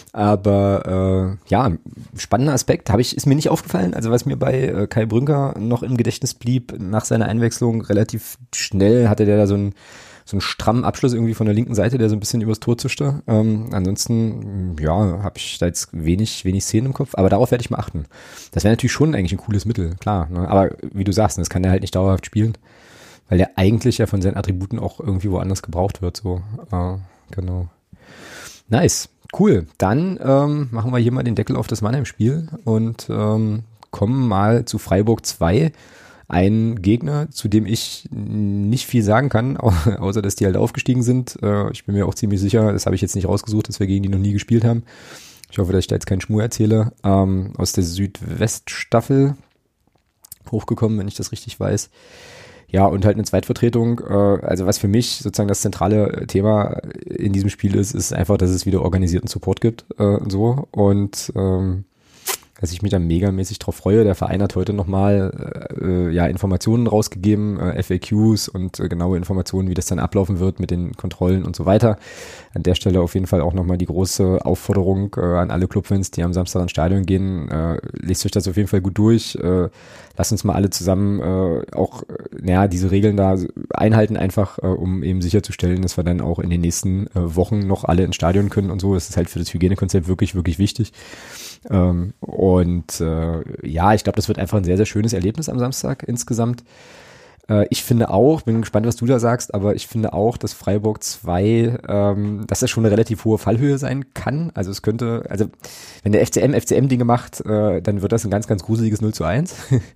Aber äh, ja, spannender Aspekt, habe ich, ist mir nicht aufgefallen. Also was mir bei äh, Kai Brünker noch im Gedächtnis blieb, nach seiner Einwechslung relativ schnell hatte der da so ein so einen strammen Abschluss irgendwie von der linken Seite, der so ein bisschen übers Tor zischte. Ähm, ansonsten, ja, habe ich da jetzt wenig, wenig Szenen im Kopf, aber darauf werde ich mal achten. Das wäre natürlich schon eigentlich ein cooles Mittel, klar. Ne? Aber wie du sagst, das kann der halt nicht dauerhaft spielen, weil der eigentlich ja von seinen Attributen auch irgendwie woanders gebraucht wird. So, äh, genau. Nice, cool. Dann ähm, machen wir hier mal den Deckel auf das Mannheim-Spiel und ähm, kommen mal zu Freiburg zwei. Ein Gegner, zu dem ich nicht viel sagen kann, au- außer dass die halt aufgestiegen sind. Äh, ich bin mir auch ziemlich sicher, das habe ich jetzt nicht rausgesucht, dass wir gegen die noch nie gespielt haben. Ich hoffe, dass ich da jetzt keinen Schmur erzähle. Ähm, aus der Südweststaffel hochgekommen, wenn ich das richtig weiß. Ja, und halt eine Zweitvertretung. Äh, also was für mich sozusagen das zentrale Thema in diesem Spiel ist, ist einfach, dass es wieder organisierten Support gibt. Äh, so und ähm, dass ich mich da megamäßig drauf freue. Der Verein hat heute nochmal äh, ja, Informationen rausgegeben, äh, F A Qs und äh, genaue Informationen, wie das dann ablaufen wird mit den Kontrollen und so weiter. An der Stelle auf jeden Fall auch nochmal die große Aufforderung äh, an alle Clubfans, die am Samstag ins Stadion gehen. Äh, lest euch das auf jeden Fall gut durch. Äh, lasst uns mal alle zusammen äh, auch äh, naja, diese Regeln da einhalten, einfach äh, um eben sicherzustellen, dass wir dann auch in den nächsten äh, Wochen noch alle ins Stadion können und so. Das ist halt für das Hygienekonzept wirklich, wirklich wichtig. Ähm, und äh, ja, ich glaube, das wird einfach ein sehr, sehr schönes Erlebnis am Samstag insgesamt. Äh, ich finde auch, bin gespannt, was du da sagst, aber ich finde auch, dass Freiburg zwei, ähm, dass das schon eine relativ hohe Fallhöhe sein kann. Also es könnte, also wenn der F C M F C M-Dinge macht, äh, dann wird das ein ganz, ganz gruseliges null zu eins.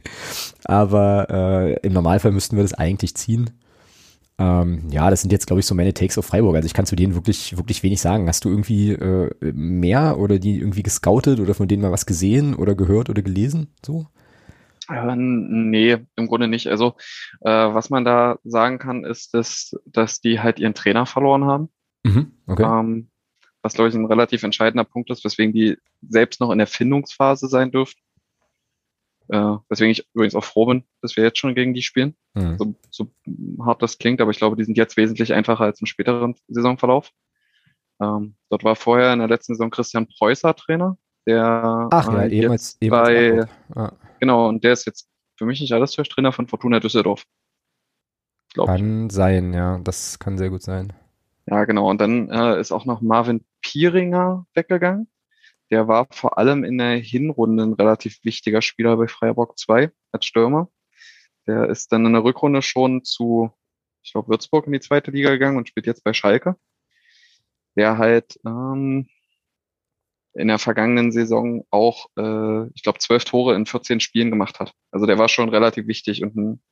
Aber äh, im Normalfall müssten wir das eigentlich ziehen. Ähm, ja, das sind jetzt, glaube ich, so meine Takes auf Freiburg. Also ich kann zu denen wirklich, wirklich wenig sagen. Hast du irgendwie äh, mehr oder die irgendwie gescoutet oder von denen mal was gesehen oder gehört oder gelesen? So? Äh, nee, im Grunde nicht. Also äh, was man da sagen kann, ist, dass, dass die halt ihren Trainer verloren haben. Mhm, okay. Ähm, was, glaube ich, ein relativ entscheidender Punkt ist, weswegen die selbst noch in der Findungsphase sein dürften. Äh, weswegen ich übrigens auch froh bin, dass wir jetzt schon gegen die spielen. Mhm. So, so hart das klingt, aber ich glaube, die sind jetzt wesentlich einfacher als im späteren Saisonverlauf. Ähm, dort war vorher in der letzten Saison Christian Preußer Trainer, der Ach ja, äh, ehemals, jetzt ehemals Erfurt. bei, Ja, genau, und der ist jetzt für mich nicht alles Trainer von Fortuna Düsseldorf, glaube ich. kann sein, ja. Das kann sehr gut sein. Ja, genau. Und dann äh, ist auch noch Marvin Pieringer weggegangen. Der war vor allem in der Hinrunde ein relativ wichtiger Spieler bei Freiburg zwei als Stürmer. Der ist dann in der Rückrunde schon zu, ich glaube, Würzburg in die zweite Liga gegangen und spielt jetzt bei Schalke. Der halt ähm, in der vergangenen Saison auch, äh, ich glaube, zwölf Tore in vierzehn Spielen gemacht hat. Also der war schon relativ wichtig und ein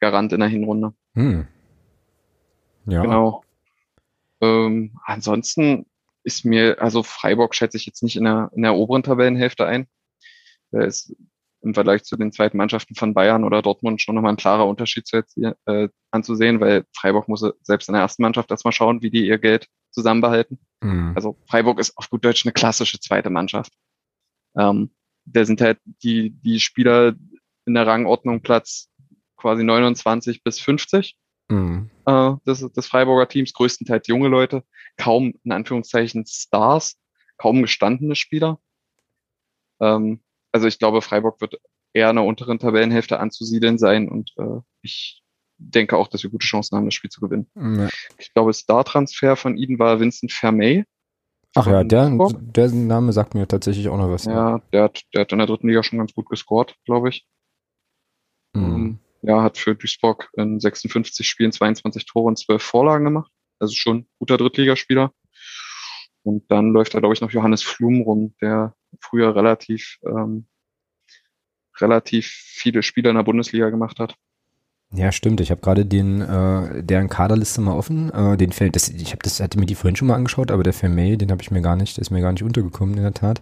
Garant in der Hinrunde. Hm. Ja. Genau. Ähm, ansonsten ist mir, also Freiburg schätze ich jetzt nicht in der, in der oberen Tabellenhälfte ein. Da ist im Vergleich zu den zweiten Mannschaften von Bayern oder Dortmund schon nochmal ein klarer Unterschied zu erzie- äh, anzusehen, weil Freiburg muss selbst in der ersten Mannschaft erstmal schauen, wie die ihr Geld zusammenbehalten. Hm. Also Freiburg ist auf gut Deutsch eine klassische zweite Mannschaft. Ähm, da sind halt die, die Spieler in der Rangordnung Platz quasi neunundzwanzig bis fünfzig Hm. äh, des, des Freiburger Teams, größtenteils junge Leute, kaum in Anführungszeichen Stars, kaum gestandene Spieler. Ähm, also ich glaube, Freiburg wird eher in der unteren Tabellenhälfte anzusiedeln sein und äh, ich denke auch, dass wir gute Chancen haben, das Spiel zu gewinnen. Ja. Ich glaube, Star-Transfer von ihnen war Vincent Vermey. Ach ja, von der, Duisburg. der Name sagt mir tatsächlich auch noch was. Ja, der hat, der hat in der dritten Liga schon ganz gut gescored, glaube ich. Hm. Ähm, ja, hat für Duisburg in sechsundfünfzig Spielen zweiundzwanzig Tore und zwölf Vorlagen gemacht. Also schon ein guter Drittligaspieler. Und dann läuft da, glaube ich, noch Johannes Flum rum, der früher relativ, ähm, relativ viele Spiele in der Bundesliga gemacht hat. Ja, stimmt. Ich habe gerade den äh, deren Kaderliste mal offen. Äh, den Fer- das, ich habe das hatte mir die vorhin schon mal angeschaut, aber der Vermey, den habe ich mir gar nicht, der ist mir gar nicht untergekommen in der Tat.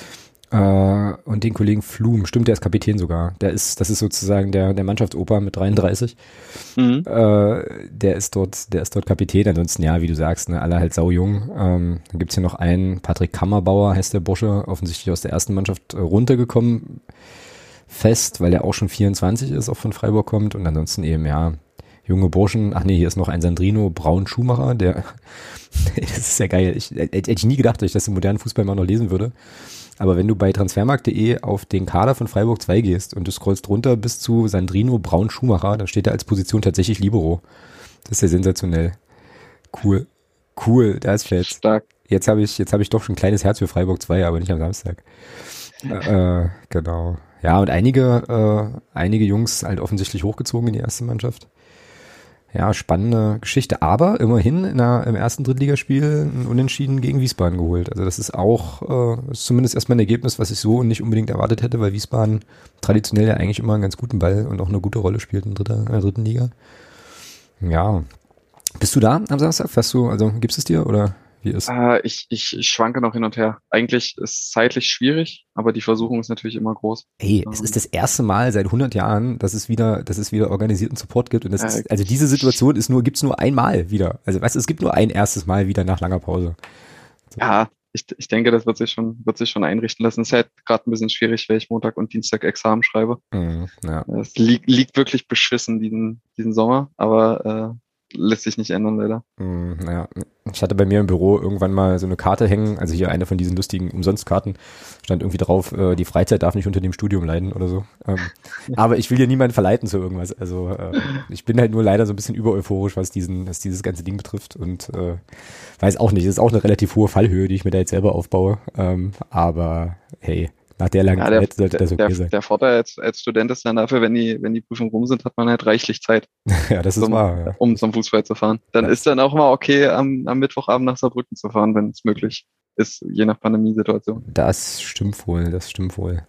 Äh, und den Kollegen Flum, stimmt, der ist Kapitän sogar. Der ist, das ist sozusagen der der Mannschaftsoper mit dreiunddreißig. Mhm. Äh, der ist dort, der ist dort Kapitän. Ansonsten ja, wie du sagst, ne, alle halt saujung. Ähm, dann gibt's hier noch einen, Patrick Kammerbauer heißt der Bursche, offensichtlich aus der ersten Mannschaft äh, runtergekommen. Fest, weil er auch schon vierundzwanzig ist, auch von Freiburg kommt und ansonsten eben, ja, junge Burschen. Ach nee, hier ist noch ein Sandrino Braun-Schumacher, der, das ist ja geil. Ich hätte ich nie gedacht, dass ich das im modernen Fußball mal noch lesen würde. Aber wenn du bei transfermarkt punkt de auf den Kader von Freiburg zwei gehst und du scrollst runter bis zu Sandrino Braun-Schumacher, dann steht da als Position tatsächlich Libero. Das ist ja sensationell. Cool. Cool, da ist Fett. Stark. Jetzt habe ich, jetzt habe ich doch schon ein kleines Herz für Freiburg zwei, aber nicht am Samstag. äh, genau. Ja, und einige, äh, einige Jungs halt offensichtlich hochgezogen in die erste Mannschaft. Ja, spannende Geschichte. Aber immerhin in der, im ersten Drittligaspiel ein Unentschieden gegen Wiesbaden geholt. Also das ist auch, äh, ist zumindest erstmal ein Ergebnis, was ich so nicht unbedingt erwartet hätte, weil Wiesbaden traditionell ja eigentlich immer einen ganz guten Ball und auch eine gute Rolle spielt in, dritter, in der dritten Liga. Ja. Bist du da am Samstag? Fährst du, also gibst es dir oder wie ist? Äh, ich, ich, ich schwanke noch hin und her. Eigentlich ist es zeitlich schwierig, aber die Versuchung ist natürlich immer groß. Ey, es Ähm, ist das erste Mal seit hundert Jahren, dass es wieder, dass es wieder organisierten Support gibt und das äh, ist, also diese Situation ist nur, gibt's nur einmal wieder. Also weißt du, es gibt nur ein erstes Mal wieder nach langer Pause. So. Ja, ich, ich denke, das wird sich schon, wird sich schon einrichten lassen. Es ist halt gerade ein bisschen schwierig, weil ich Montag und Dienstag Examen schreibe. Mhm, ja. Es liegt, liegt wirklich beschissen diesen, diesen Sommer, aber äh, lässt sich nicht ändern, leider. Mhm, ja. Ich hatte bei mir im Büro irgendwann mal so eine Karte hängen, also hier eine von diesen lustigen Umsonstkarten, stand irgendwie drauf, äh, die Freizeit darf nicht unter dem Studium leiden oder so. Ähm, aber ich will hier niemanden verleiten zu irgendwas. Also äh, ich bin halt nur leider so ein bisschen übereuphorisch, was diesen, was dieses ganze Ding betrifft und äh, weiß auch nicht, es ist auch eine relativ hohe Fallhöhe, die ich mir da jetzt selber aufbaue. Ähm, aber hey, nach der langen Ja, der, Zeit sollte das okay der, sein. der Vorteil als, als Student ist dann dafür, wenn die, wenn die Prüfungen rum sind, hat man halt reichlich Zeit, Ja, das ist zum, wahr. Ja. um zum Fußball zu fahren. Dann Das- ist dann auch mal okay, am, am Mittwochabend nach Saarbrücken zu fahren, wenn es möglich ist, je nach Pandemiesituation. Das stimmt wohl, das stimmt wohl.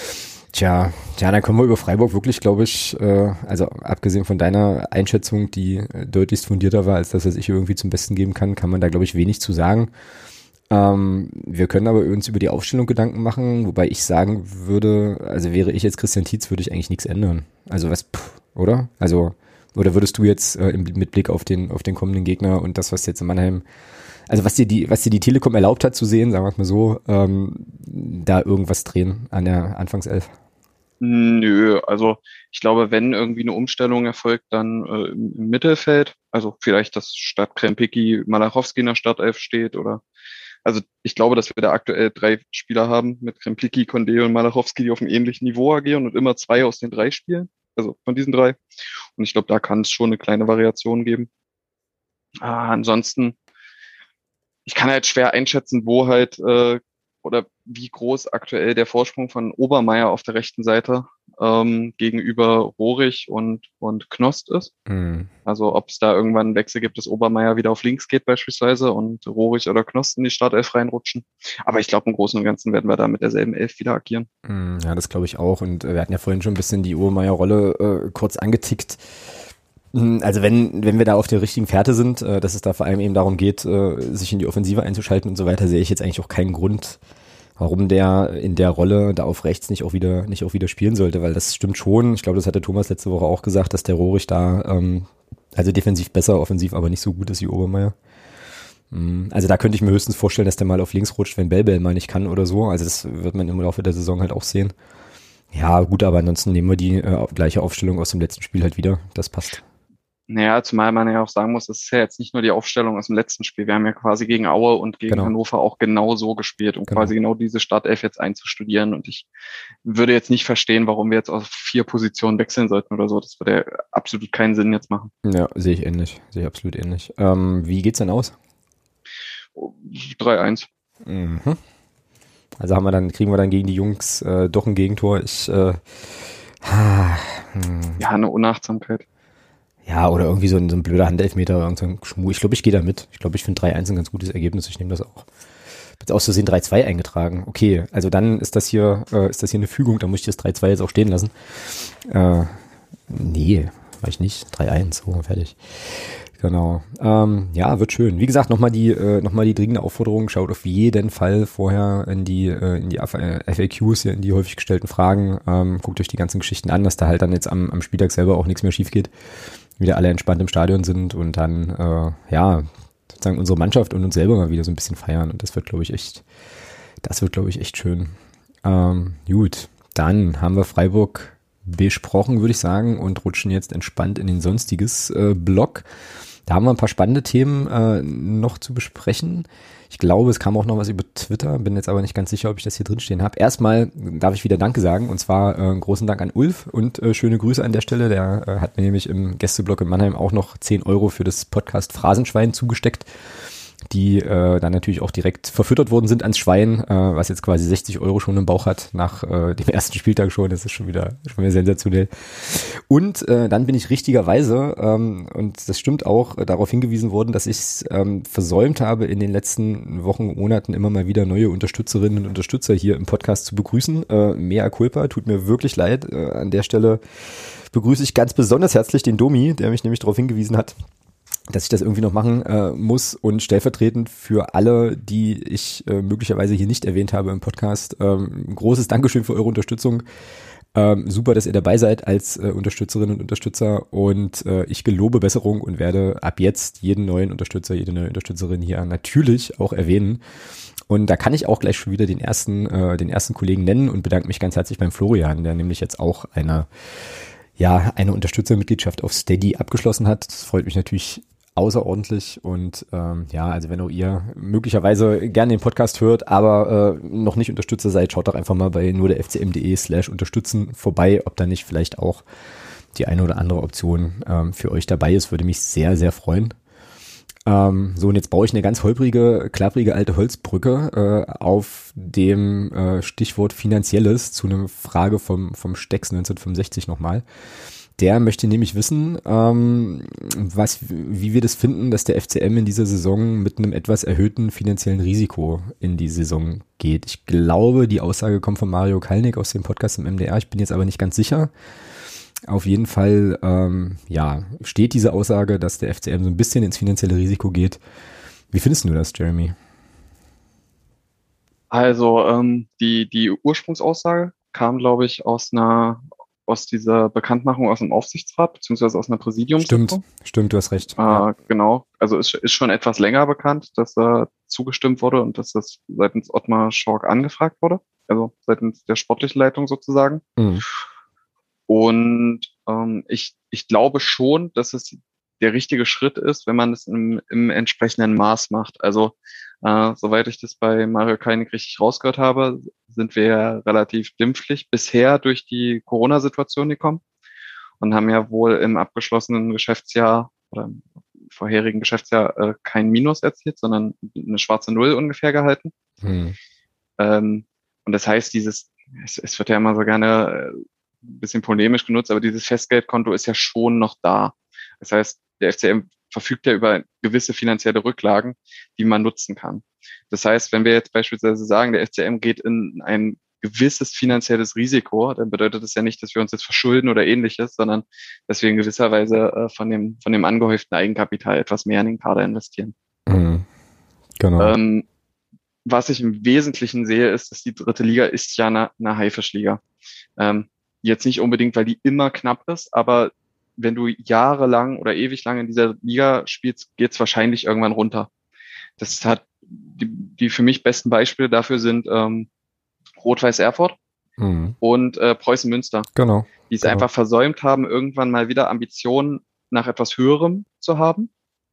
Tja, tja, dann können wir über Freiburg wirklich, glaube ich, äh, also abgesehen von deiner Einschätzung, die äh, deutlichst fundierter war, als das, was ich irgendwie zum Besten geben kann, kann man da, glaube ich, wenig zu sagen. Ähm, wir können aber uns über die Aufstellung Gedanken machen, wobei ich sagen würde, also wäre ich jetzt Christian Tietz, würde ich eigentlich nichts ändern. Also was, pff, oder? Also, oder würdest du jetzt äh, im, mit Blick auf den, auf den kommenden Gegner und das, was jetzt in Mannheim, also was dir die, was dir die Telekom erlaubt hat zu sehen, sagen wir es mal so, ähm, da irgendwas drehen an der Anfangself? Nö, also ich glaube, wenn irgendwie eine Umstellung erfolgt, dann äh, im, im Mittelfeld. Also vielleicht, dass statt Krempicki Malachowski in der Startelf steht oder also ich glaube, dass wir da aktuell drei Spieler haben mit Krempicki, Condé und Malachowski, die auf einem ähnlichen Niveau agieren und immer zwei aus den drei spielen. Also von diesen drei. Und ich glaube, da kann es schon eine kleine Variation geben. Ah, ansonsten, ich kann halt schwer einschätzen, wo halt äh, oder wie groß aktuell der Vorsprung von Obermeier auf der rechten Seite ähm, gegenüber Rohrig und, und Knost ist. Mhm. Also ob es da irgendwann einen Wechsel gibt, dass Obermeier wieder auf links geht beispielsweise und Rohrig oder Knost in die Startelf reinrutschen. Aber ich glaube, im Großen und Ganzen werden wir da mit derselben Elf wieder agieren. Mhm, ja, das glaube ich auch. Und äh, wir hatten ja vorhin schon ein bisschen die Obermeier-Rolle äh, kurz angetickt. Also wenn, wenn wir da auf der richtigen Fährte sind, äh, dass es da vor allem eben darum geht, äh, sich in die Offensive einzuschalten und so weiter, sehe ich jetzt eigentlich auch keinen Grund, warum der in der Rolle da auf rechts nicht auch wieder nicht auch wieder spielen sollte, weil das stimmt schon. Ich glaube, das hatte Thomas letzte Woche auch gesagt, dass der Rohrig da ähm, also defensiv besser, offensiv aber nicht so gut ist wie Obermeier. Also da könnte ich mir höchstens vorstellen, dass der mal auf links rutscht, wenn Bellbell mal nicht kann oder so. Also das wird man im Laufe der Saison halt auch sehen. Ja gut, aber ansonsten nehmen wir die äh, gleiche Aufstellung aus dem letzten Spiel halt wieder. Das passt. Naja, zumal man ja auch sagen muss, das ist ja jetzt nicht nur die Aufstellung aus dem letzten Spiel. Wir haben ja quasi gegen Aue und gegen Genau. Hannover auch genau so gespielt, um Genau. quasi genau diese Startelf jetzt einzustudieren. Und ich würde jetzt nicht verstehen, warum wir jetzt auf vier Positionen wechseln sollten oder so. Das würde ja absolut keinen Sinn jetzt machen. Ja, sehe ich ähnlich. Sehe ich absolut ähnlich. Ähm, wie geht's denn aus? drei eins. Mhm. Also haben wir dann, kriegen wir dann gegen die Jungs äh, doch ein Gegentor. Ich äh, ha, hm. Ja, eine Unachtsamkeit. Ja, oder irgendwie so ein, so ein blöder Handelfmeter oder irgend so ein Schmuh. Ich glaube, ich gehe da mit. Ich glaube, ich finde drei eins ein ganz gutes Ergebnis. Ich nehme das auch. Jetzt auszusehen drei zwei eingetragen. Okay, also dann ist das hier, äh, ist das hier eine Fügung. Da muss ich das drei zwei jetzt auch stehen lassen. Äh, nee, war ich nicht. drei eins, so, fertig. Genau. Ähm, ja, wird schön. Wie gesagt, nochmal die, äh, noch mal die dringende Aufforderung. Schaut auf jeden Fall vorher in die, äh, in die F A Qs, in die häufig gestellten Fragen. Ähm, guckt euch die ganzen Geschichten an, dass da halt dann jetzt am, am Spieltag selber auch nichts mehr schief geht. Wieder alle entspannt im Stadion sind und dann, äh, ja, sozusagen unsere Mannschaft und uns selber mal wieder so ein bisschen feiern. Und das wird, glaube ich, echt, das wird, glaube ich, echt schön. Ähm, gut, dann haben wir Freiburg besprochen, würde ich sagen, und rutschen jetzt entspannt in den sonstiges äh, Block. Da haben wir ein paar spannende Themen äh, noch zu besprechen. Ich glaube, es kam auch noch was über Twitter, bin jetzt aber nicht ganz sicher, ob ich das hier drin stehen habe. Erstmal darf ich wieder Danke sagen, und zwar äh, großen Dank an Ulf und äh, schöne Grüße an der Stelle. Der äh, hat mir nämlich im Gästeblock in Mannheim auch noch zehn Euro für das Podcast Phrasenschwein zugesteckt, die äh, dann natürlich auch direkt verfüttert worden sind ans Schwein, äh, was jetzt quasi sechzig Euro schon im Bauch hat, nach äh, dem ersten Spieltag schon. Das ist schon wieder, schon wieder sensationell. Und äh, dann bin ich richtigerweise, ähm, und das stimmt auch, äh, darauf hingewiesen worden, dass ich es ähm, versäumt habe, in den letzten Wochen, Monaten immer mal wieder neue Unterstützerinnen und Unterstützer hier im Podcast zu begrüßen. Äh, mea culpa, tut mir wirklich leid. Äh, an der Stelle begrüße ich ganz besonders herzlich den Domi, der mich nämlich darauf hingewiesen hat, dass ich das irgendwie noch machen äh, muss, und stellvertretend für alle, die ich äh, möglicherweise hier nicht erwähnt habe im Podcast, ähm, ein großes Dankeschön für eure Unterstützung. Ähm, super, dass ihr dabei seid als äh, Unterstützerinnen und Unterstützer, und äh, ich gelobe Besserung und werde ab jetzt jeden neuen Unterstützer, jede neue Unterstützerin hier natürlich auch erwähnen. Und da kann ich auch gleich schon wieder den ersten, äh, den ersten Kollegen nennen und bedanke mich ganz herzlich beim Florian, der nämlich jetzt auch eine ja, eine Unterstützermitgliedschaft auf Steady abgeschlossen hat. Das freut mich natürlich außerordentlich, und ähm, ja, also wenn auch ihr möglicherweise gerne den Podcast hört, aber äh, noch nicht Unterstützer seid, schaut doch einfach mal bei nur der f c m punkt d e slash unterstützen vorbei, ob da nicht vielleicht auch die eine oder andere Option ähm, für euch dabei ist, würde mich sehr, sehr freuen. Ähm, so, und jetzt baue ich eine ganz holprige, klapprige alte Holzbrücke äh, auf dem äh, Stichwort Finanzielles zu einer Frage vom, vom Stecks neunzehnhundertfünfundsechzig nochmal. Der möchte nämlich wissen, ähm, was, wie wir das finden, dass der F C M in dieser Saison mit einem etwas erhöhten finanziellen Risiko in die Saison geht. Ich glaube, die Aussage kommt von Mario Kalnick aus dem Podcast im M D R. Ich bin jetzt aber nicht ganz sicher. Auf jeden Fall, ähm, ja, steht diese Aussage, dass der F C M so ein bisschen ins finanzielle Risiko geht. Wie findest du das, Jeremy? Also ähm, die die Ursprungsaussage kam, glaube ich, aus einer aus dieser Bekanntmachung aus dem Aufsichtsrat beziehungsweise aus einer Präsidiumssitzung. Stimmt, stimmt, du hast recht. Äh, ja. Genau, also ist, ist schon etwas länger bekannt, dass da zugestimmt wurde und dass das seitens Ottmar Schork angefragt wurde, also seitens der sportlichen Leitung sozusagen. Mhm. Und ähm, ich, ich glaube schon, dass es der richtige Schritt ist, wenn man es im, im entsprechenden Maß macht. Also äh, soweit ich das bei Mario Kalnick richtig rausgehört habe, sind wir ja relativ dämpflich bisher durch die Corona-Situation gekommen und haben ja wohl im abgeschlossenen Geschäftsjahr oder im vorherigen Geschäftsjahr äh, kein Minus erzielt, sondern eine schwarze Null ungefähr gehalten. Mhm. Ähm, und das heißt, dieses, es, es wird ja immer so gerne ein bisschen polemisch genutzt, aber dieses Festgeldkonto ist ja schon noch da. Das heißt, der F C M verfügt ja über gewisse finanzielle Rücklagen, die man nutzen kann. Das heißt, wenn wir jetzt beispielsweise sagen, der F C M geht in ein gewisses finanzielles Risiko, dann bedeutet das ja nicht, dass wir uns jetzt verschulden oder ähnliches, sondern dass wir in gewisser Weise äh, von dem von dem angehäuften Eigenkapital etwas mehr in den Kader investieren. Mhm. Genau. Ähm, was ich im Wesentlichen sehe, ist, dass die dritte Liga ist ja eine, eine Haifischliga. Ähm, jetzt nicht unbedingt, weil die immer knapp ist, aber wenn du jahrelang oder ewig lang in dieser Liga spielst, geht es wahrscheinlich irgendwann runter. Das hat die, die für mich besten Beispiele dafür sind ähm, Rot-Weiß Erfurt mhm. und äh, Preußen Münster, genau, die es genau. einfach versäumt haben, irgendwann mal wieder Ambitionen nach etwas Höherem zu haben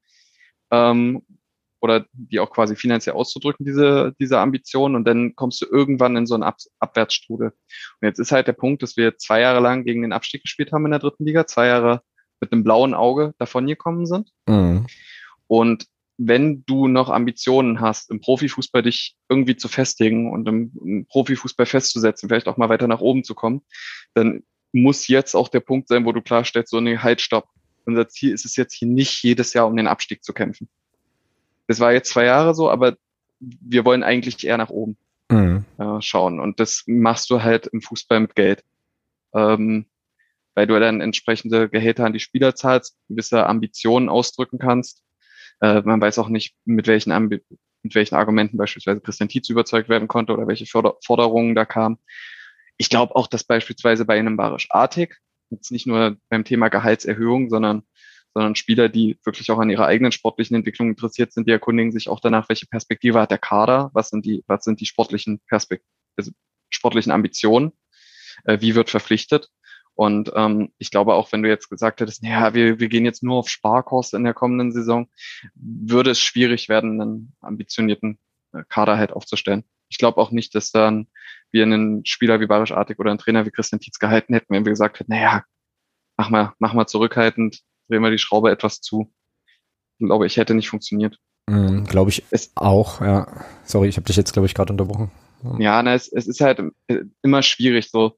ähm, oder die auch quasi finanziell auszudrücken, diese diese Ambitionen, und dann kommst du irgendwann in so einen Ab Abwärtsstrudel. Und jetzt ist halt der Punkt, dass wir zwei Jahre lang gegen den Abstieg gespielt haben in der dritten Liga, zwei Jahre mit einem blauen Auge davongekommen sind. Mhm. Und wenn du noch Ambitionen hast, im Profifußball dich irgendwie zu festigen und im, im Profifußball festzusetzen, vielleicht auch mal weiter nach oben zu kommen, dann muss jetzt auch der Punkt sein, wo du klarstellst, so, nee, halt, stopp. Unser Ziel ist es jetzt hier nicht, jedes Jahr um den Abstieg zu kämpfen. Das war jetzt zwei Jahre so, aber wir wollen eigentlich eher nach oben mhm. äh, schauen. Und das machst du halt im Fußball mit Geld. Ähm, weil du dann entsprechende Gehälter an die Spieler zahlst, gewisse Ambitionen ausdrücken kannst. Äh, man weiß auch nicht, mit welchen, Ambi- mit welchen Argumenten beispielsweise Christian Tietz überzeugt werden konnte oder welche Förder- Forderungen da kamen. Ich glaube auch, dass beispielsweise bei einem Barisch Artig, jetzt nicht nur beim Thema Gehaltserhöhung, sondern, sondern Spieler, die wirklich auch an ihrer eigenen sportlichen Entwicklung interessiert sind, die erkundigen sich auch danach, welche Perspektive hat der Kader, was sind die, was sind die sportlichen Perspekt- also sportlichen Ambitionen, äh, wie wird verpflichtet. Und ähm, ich glaube auch, wenn du jetzt gesagt hättest, naja, wir, wir gehen jetzt nur auf Sparkost in der kommenden Saison, würde es schwierig werden, einen ambitionierten Kader halt aufzustellen. Ich glaube auch nicht, dass dann wir einen Spieler wie Barisch Artig oder einen Trainer wie Christian Tietz gehalten hätten, wenn wir gesagt hätten, naja, mach mal, mach mal zurückhaltend, drehen wir die Schraube etwas zu. Ich glaube, ich hätte nicht funktioniert. Mhm, glaube ich es auch, ja. Sorry, ich habe dich jetzt, glaube ich, gerade unterbrochen. Ja, na, es, es ist halt immer schwierig, so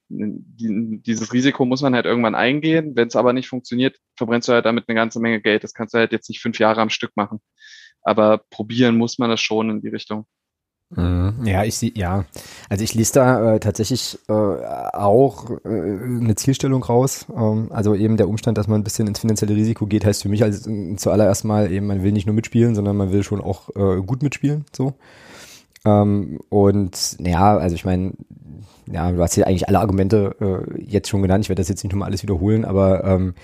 die, dieses Risiko muss man halt irgendwann eingehen. Wenn es aber nicht funktioniert, verbrennst du halt damit eine ganze Menge Geld. Das kannst du halt jetzt nicht fünf Jahre am Stück machen. Aber probieren muss man das schon in die Richtung. Ja, ich sehe, ja. Also ich lese da äh, tatsächlich äh, auch äh, eine Zielstellung raus. Ähm, also eben der Umstand, dass man ein bisschen ins finanzielle Risiko geht, heißt für mich als äh, zuallererst mal eben, man will nicht nur mitspielen, sondern man will schon auch äh, gut mitspielen. So. Ähm, und ja, also ich meine, ja, du hast hier eigentlich alle Argumente äh, jetzt schon genannt. Ich werde das jetzt nicht nochmal alles wiederholen, aber ähm,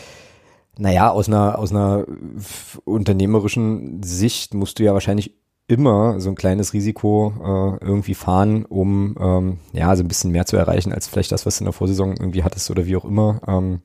naja, aus einer aus einer unternehmerischen Sicht musst du ja wahrscheinlich immer so ein kleines Risiko äh, irgendwie fahren, um ähm, ja so ein bisschen mehr zu erreichen als vielleicht das, was du in der Vorsaison irgendwie hattest oder wie auch immer. Ähm,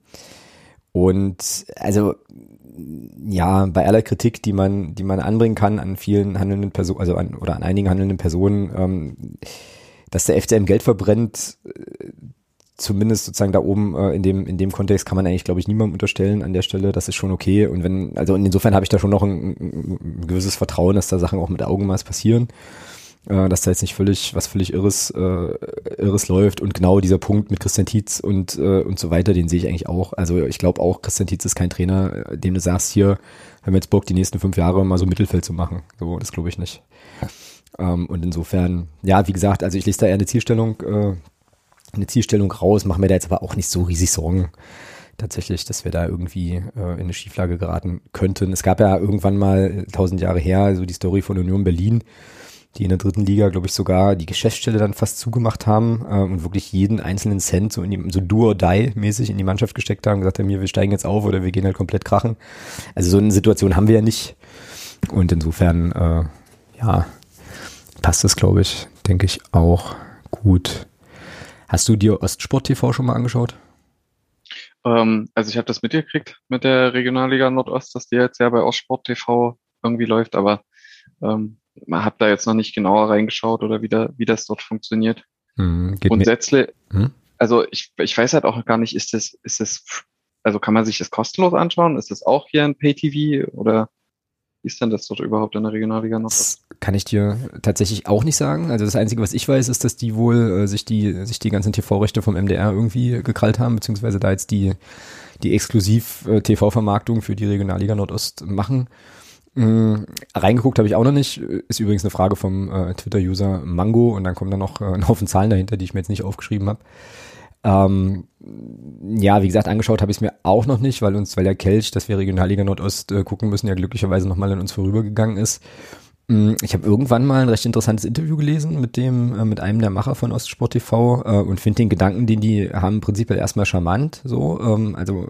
und also ja, bei aller Kritik, die man die man anbringen kann an vielen handelnden Personen, also an oder an einigen handelnden Personen, ähm, dass der F C M Geld verbrennt, äh, zumindest sozusagen da oben äh, in dem in dem Kontext kann man eigentlich, glaube ich, niemandem unterstellen an der Stelle. Das ist schon okay. Und wenn, also insofern habe ich da schon noch ein, ein gewisses Vertrauen, dass da Sachen auch mit Augenmaß passieren, äh, dass da jetzt nicht völlig was völlig Irres äh, Irres läuft. Und genau dieser Punkt mit Christian Tietz und äh, und so weiter, den sehe ich eigentlich auch. Also ich glaube auch, Christian Tietz ist kein Trainer, dem du sagst, hier haben wir jetzt Bock, die nächsten fünf Jahre mal so Mittelfeld zu machen. So, das glaube ich nicht. Ähm, und insofern, ja, wie gesagt, also ich lese da eher eine Zielstellung äh, eine Zielstellung raus, machen wir da jetzt aber auch nicht so riesig Sorgen, tatsächlich, dass wir da irgendwie äh, in eine Schieflage geraten könnten. Es gab ja irgendwann mal, tausend Jahre her, so die Story von Union Berlin, die in der dritten Liga, glaube ich, sogar die Geschäftsstelle dann fast zugemacht haben äh, und wirklich jeden einzelnen Cent so in die, so do or die mäßig in die Mannschaft gesteckt haben, gesagt haben, hier, wir steigen jetzt auf oder wir gehen halt komplett krachen. Also so eine Situation haben wir ja nicht. Und insofern, äh, ja, passt das, glaube ich, denke ich, auch gut. Hast du dir Ostsport T V schon mal angeschaut? Ähm, also ich habe das mitgekriegt mit der Regionalliga Nordost, dass die jetzt ja bei Ostsport T V irgendwie läuft, aber ähm, man hat da jetzt noch nicht genauer reingeschaut oder wie, da, wie das dort funktioniert. Hm, geht Grundsätzlich, hm? also ich, ich weiß halt auch gar nicht, ist das, ist das, also kann man sich das kostenlos anschauen? Ist das auch hier ein Pay-T V oder wie ist denn das dort überhaupt in der Regionalliga Nordost? kann ich dir tatsächlich auch nicht sagen. Also das Einzige, was ich weiß, ist, dass die wohl äh, sich die sich die ganzen T V-Rechte vom M D R irgendwie gekrallt haben, beziehungsweise da jetzt die die exklusiv äh, T V-Vermarktung für die Regionalliga Nordost machen. Mhm. Reingeguckt habe ich auch noch nicht. Ist übrigens eine Frage vom äh, Twitter-User Mango und dann kommen dann noch äh, ein Haufen Zahlen dahinter, die ich mir jetzt nicht aufgeschrieben habe. Ähm, ja, wie gesagt, angeschaut habe ich es mir auch noch nicht, weil uns, weil der Kelch, dass wir Regionalliga Nordost äh, gucken müssen, ja glücklicherweise nochmal an uns vorübergegangen ist. Mhm. Ich habe irgendwann mal ein recht interessantes Interview gelesen mit dem, äh, mit einem der Macher von Ostsport T V äh, und finde den Gedanken, den die haben, prinzipiell erstmal charmant. So, ähm, also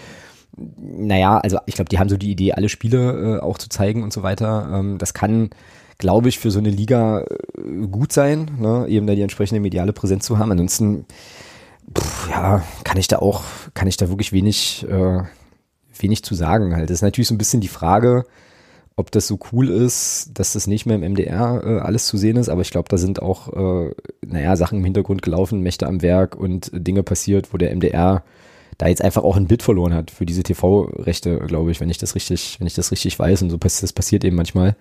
naja, also ich glaube, die haben so die Idee, alle Spiele äh, auch zu zeigen und so weiter. Ähm, das kann, glaube ich, für so eine Liga äh, gut sein, ne? Eben da die entsprechende mediale Präsenz zu haben. Ansonsten, pff, ja, kann ich da auch, kann ich da wirklich wenig, äh, wenig zu sagen halt. Das ist natürlich so ein bisschen die Frage, ob das so cool ist, dass das nicht mehr im M D R äh, alles zu sehen ist, aber ich glaube, da sind auch, äh, naja, Sachen im Hintergrund gelaufen, Mächte am Werk und Dinge passiert, wo der M D R da jetzt einfach auch ein Bid verloren hat für diese T V-Rechte, glaube ich, wenn ich das richtig, wenn ich das richtig weiß und so passiert, das passiert eben manchmal.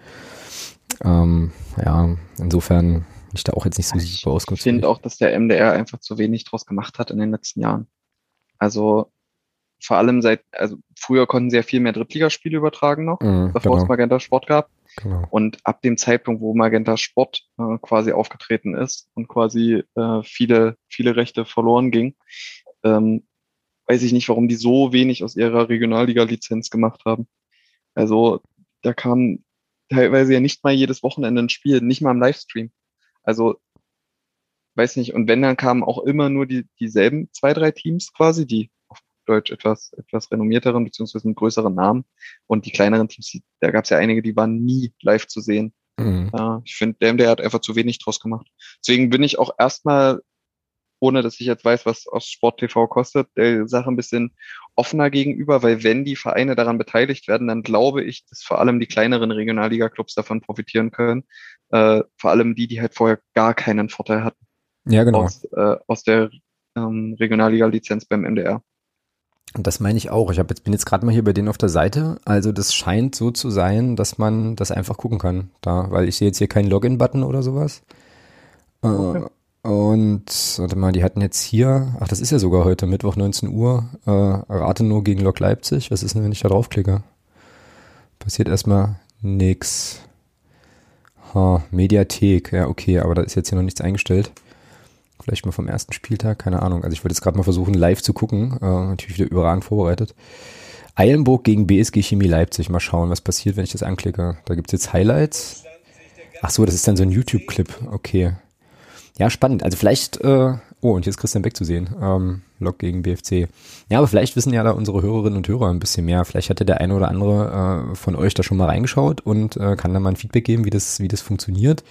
Ähm, ja, insofern bin ich da auch jetzt nicht so super auskunftsfähig. Ich finde auch, dass der M D R einfach zu wenig draus gemacht hat in den letzten Jahren. Also vor allem seit, also früher konnten sie ja viel mehr Drittligaspiele übertragen noch, Mhm, bevor genau. es Magenta Sport gab. Genau. Und ab dem Zeitpunkt, wo Magenta Sport äh, quasi aufgetreten ist und quasi äh, viele, viele Rechte verloren ging, ähm, weiß ich nicht, warum die so wenig aus ihrer Regionalliga-Lizenz gemacht haben. Also da kam teilweise ja nicht mal jedes Wochenende ein Spiel, nicht mal im Livestream. Also weiß nicht, und wenn, dann kamen auch immer nur die dieselben zwei, drei Teams quasi, die auf Deutsch etwas, etwas renommierteren beziehungsweise einen größeren Namen, und die kleineren Teams, die, da gab es ja einige, die waren nie live zu sehen. Mhm. Äh, ich finde, der, der hat einfach zu wenig draus gemacht. Deswegen bin ich auch erstmal, ohne dass ich jetzt weiß, was Ostsport T V kostet, der Sache ein bisschen offener gegenüber, weil wenn die Vereine daran beteiligt werden, dann glaube ich, dass vor allem die kleineren Regionalliga-Clubs davon profitieren können. Äh, vor allem die, die halt vorher gar keinen Vorteil hatten Ja, genau. aus, äh, aus der ähm, Regionalliga-Lizenz beim M D R. Und das meine ich auch. Ich hab jetzt, bin jetzt gerade mal hier bei denen auf der Seite. Also das scheint so zu sein, dass man das einfach gucken kann. Da, weil ich sehe jetzt hier keinen Login-Button oder sowas. Okay. Äh, und warte mal, die hatten jetzt hier, ach, das ist ja sogar heute, Mittwoch neunzehn Uhr, äh, Rathenow gegen Lok Leipzig. Was ist denn, wenn ich da draufklicke? Passiert erstmal nix. Ha, Mediathek, ja okay, aber da ist jetzt hier noch nichts eingestellt. Vielleicht mal vom ersten Spieltag, keine Ahnung. Also ich wollte jetzt gerade mal versuchen, live zu gucken. Äh, natürlich wieder überragend vorbereitet. Eilenburg gegen B S G Chemie Leipzig. Mal schauen, was passiert, wenn ich das anklicke. Da gibt's jetzt Highlights. Ach so, das ist dann so ein YouTube-Clip. Okay. Ja, spannend. Also vielleicht, äh, oh, und hier ist Christian Beck zu sehen. Ähm, Lok gegen B F C. Ja, aber vielleicht wissen ja da unsere Hörerinnen und Hörer ein bisschen mehr. Vielleicht hatte der eine oder andere äh, von euch da schon mal reingeschaut und äh, kann dann mal ein Feedback geben, wie das, wie das funktioniert.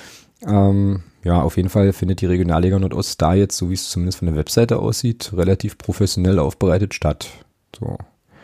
Ähm, ja, auf jeden Fall findet die Regionalliga Nordost da jetzt, so wie es zumindest von der Webseite aussieht, relativ professionell aufbereitet statt. So.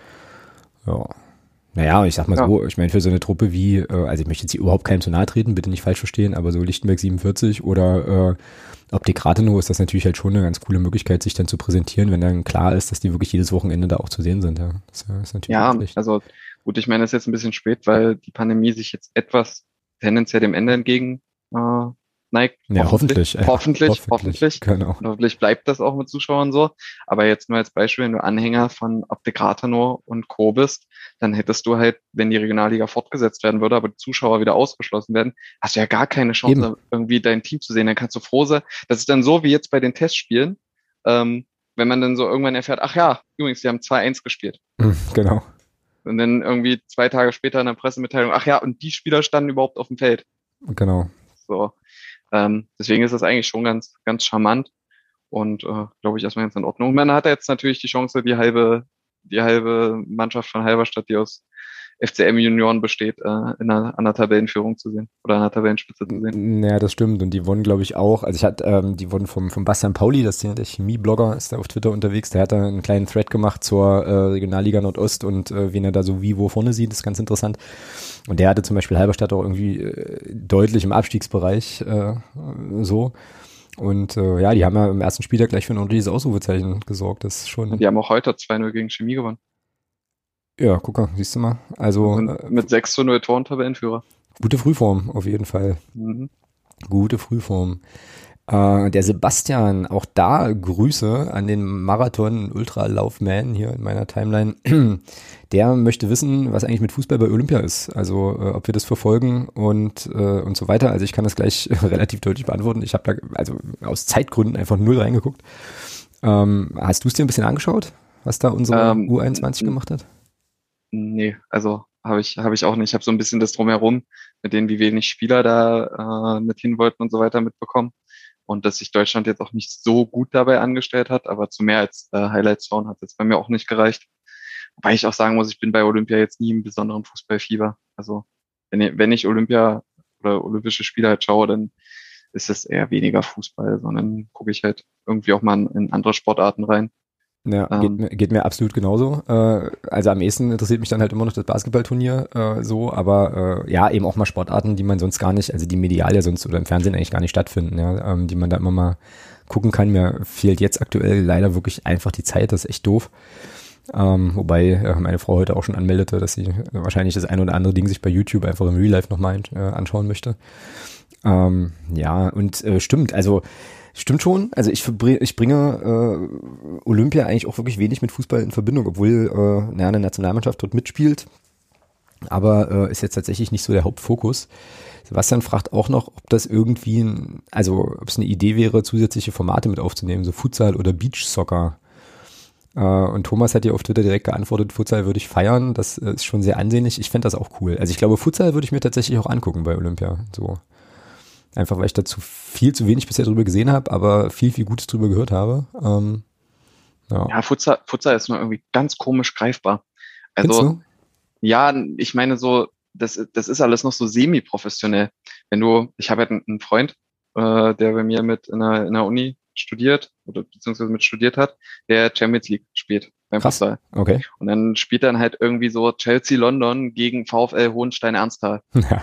Ja. Naja, ich sag mal Ja. so, ich meine, für so eine Truppe wie, äh, also ich möchte jetzt hier überhaupt keinem zu nahe treten, bitte nicht falsch verstehen, aber so Lichtenberg siebenundvierzig oder äh, Optik Rathenow ist das natürlich halt schon eine ganz coole Möglichkeit, sich dann zu präsentieren, wenn dann klar ist, dass die wirklich jedes Wochenende da auch zu sehen sind. Ja, das ist natürlich Ja, nicht schlecht. also gut, ich meine, es ist jetzt ein bisschen spät, weil die Pandemie sich jetzt etwas tendenziell dem Ende entgegen äh, neigt. Ja, hoffentlich. Ja, Hoffentlich, hoffentlich, hoffentlich. genau. Und hoffentlich bleibt das auch mit Zuschauern so. Aber jetzt nur als Beispiel, wenn du Anhänger von Optik Rathenow und Co. bist, dann hättest du halt, wenn die Regionalliga fortgesetzt werden würde, aber die Zuschauer wieder ausgeschlossen werden, hast du ja gar keine Chance, Eben. irgendwie dein Team zu sehen. Dann kannst du froh sein. Das ist dann so wie jetzt bei den Testspielen, ähm, wenn man dann so irgendwann erfährt, ach ja, übrigens, die haben zwei eins gespielt. Hm, genau. Und dann irgendwie zwei Tage später in der Pressemitteilung, ach ja, und die Spieler standen überhaupt auf dem Feld. Genau. So, ähm, deswegen ist das eigentlich schon ganz, ganz charmant und äh, glaube ich erstmal ganz in Ordnung. Man hat jetzt natürlich die Chance, die halbe, die halbe Mannschaft von Halberstadt, die aus F C M Junioren besteht, äh, in einer, an der Tabellenführung zu sehen oder an der Tabellenspitze zu sehen. Ja, das stimmt. Und die wurden, glaube ich, auch, also ich hatte, ähm, die wurden vom, vom Bastian Pauli, das ist der, der Chemie-Blogger, ist da auf Twitter unterwegs, der hat da einen kleinen Thread gemacht zur äh, Regionalliga Nordost und äh, wen er da so wie wo vorne sieht, das ist ganz interessant. Und der hatte zum Beispiel Halberstadt auch irgendwie äh, deutlich im Abstiegsbereich äh, so. Und äh, ja, die haben ja im ersten Spieltag gleich für ein ordentliches Ausrufezeichen gesorgt. Das ist schon. Und die haben auch heute zwei null gegen Chemie gewonnen. Ja, guck mal, siehst du mal. Also Und äh, mit sechs zu null Toren Tabellenführer. Gute Frühform, auf jeden Fall. Mhm. Gute Frühform. Äh, der Sebastian, auch da Grüße an den Marathon-Ultralaufman hier in meiner Timeline. Der möchte wissen, was eigentlich mit Fußball bei Olympia ist. Also äh, ob wir das verfolgen und äh, und so weiter. Also ich kann das gleich relativ deutlich beantworten. Ich habe da also aus Zeitgründen einfach null reingeguckt. Ähm, hast du es dir ein bisschen angeschaut, was da unsere Ähm, U einundzwanzig gemacht hat? Nee, also habe ich, habe ich auch nicht. Ich habe so ein bisschen das Drumherum, mit denen, wie wenig Spieler da äh, mit hin wollten und so weiter mitbekommen. Und dass sich Deutschland jetzt auch nicht so gut dabei angestellt hat, aber zu mehr als äh, Highlights schauen hat jetzt bei mir auch nicht gereicht. Wobei ich auch sagen muss, ich bin bei Olympia jetzt nie im besonderen Fußballfieber. Also wenn ich, wenn ich Olympia oder Olympische Spiele halt schaue, dann ist es eher weniger Fußball, sondern gucke ich halt irgendwie auch mal in, in andere Sportarten rein. Ja, geht Ähm, mir, geht mir absolut genauso. Äh, also am ehesten interessiert mich dann halt immer noch das Basketballturnier äh, so, aber äh, ja, eben auch mal Sportarten, die man sonst gar nicht, also die medial ja sonst oder im Fernsehen eigentlich gar nicht stattfinden, ja, ähm, die man da immer mal gucken kann. Mir fehlt jetzt aktuell leider wirklich einfach die Zeit, das ist echt doof. Ähm, wobei äh, meine Frau heute auch schon anmeldete, dass sie äh, wahrscheinlich das ein oder andere Ding sich bei YouTube einfach im Real Life nochmal äh, anschauen möchte. Ähm, ja, und äh, stimmt, also Stimmt schon. Also ich, verbring, ich bringe äh, Olympia eigentlich auch wirklich wenig mit Fußball in Verbindung, obwohl äh, naja, eine Nationalmannschaft dort mitspielt. Aber äh, ist jetzt tatsächlich nicht so der Hauptfokus. Sebastian fragt auch noch, ob das irgendwie, ein, also ob es eine Idee wäre, zusätzliche Formate mit aufzunehmen, so Futsal oder Beachsoccer. Äh, und Thomas hat ja auf Twitter direkt geantwortet, Futsal würde ich feiern. Das äh, ist schon sehr ansehnlich. Ich fände das auch cool. Also ich glaube, Futsal würde ich mir tatsächlich auch angucken bei Olympia. So. Einfach weil ich dazu viel zu wenig bisher drüber gesehen habe, aber viel, viel Gutes drüber gehört habe. Ähm, ja. ja, Futsal, Futsal ist nur irgendwie ganz komisch greifbar. Findest Also, du? ja, ich meine so, das, das ist alles noch so semi-professionell. Wenn du, ich habe halt einen einen Freund, äh, der bei mir mit in der, in der Uni studiert oder beziehungsweise mit studiert hat, der Champions League spielt beim Krass. Futsal. Okay. Und dann spielt dann halt irgendwie so Chelsea London gegen VfL Hohenstein-Ernsthal.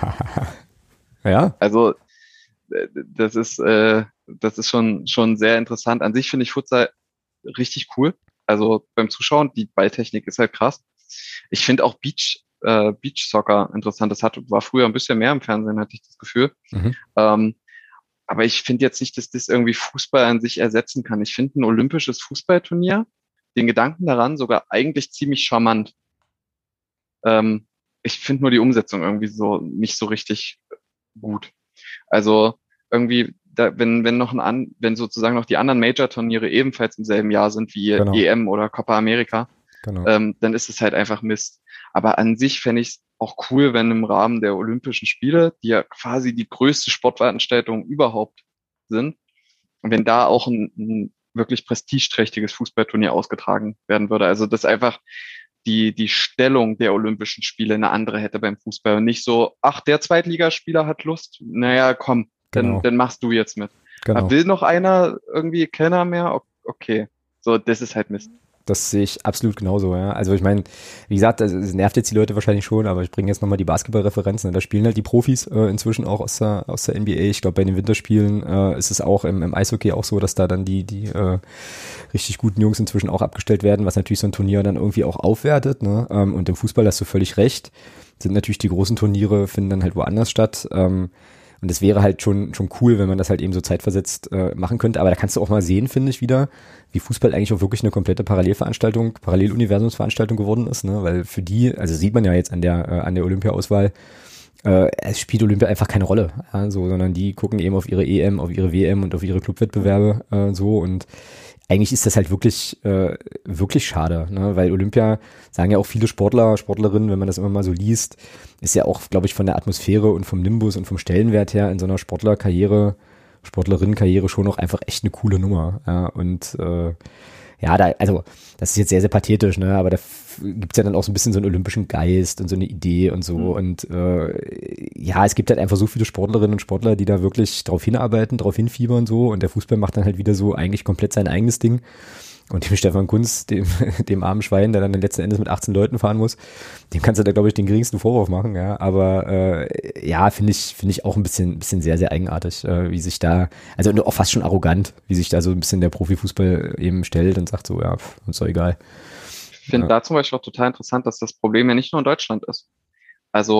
Ja, Also äh, das ist, äh, das ist schon, schon sehr interessant. An sich finde ich Futsal richtig cool. Also beim Zuschauen, die Balltechnik ist halt krass. Ich finde auch Beach, äh, Beach Soccer interessant. Das hat, war früher ein bisschen mehr im Fernsehen, hatte ich das Gefühl. mhm. Ähm, aber ich finde jetzt nicht, dass das irgendwie Fußball an sich ersetzen kann. Ich finde ein olympisches Fußballturnier, den Gedanken daran sogar eigentlich ziemlich charmant. Ähm, ich finde nur die Umsetzung irgendwie so nicht so richtig gut. Also irgendwie, da, wenn, wenn noch ein an, wenn sozusagen noch die anderen Major-Turniere ebenfalls im selben Jahr sind wie Genau, E M oder Copa America, genau. ähm, dann ist es halt einfach Mist. Aber an sich fände ich es auch cool, wenn im Rahmen der Olympischen Spiele, die ja quasi die größte Sportveranstaltung überhaupt sind, und wenn da auch ein, ein wirklich prestigeträchtiges Fußballturnier ausgetragen werden würde. Also dass einfach die, die Stellung der Olympischen Spiele eine andere hätte beim Fußball und nicht so, ach, der Zweitligaspieler hat Lust, naja, komm, dann, Genau, dann machst du jetzt mit. Aber genau. will noch einer irgendwie keiner mehr? O- Okay. So, das ist halt Mist. Das sehe ich absolut genauso, ja. Also ich meine, wie gesagt, also es nervt jetzt die Leute wahrscheinlich schon, aber ich bringe jetzt nochmal die Basketballreferenzen. Da spielen halt die Profis äh, inzwischen auch aus der, aus der N B A. Ich glaube, bei den Winterspielen äh, ist es auch im, im Eishockey auch so, dass da dann die, die äh, richtig guten Jungs inzwischen auch abgestellt werden, was natürlich so ein Turnier dann irgendwie auch aufwertet. Ne? Ähm, und im Fußball hast du völlig recht. Sind natürlich die großen Turniere, finden dann halt woanders statt. Ähm, Und es wäre halt schon, schon cool, wenn man das halt eben so zeitversetzt äh, machen könnte. Aber da kannst du auch mal sehen, finde ich wieder, wie Fußball eigentlich auch wirklich eine komplette Parallelveranstaltung, Paralleluniversumsveranstaltung geworden ist. Ne? Weil für die, also sieht man ja jetzt an der, äh, an der Olympia-Auswahl, äh, es spielt Olympia einfach keine Rolle. Ja? So, sondern die gucken eben auf ihre E M, auf ihre W M und auf ihre Clubwettbewerbe äh, so. Und eigentlich ist das halt wirklich, äh, wirklich schade, ne? Weil Olympia, sagen ja auch viele Sportler, Sportlerinnen, wenn man das immer mal so liest, ist ja auch, glaube ich, von der Atmosphäre und vom Nimbus und vom Stellenwert her in so einer Sportlerkarriere, Sportlerinnenkarriere schon noch einfach echt eine coole Nummer. Ja? Und äh, ja, da, also das ist jetzt sehr, sehr pathetisch, ne? Aber da f- gibt's ja dann auch so ein bisschen so einen olympischen Geist und so eine Idee und so. Mhm. Und äh, ja, es gibt halt einfach so viele Sportlerinnen und Sportler, die da wirklich drauf hinarbeiten, drauf hinfiebern so. Und der Fußball macht dann halt wieder so eigentlich komplett sein eigenes Ding. Und dem Stefan Kunz, dem, dem armen Schwein, der dann letzten Endes mit achtzehn Leuten fahren muss, dem kannst du da, glaube ich, den geringsten Vorwurf machen, ja. Aber äh, ja, finde ich, finde ich auch ein bisschen, bisschen sehr, sehr eigenartig, äh, wie sich da, also auch fast schon arrogant, wie sich da so ein bisschen der Profifußball eben stellt und sagt so, ja, pff, uns doch egal. Ich finde Ja. da zum Beispiel auch total interessant, dass das Problem ja nicht nur in Deutschland ist. Also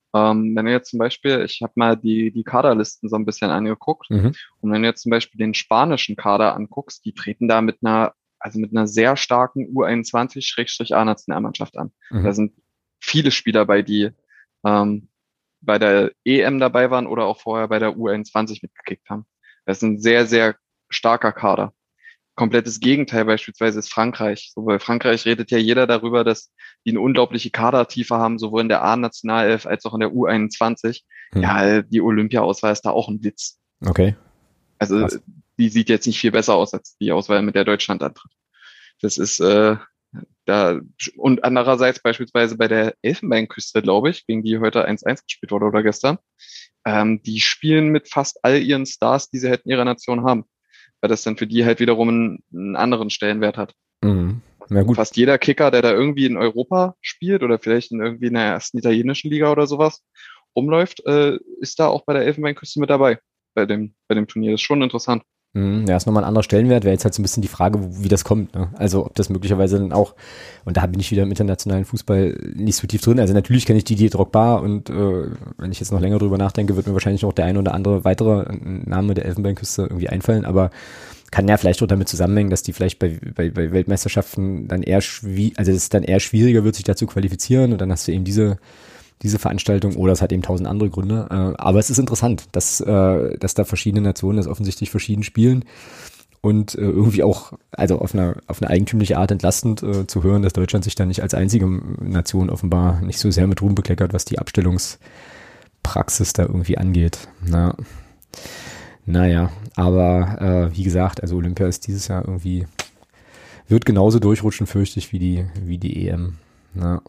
Ähm, wenn du jetzt zum Beispiel, ich habe mal die, die Kaderlisten so ein bisschen angeguckt, Mhm. und wenn du jetzt zum Beispiel den spanischen Kader anguckst, die treten da mit einer, also mit einer sehr starken U einundzwanzig-A-Nationalmannschaft an. Da Mhm. sind viele Spieler bei, die ähm, bei der E M dabei waren oder auch vorher bei der U einundzwanzig mitgekickt haben. Das ist ein sehr, sehr starker Kader. Komplettes Gegenteil beispielsweise ist Frankreich. So, bei Frankreich redet ja jeder darüber, dass die eine unglaubliche Kadertiefe haben, sowohl in der A-Nationalelf als auch in der U einundzwanzig. Mhm. Ja, die Olympia-Auswahl ist da auch ein Witz. Okay, Also krass. die sieht jetzt nicht viel besser aus als die Auswahl, mit der Deutschland antritt. Das ist äh, da und andererseits beispielsweise bei der Elfenbeinküste, glaube ich, gegen die heute eins eins gespielt wurde oder gestern, ähm, die spielen mit fast all ihren Stars, die sie halt in ihrer Nation haben, weil das dann für die halt wiederum einen, einen anderen Stellenwert hat. Mhm. Na gut. Fast jeder Kicker, der da irgendwie in Europa spielt oder vielleicht in irgendwie in der ersten italienischen Liga oder sowas rumläuft, äh, ist da auch bei der Elfenbeinküste mit dabei, bei dem, bei dem Turnier. Das ist schon interessant. Mhm. Ja, ist nochmal ein anderer Stellenwert, wäre jetzt halt so ein bisschen die Frage, wie das kommt. Ne? Also ob das möglicherweise dann auch, und da bin ich wieder im internationalen Fußball nicht so tief drin. Also natürlich kenne ich Didier Drogba und äh, wenn ich jetzt noch länger drüber nachdenke, wird mir wahrscheinlich noch der ein oder andere weitere Name der Elfenbeinküste irgendwie einfallen, aber kann ja vielleicht auch damit zusammenhängen, dass die vielleicht bei, bei, bei Weltmeisterschaften dann eher schwierig, also es dann eher schwieriger wird, sich dazu qualifizieren und dann hast du eben diese diese Veranstaltung oder es hat eben tausend andere Gründe. Äh, aber es ist interessant, dass, äh, dass da verschiedene Nationen das offensichtlich verschieden spielen und äh, irgendwie auch, also auf eine, auf eine eigentümliche Art entlastend äh, zu hören, dass Deutschland sich da nicht als einzige Nation offenbar nicht so sehr mit Ruhm bekleckert, was die Abstellungspraxis da irgendwie angeht. Na, naja, aber äh, wie gesagt, also Olympia ist dieses Jahr irgendwie, wird genauso durchrutschen, fürchte ich, wie die, wie die E M. Na.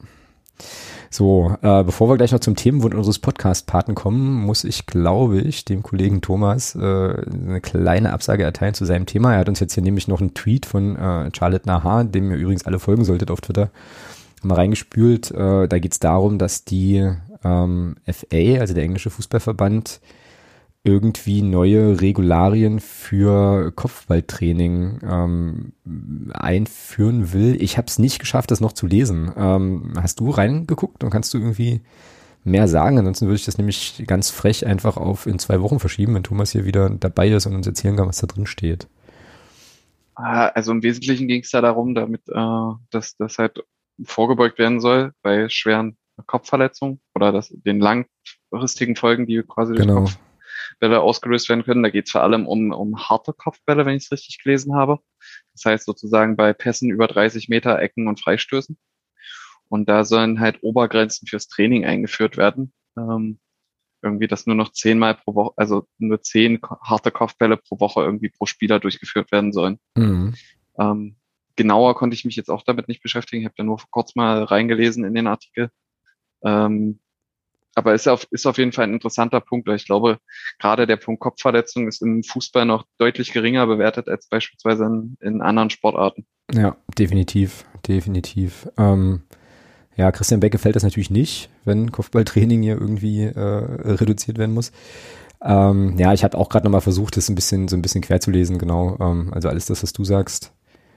So, äh, bevor wir gleich noch zum Themenwunsch unseres Podcast-Paten kommen, muss ich, glaube ich, dem Kollegen Thomas äh, eine kleine Absage erteilen zu seinem Thema. Er hat uns jetzt hier nämlich noch einen Tweet von äh, Charlotte Nahar, dem ihr übrigens alle folgen solltet auf Twitter, mal reingespült. Äh, da geht es darum, dass die ähm, F A, also der englische Fußballverband, irgendwie neue Regularien für Kopfballtraining ähm, einführen will. Ich habe es nicht geschafft, das noch zu lesen. Ähm, hast du reingeguckt und kannst du irgendwie mehr sagen? Ansonsten würde ich das nämlich ganz frech einfach auf in zwei Wochen verschieben, wenn Thomas hier wieder dabei ist und uns erzählen kann, was da drin steht. Also im Wesentlichen ging es ja darum, damit äh, dass das halt vorgebeugt werden soll bei schweren Kopfverletzungen oder das, den langfristigen Folgen, die quasi durch Genau. Kopfbälle ausgelöst werden können. Da geht es vor allem um, um harte Kopfbälle, wenn ich es richtig gelesen habe. Das heißt sozusagen bei Pässen über dreißig Meter, Ecken und Freistößen. Und da sollen halt Obergrenzen fürs Training eingeführt werden. Ähm, irgendwie, dass nur noch zehnmal pro Woche, also nur zehn harte Kopfbälle pro Woche irgendwie pro Spieler durchgeführt werden sollen. Mhm. Ähm, genauer konnte ich mich jetzt auch damit nicht beschäftigen. Ich habe da nur kurz mal reingelesen in den Artikel. Ähm, aber ist auf, ist auf jeden Fall ein interessanter Punkt, weil ich glaube, gerade der Punkt Kopfverletzung ist im Fußball noch deutlich geringer bewertet als beispielsweise in, in anderen Sportarten. Ja, definitiv, definitiv. Ähm, ja, Christian Beck gefällt das natürlich nicht, wenn Kopfballtraining hier irgendwie äh, reduziert werden muss. Ähm, ja, ich habe auch gerade nochmal versucht, das ein bisschen so ein bisschen quer zu lesen, genau. Ähm, also alles das, was du sagst,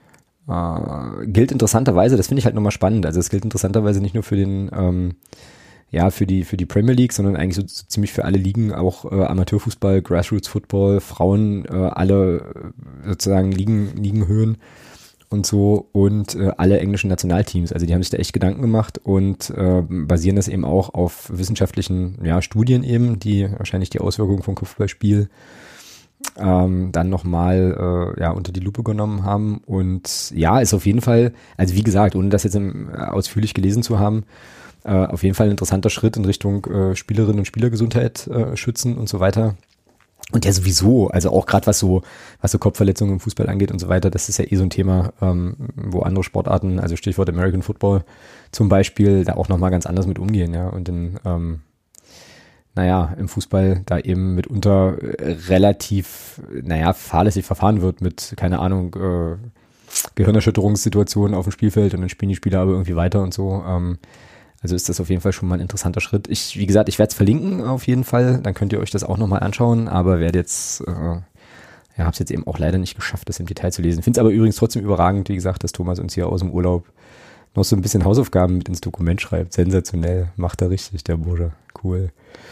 äh, gilt interessanterweise, das finde ich halt nochmal spannend. Also es gilt interessanterweise nicht nur für den, ähm, ja, für die für die Premier League, sondern eigentlich so, so ziemlich für alle Ligen, auch äh, Amateurfußball, Grassroots Football, Frauen, äh, alle äh, sozusagen Ligen, Ligenhöhen und so und äh, alle englischen Nationalteams. Also die haben sich da echt Gedanken gemacht und äh, basieren das eben auch auf wissenschaftlichen ja, Studien eben, die wahrscheinlich die Auswirkungen vom Kopfballspiel ähm, dann nochmal äh, ja, unter die Lupe genommen haben. Und ja, ist auf jeden Fall, also wie gesagt, ohne das jetzt im, äh, ausführlich gelesen zu haben, äh, auf jeden Fall ein interessanter Schritt in Richtung äh, Spielerinnen und Spielergesundheit äh, schützen und so weiter. Und ja sowieso, also auch gerade was so, was so Kopfverletzungen im Fußball angeht und so weiter, das ist ja eh so ein Thema, ähm, wo andere Sportarten, also Stichwort American Football zum Beispiel, da auch nochmal ganz anders mit umgehen, ja. Und in, ähm, naja, im Fußball da eben mitunter relativ, naja, fahrlässig verfahren wird mit, keine Ahnung, äh, Gehirnerschütterungssituationen auf dem Spielfeld und dann spielen die Spieler aber irgendwie weiter und so. Ähm, Also ist das auf jeden Fall schon mal ein interessanter Schritt. Ich, wie gesagt, ich werde es verlinken auf jeden Fall. Dann könnt ihr euch das auch nochmal anschauen. Aber werde jetzt, äh, ja, habe es jetzt eben auch leider nicht geschafft, das im Detail zu lesen. Finde es aber übrigens trotzdem überragend, wie gesagt, dass Thomas uns hier aus dem Urlaub noch so ein bisschen Hausaufgaben mit ins Dokument schreibt. Sensationell. Macht er richtig, der Bursche. Cool.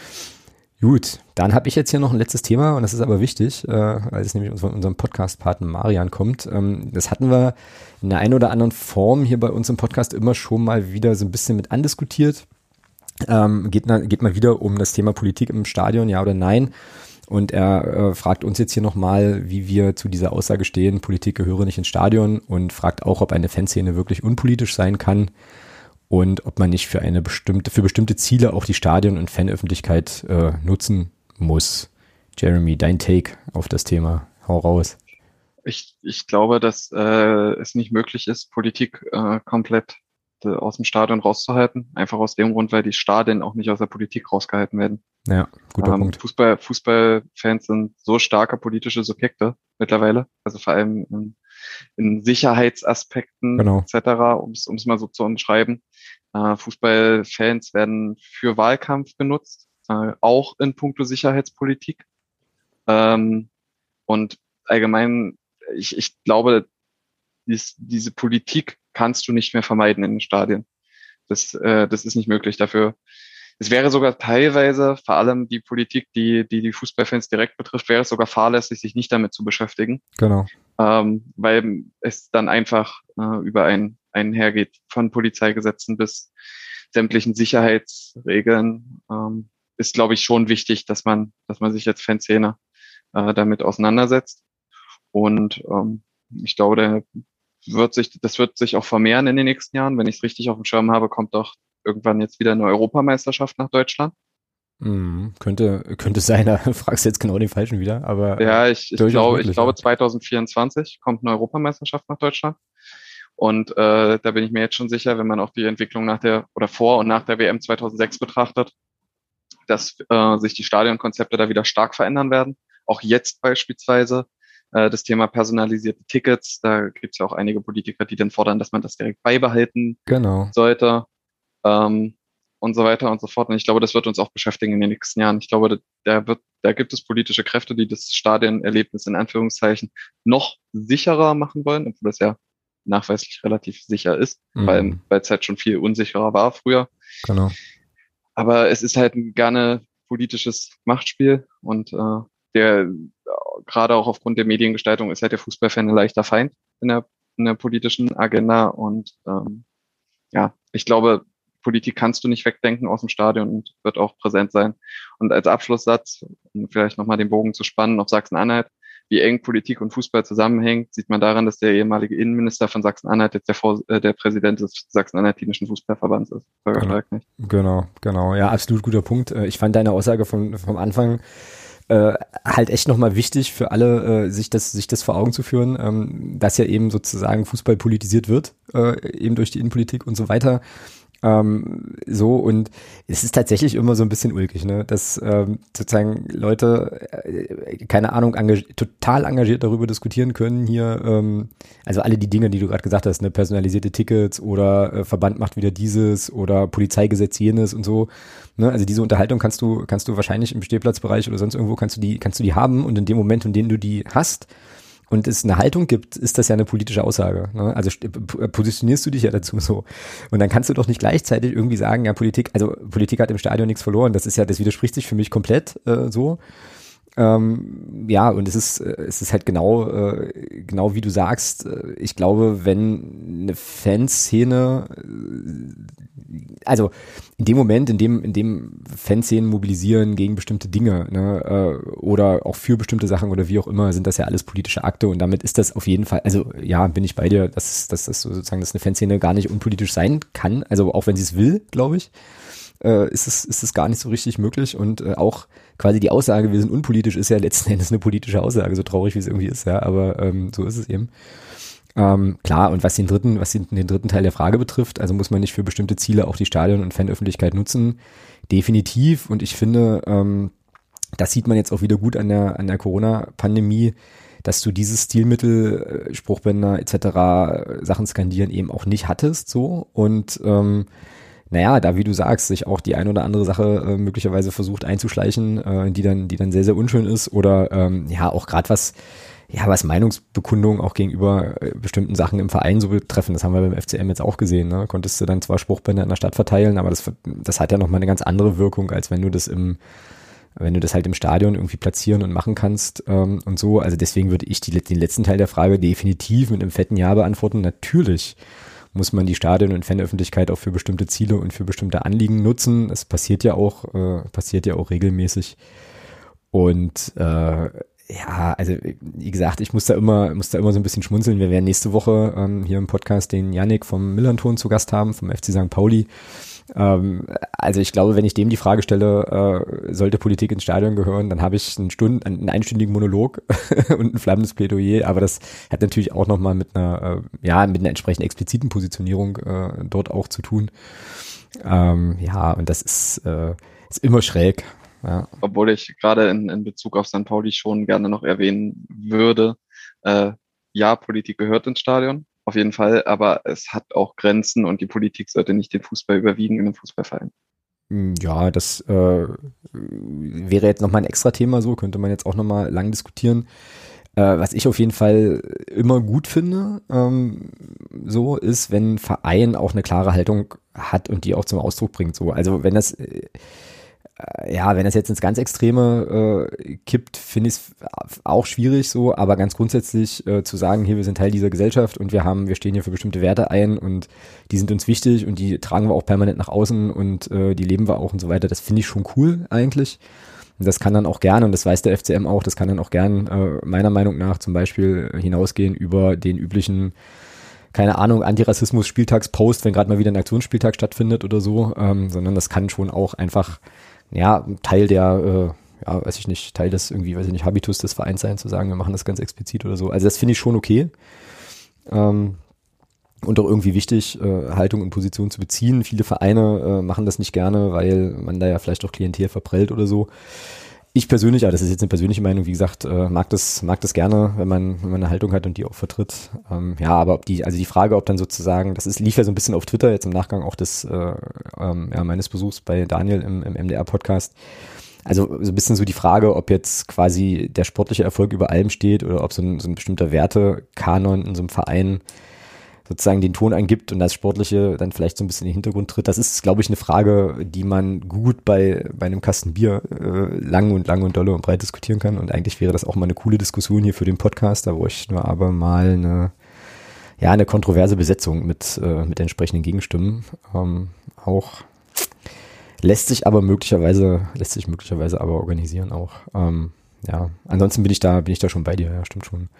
Gut, dann habe ich jetzt hier noch ein letztes Thema und das ist aber wichtig, äh, weil es nämlich von unserem Podcast-Partner Marian kommt. Ähm, das hatten wir in der einen oder anderen Form hier bei uns im Podcast immer schon mal wieder so ein bisschen mit andiskutiert. Ähm, geht, geht mal wieder um das Thema Politik im Stadion, ja oder nein. Und er äh, fragt uns jetzt hier nochmal, wie wir zu dieser Aussage stehen, Politik gehöre nicht ins Stadion, und fragt auch, ob eine Fanszene wirklich unpolitisch sein kann. Und ob man nicht für eine bestimmte, für bestimmte Ziele auch die Stadion- und Fanöffentlichkeit äh, nutzen muss. Jeremy, dein Take auf das Thema. Hau raus. Ich, ich glaube, dass äh, es nicht möglich ist, Politik äh, komplett äh, aus dem Stadion rauszuhalten. Einfach aus dem Grund, weil die Stadien auch nicht aus der Politik rausgehalten werden. Ja, guter ähm, Punkt. Fußball, Fußballfans sind so starke politische Subjekte mittlerweile. Also vor allem in, in Sicherheitsaspekten Genau. et cetera, um es mal so zu umschreiben. Äh, Fußballfans werden für Wahlkampf genutzt, äh, auch in puncto Sicherheitspolitik. Ähm, und allgemein, ich, ich glaube, dies, diese Politik kannst du nicht mehr vermeiden in den Stadien. Das, äh, das ist nicht möglich dafür. Es wäre sogar teilweise, vor allem die Politik, die, die die Fußballfans direkt betrifft, wäre es sogar fahrlässig, sich nicht damit zu beschäftigen. Genau. Ähm, weil es dann einfach äh, über ein, einhergeht, von Polizeigesetzen bis sämtlichen Sicherheitsregeln. Ähm, ist, glaube ich, schon wichtig, dass man, dass man sich als Fanszene äh, damit auseinandersetzt. Und ähm, ich glaube, da wird sich, das wird sich auch vermehren in den nächsten Jahren. Wenn ich es richtig auf dem Schirm habe, kommt doch irgendwann jetzt wieder eine Europameisterschaft nach Deutschland. Mm, könnte, könnte sein, da fragst du jetzt genau den Falschen wieder, aber. Ja, ich, ich glaube, möglich, ich glaube, ja. zwanzig vierundzwanzig kommt eine Europameisterschaft nach Deutschland. Und äh, da bin ich mir jetzt schon sicher, wenn man auch die Entwicklung nach der, oder vor und nach der W M zweitausendsechs betrachtet, dass äh, sich die Stadionkonzepte da wieder stark verändern werden. Auch jetzt beispielsweise äh, das Thema personalisierte Tickets. Da gibt es ja auch einige Politiker, die dann fordern, dass man das direkt beibehalten Genau. sollte. Ähm, und so weiter und so fort. Und ich glaube, das wird uns auch beschäftigen in den nächsten Jahren. Ich glaube, da wird, da gibt es politische Kräfte, die das Stadionerlebnis in Anführungszeichen noch sicherer machen wollen, obwohl das ja nachweislich relativ sicher ist, Mhm. weil weil es halt schon viel unsicherer war früher. Genau. Aber es ist halt ein gerne politisches Machtspiel und äh, der gerade auch aufgrund der Mediengestaltung ist halt der Fußballfan ein leichter Feind in der in der politischen Agenda. Und ähm, ja, ich glaube, Politik kannst du nicht wegdenken aus dem Stadion und wird auch präsent sein. Und als Abschlusssatz, um vielleicht nochmal den Bogen zu spannen auf Sachsen-Anhalt, wie eng Politik und Fußball zusammenhängt, sieht man daran, dass der ehemalige Innenminister von Sachsen-Anhalt jetzt der, Vor äh, der Präsident des Sachsen-Anhaltinischen Fußballverbands ist. Genau. genau, genau. Ja, absolut guter Punkt. Ich fand deine Aussage von, vom Anfang äh, halt echt nochmal wichtig für alle, äh, sich das, sich das vor Augen zu führen, ähm, dass ja eben sozusagen Fußball politisiert wird, äh, eben durch die Innenpolitik und so weiter. Ähm, so, und es ist tatsächlich immer so ein bisschen ulkig, ne, dass ähm, sozusagen Leute, äh, keine Ahnung, engag- total engagiert darüber diskutieren können hier, ähm, also alle die Dinge, die du gerade gesagt hast, ne, personalisierte Tickets oder äh, Verband macht wieder dieses oder Polizeigesetz jenes und so, ne, also diese Unterhaltung kannst du, kannst du wahrscheinlich im Stehplatzbereich oder sonst irgendwo kannst du die, kannst du die haben, und in dem Moment, in dem du die hast und es eine Haltung gibt, ist das ja eine politische Aussage. Ne? Also positionierst du dich ja dazu so. Und dann kannst du doch nicht gleichzeitig irgendwie sagen, ja, Politik, also Politik hat im Stadion nichts verloren. Das ist ja, das widerspricht sich für mich komplett äh, so. Ähm, ja, und es ist, es ist halt genau, äh, genau wie du sagst. Äh, ich glaube, wenn eine Fanszene, äh, also in dem Moment, in dem, in dem Fanszenen mobilisieren gegen bestimmte Dinge, ne, äh, oder auch für bestimmte Sachen oder wie auch immer, sind das ja alles politische Akte, und damit ist das auf jeden Fall, also ja, bin ich bei dir, dass, dass das sozusagen, dass eine Fanszene gar nicht unpolitisch sein kann, also auch wenn sie es will, glaube ich. Äh, ist es, ist es gar nicht so richtig möglich, und äh, auch quasi die Aussage, wir sind unpolitisch, ist ja letzten Endes eine politische Aussage, so traurig wie es irgendwie ist, ja, aber ähm, so ist es eben. Ähm, klar, und was den dritten, was den, den dritten Teil der Frage betrifft, also muss man nicht für bestimmte Ziele auch die Stadion- und Fanöffentlichkeit nutzen, definitiv, und ich finde, ähm, das sieht man jetzt auch wieder gut an der, an der Corona-Pandemie, dass du dieses Stilmittel, äh, Spruchbänder et cetera, Sachen skandieren eben auch nicht hattest, so, und ähm, naja, da, wie du sagst, sich auch die ein oder andere Sache äh, möglicherweise versucht einzuschleichen, äh, die dann, die dann sehr, sehr unschön ist, oder ähm, ja, auch gerade was, ja, was Meinungsbekundungen auch gegenüber äh, bestimmten Sachen im Verein so betreffen, das haben wir beim F C M jetzt auch gesehen, ne? Konntest du dann zwar Spruchbänder in der Stadt verteilen, aber das, das hat ja nochmal eine ganz andere Wirkung, als wenn du das im, wenn du das halt im Stadion irgendwie platzieren und machen kannst ähm, und so. Also deswegen würde ich die, den letzten Teil der Frage definitiv mit einem fetten Ja beantworten. Natürlich muss man die Stadion- und Fanöffentlichkeit auch für bestimmte Ziele und für bestimmte Anliegen nutzen. Das passiert ja auch, äh, passiert ja auch regelmäßig. Und äh, ja, also wie gesagt, ich muss da immer, muss da immer so ein bisschen schmunzeln. Wir werden nächste Woche ähm, hier im Podcast den Yannick vom Millanton zu Gast haben, vom F C Sankt Pauli. Ähm, also ich glaube, wenn ich dem die Frage stelle, äh, sollte Politik ins Stadion gehören, dann habe ich einen, Stunden, einen einstündigen Monolog und ein flammendes Plädoyer, aber das hat natürlich auch nochmal mit einer, äh, ja, mit einer entsprechend expliziten Positionierung äh, dort auch zu tun. Ähm, ja, und das ist, äh, ist immer schräg. Ja. Obwohl ich gerade in, in Bezug auf Sankt Pauli schon gerne noch erwähnen würde, äh, ja, Politik gehört ins Stadion, auf jeden Fall, aber es hat auch Grenzen und die Politik sollte nicht den Fußball überwiegen in einem Fußballverein. Ja, das äh, wäre jetzt nochmal ein extra Thema, so könnte man jetzt auch nochmal lang diskutieren. Äh, was ich auf jeden Fall immer gut finde, ähm, so ist, wenn ein Verein auch eine klare Haltung hat und die auch zum Ausdruck bringt. So, also wenn das äh, ja, wenn das jetzt ins ganz Extreme äh, kippt, finde ich es auch schwierig so, aber ganz grundsätzlich äh, zu sagen, hier, wir sind Teil dieser Gesellschaft und wir haben, wir stehen hier für bestimmte Werte ein und die sind uns wichtig und die tragen wir auch permanent nach außen und äh, die leben wir auch und so weiter, das finde ich schon cool eigentlich. Und das kann dann auch gern, und das weiß der F C M auch, das kann dann auch gern äh, meiner Meinung nach zum Beispiel hinausgehen über den üblichen, keine Ahnung, Antirassismus-Spieltagspost, wenn gerade mal wieder ein Aktionsspieltag stattfindet oder so, ähm, sondern das kann schon auch einfach ja, Teil der, äh, ja, weiß ich nicht, Teil des irgendwie, weiß ich nicht, Habitus des Vereins sein, zu sagen, wir machen das ganz explizit oder so. Also das finde ich schon okay. Ähm, und auch irgendwie wichtig, äh, Haltung und Position zu beziehen. Viele Vereine äh, machen das nicht gerne, weil man da ja vielleicht auch Klientel verprellt oder so. Ich persönlich, aber das ist jetzt eine persönliche Meinung, wie gesagt, äh, mag das, mag das gerne, wenn man, wenn man eine Haltung hat und die auch vertritt. Ähm, ja, aber ob die, also die Frage, ob dann sozusagen, das ist, lief ja so ein bisschen auf Twitter, jetzt im Nachgang auch des, äh, ähm, ja, meines Besuchs bei Daniel im, im M D R-Podcast. Also so ein bisschen so die Frage, ob jetzt quasi der sportliche Erfolg über allem steht oder ob so ein, so ein bestimmter Wertekanon in so einem Verein sozusagen den Ton angibt und das Sportliche dann vielleicht so ein bisschen in den Hintergrund tritt. Das ist, glaube ich, eine Frage, die man gut bei, bei einem Kasten Bier äh, lang und lang und dolle und breit diskutieren kann. Und eigentlich wäre das auch mal eine coole Diskussion hier für den Podcast. Da bräuchten wir aber mal eine, ja, eine kontroverse Besetzung mit, äh, mit entsprechenden Gegenstimmen. Ähm, auch lässt sich aber möglicherweise, lässt sich möglicherweise aber organisieren auch. Ähm, ja, ansonsten bin ich da, bin ich da schon bei dir, ja, stimmt schon.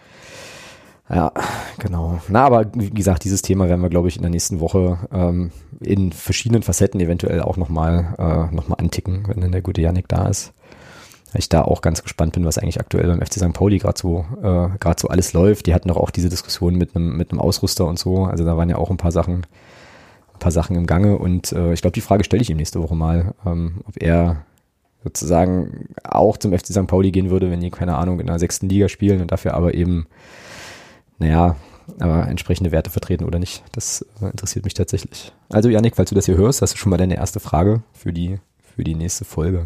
Ja, genau. Na, aber wie gesagt, dieses Thema werden wir, glaube ich, in der nächsten Woche ähm, in verschiedenen Facetten eventuell auch nochmal äh, noch mal anticken, wenn dann der gute Yannick da ist. Weil ich da auch ganz gespannt bin, was eigentlich aktuell beim F C Sankt Pauli gerade so, äh, gerade so alles läuft. Die hatten doch auch diese Diskussion mit einem mit einem Ausrüster und so. Also da waren ja auch ein paar Sachen, ein paar Sachen im Gange. Und äh, ich glaube, die Frage stelle ich ihm nächste Woche mal, ähm, ob er sozusagen auch zum F C Sankt Pauli gehen würde, wenn die, keine Ahnung, in der sechsten Liga spielen und dafür aber eben naja, aber entsprechende Werte vertreten oder nicht, das äh, interessiert mich tatsächlich. Also Yannick, falls du das hier hörst, hast du schon mal deine erste Frage für die, für die nächste Folge.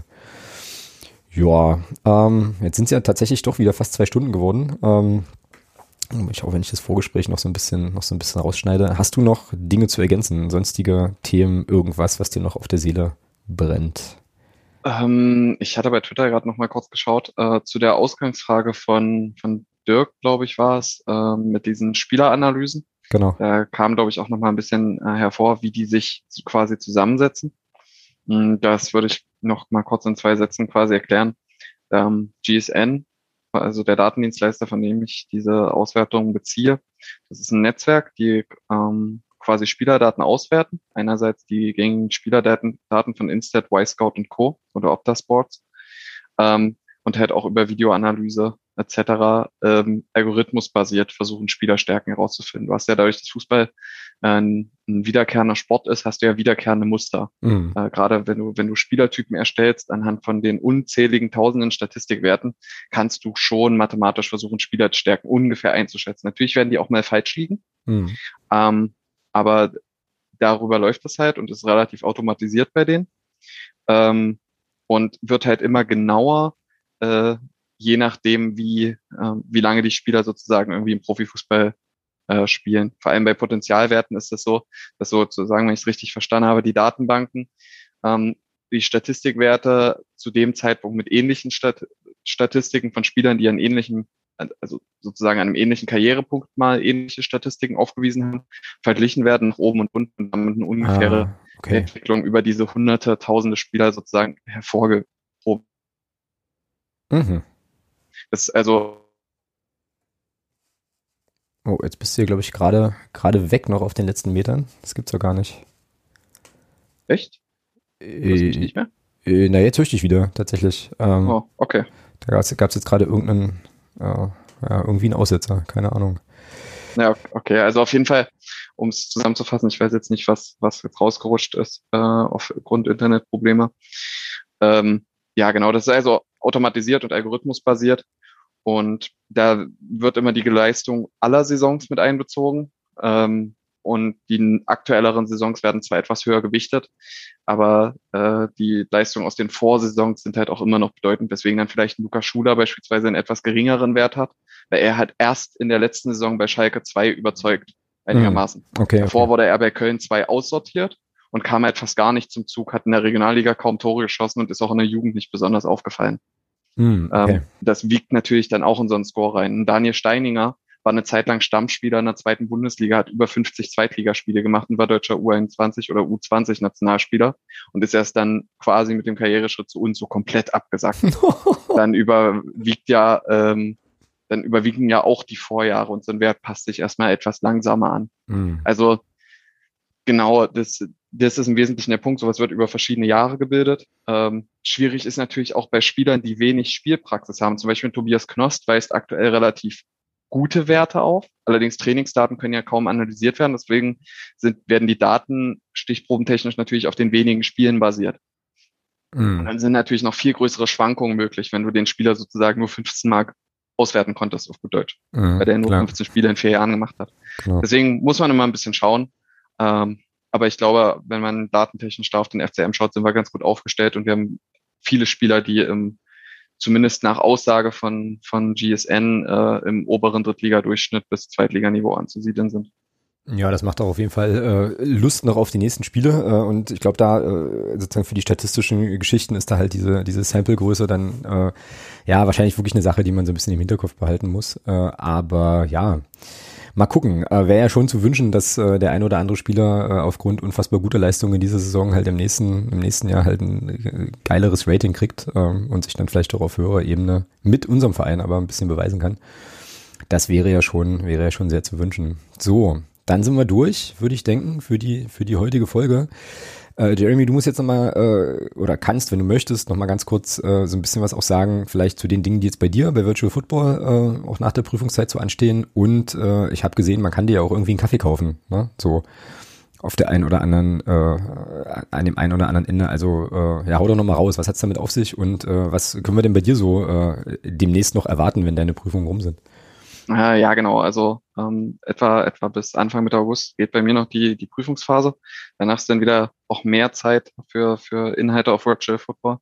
Ja, ähm, jetzt sind es ja tatsächlich doch wieder fast zwei Stunden geworden. Ähm, ich hoffe, wenn ich das Vorgespräch noch so ein bisschen, noch so ein bisschen rausschneide. Hast du noch Dinge zu ergänzen, sonstige Themen, irgendwas, was dir noch auf der Seele brennt? Ähm, ich hatte bei Twitter gerade noch mal kurz geschaut, äh, zu der Ausgangsfrage von, von Dirk, glaube ich, war es, äh, mit diesen Spieleranalysen. Genau. Da kam, glaube ich, auch noch mal ein bisschen äh, hervor, wie die sich so quasi zusammensetzen. Mm, Das würde ich noch mal kurz in zwei Sätzen quasi erklären. Ähm, G S N, also der Datendienstleister, von dem ich diese Auswertung beziehe, das ist ein Netzwerk, die ähm, quasi Spielerdaten auswerten. Einerseits die gängigen Spielerdaten Daten von Instat, Y-Scout und Co. oder Opta Sports. Ähm, und halt auch über Videoanalyse et cetera ähm, algorithmusbasiert versuchen, Spielerstärken herauszufinden. Du hast ja dadurch, dass Fußball äh, ein, ein wiederkehrender Sport ist, hast du ja wiederkehrende Muster. Mhm. Äh, gerade wenn du, wenn du Spielertypen erstellst, anhand von den unzähligen tausenden Statistikwerten, kannst du schon mathematisch versuchen, Spielerstärken ungefähr einzuschätzen. Natürlich werden die auch mal falsch liegen, Mhm. ähm, aber darüber läuft das halt und ist relativ automatisiert bei denen. Ähm, und wird halt immer genauer äh, je nachdem, wie, äh, wie lange die Spieler sozusagen irgendwie im Profifußball äh, spielen. Vor allem bei Potenzialwerten ist es so, dass sozusagen, wenn ich es richtig verstanden habe, die Datenbanken ähm, die Statistikwerte zu dem Zeitpunkt mit ähnlichen Stat Statistiken von Spielern, die an ähnlichen, also sozusagen an einem ähnlichen Karrierepunkt mal ähnliche Statistiken aufgewiesen haben, verglichen werden nach oben und unten und damit eine ungefähre Ah, okay. Entwicklung über diese hunderte, tausende Spieler sozusagen hervorgehoben. Mhm. Das ist also Oh, jetzt bist du hier, glaube ich, gerade gerade weg noch auf den letzten Metern. Das gibt's doch gar nicht. echt? Hörst du mich Äh, nicht mehr? äh, na, jetzt höre ich dich wieder, tatsächlich. Ähm, Oh, okay. da gab es jetzt gerade irgendeinen, äh, ja, irgendwie einen Aussetzer, keine Ahnung. Ja, okay. Also auf jeden Fall, um es zusammenzufassen, ich weiß jetzt nicht, was, was jetzt rausgerutscht ist, äh, aufgrund Internetprobleme. Ähm, ja, genau, das ist also automatisiert und algorithmusbasiert. Und da wird immer die Leistung aller Saisons mit einbezogen. Ähm, und die aktuelleren Saisons werden zwar etwas höher gewichtet, aber äh, die Leistungen aus den Vorsaisons sind halt auch immer noch bedeutend, weswegen dann vielleicht ein Lukas Schuler beispielsweise einen etwas geringeren Wert hat, weil er hat erst in der letzten Saison bei Schalke zwei überzeugt, Mhm. einigermaßen. Okay, Davor okay. wurde er bei Köln zwei aussortiert und kam halt fast gar nicht zum Zug, hat in der Regionalliga kaum Tore geschossen und ist auch in der Jugend nicht besonders aufgefallen. Mhm, okay. Ähm, das wiegt natürlich dann auch in so einen Score rein. Und Daniel Steininger war eine Zeit lang Stammspieler in der zweiten Bundesliga, hat über fünfzig Zweitligaspiele gemacht und war deutscher U einundzwanzig oder U zwanzig Nationalspieler und ist erst dann quasi mit dem Karriereschritt zu uns so komplett abgesackt. Dann überwiegt ja, ähm, dann überwiegen ja auch die Vorjahre und so ein Wert passt sich erstmal etwas langsamer an. Mhm. Also genau, das, das ist im Wesentlichen der Punkt. Sowas wird über verschiedene Jahre gebildet. Ähm, schwierig ist natürlich auch bei Spielern, die wenig Spielpraxis haben. Zum Beispiel Tobias Knost weist aktuell relativ gute Werte auf. Allerdings Trainingsdaten können ja kaum analysiert werden. Deswegen sind, werden die Daten stichprobentechnisch natürlich auf den wenigen Spielen basiert. Und Mhm. dann sind natürlich noch viel größere Schwankungen möglich, wenn du den Spieler sozusagen nur fünfzehn Mal auswerten konntest, auf gut Deutsch, weil Mhm. der nur Klar, fünfzehn Spiele in vier Jahren gemacht hat. genau. Deswegen muss man immer ein bisschen schauen. Ähm, aber ich glaube, wenn man datentechnisch da auf den F C M schaut, sind wir ganz gut aufgestellt und wir haben viele Spieler, die im, zumindest nach Aussage von, von G S N äh, im oberen Drittliga-Durchschnitt bis Zweitliganiveau anzusiedeln sind. Ja, das macht auch auf jeden Fall äh, Lust noch auf die nächsten Spiele äh, und ich glaube da äh, sozusagen für die statistischen Geschichten ist da halt diese diese Sample-Größe dann äh, ja wahrscheinlich wirklich eine Sache, die man so ein bisschen im Hinterkopf behalten muss. Äh, aber ja, mal gucken. Äh, Wäre ja schon zu wünschen, dass äh, der ein oder andere Spieler äh, aufgrund unfassbar guter Leistungen in dieser Saison halt im nächsten im nächsten Jahr halt ein äh, geileres Rating kriegt äh, und sich dann vielleicht auch auf höherer Ebene mit unserem Verein aber ein bisschen beweisen kann. Das wäre ja schon wäre ja schon sehr zu wünschen. So. Dann sind wir durch, würde ich denken, für die, für die heutige Folge. Äh, Jeremy, du musst jetzt nochmal, äh, oder kannst, wenn du möchtest, nochmal ganz kurz äh, so ein bisschen was auch sagen, vielleicht zu den Dingen, die jetzt bei dir bei Virtual Football äh, auch nach der Prüfungszeit so anstehen. Und äh, ich habe gesehen, man kann dir ja auch irgendwie einen Kaffee kaufen, ne? So auf der einen oder anderen, äh, an dem einen oder anderen Ende. Also äh, ja, hau doch nochmal raus, was hat's damit auf sich und äh, was können wir denn bei dir so äh, demnächst noch erwarten, wenn deine Prüfungen rum sind? Äh, ja, genau. Also ähm, etwa etwa bis Anfang Mitte August geht bei mir noch die die Prüfungsphase. Danach ist dann wieder auch mehr Zeit für für Inhalte auf Virtual Football.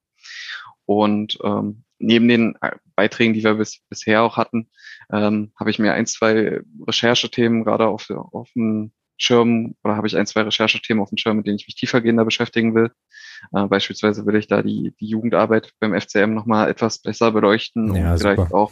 Und ähm, neben den äh, Beiträgen, die wir bis, bisher auch hatten, ähm, habe ich mir ein, zwei Recherchethemen gerade auf, auf dem Schirm oder habe ich ein, zwei Recherchethemen auf dem Schirm, mit denen ich mich tiefergehender beschäftigen will. Äh, beispielsweise will ich da die, die Jugendarbeit beim F C M nochmal etwas besser beleuchten, um Ja, super. vielleicht auch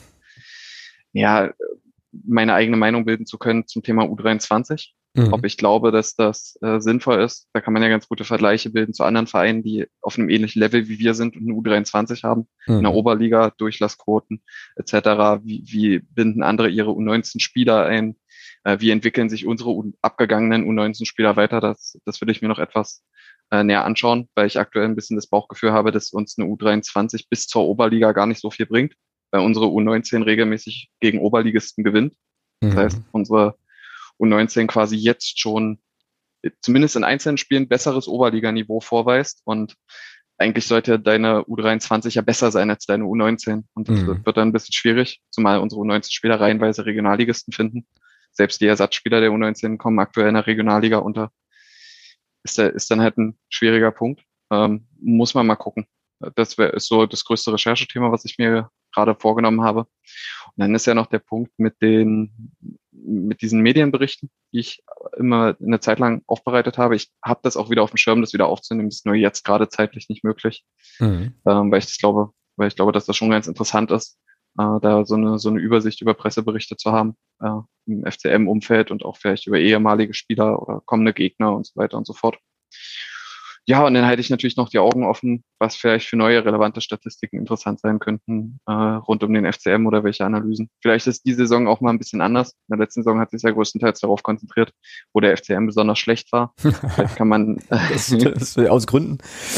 ja, meine eigene Meinung bilden zu können zum Thema U dreiundzwanzig. Ob Mhm. ich glaube, dass das äh, sinnvoll ist. Da kann man ja ganz gute Vergleiche bilden zu anderen Vereinen, die auf einem ähnlichen Level wie wir sind und eine U dreiundzwanzig haben, in der Mhm. Oberliga, Durchlassquoten et cetera. Wie, wie binden andere ihre U neunzehn Spieler ein? Äh, wie entwickeln sich unsere U abgegangenen U neunzehn Spieler weiter? Das, das würde ich mir noch etwas äh, näher anschauen, weil ich aktuell ein bisschen das Bauchgefühl habe, dass uns eine U dreiundzwanzig bis zur Oberliga gar nicht so viel bringt, weil unsere U neunzehn regelmäßig gegen Oberligisten gewinnt. Das heißt, Mhm. unsere U neunzehn quasi jetzt schon zumindest in einzelnen Spielen besseres Oberliganiveau vorweist und eigentlich sollte deine U dreiundzwanzig ja besser sein als deine U neunzehn und das wird, Mhm. wird dann ein bisschen schwierig, zumal unsere U neunzehn-Spieler reihenweise Regionalligisten finden. Selbst die Ersatzspieler der U neunzehn kommen aktuell in der Regionalliga unter. Ist, der, ist dann halt ein schwieriger Punkt. Ähm, muss man mal gucken. Das wär, ist so das größte Recherchethema, was ich mir gerade vorgenommen habe. Und dann ist ja noch der Punkt mit den, mit diesen Medienberichten, die ich immer eine Zeit lang aufbereitet habe. Ich habe das auch wieder auf dem Schirm, das wieder aufzunehmen. Das ist nur jetzt gerade zeitlich nicht möglich, mhm. ähm, weil ich das glaube, weil ich glaube, dass das schon ganz interessant ist, äh, da so eine so eine Übersicht über Presseberichte zu haben äh, im F C M-Umfeld und auch vielleicht über ehemalige Spieler oder kommende Gegner und so weiter und so fort. Ja, und dann halte ich natürlich noch die Augen offen, was vielleicht für neue relevante Statistiken interessant sein könnten äh, rund um den F C M oder welche Analysen. Vielleicht ist die Saison auch mal ein bisschen anders. In der letzten Saison hat sich ja größtenteils darauf konzentriert, wo der F C M besonders schlecht war. Vielleicht kann man das, das aus Gründen.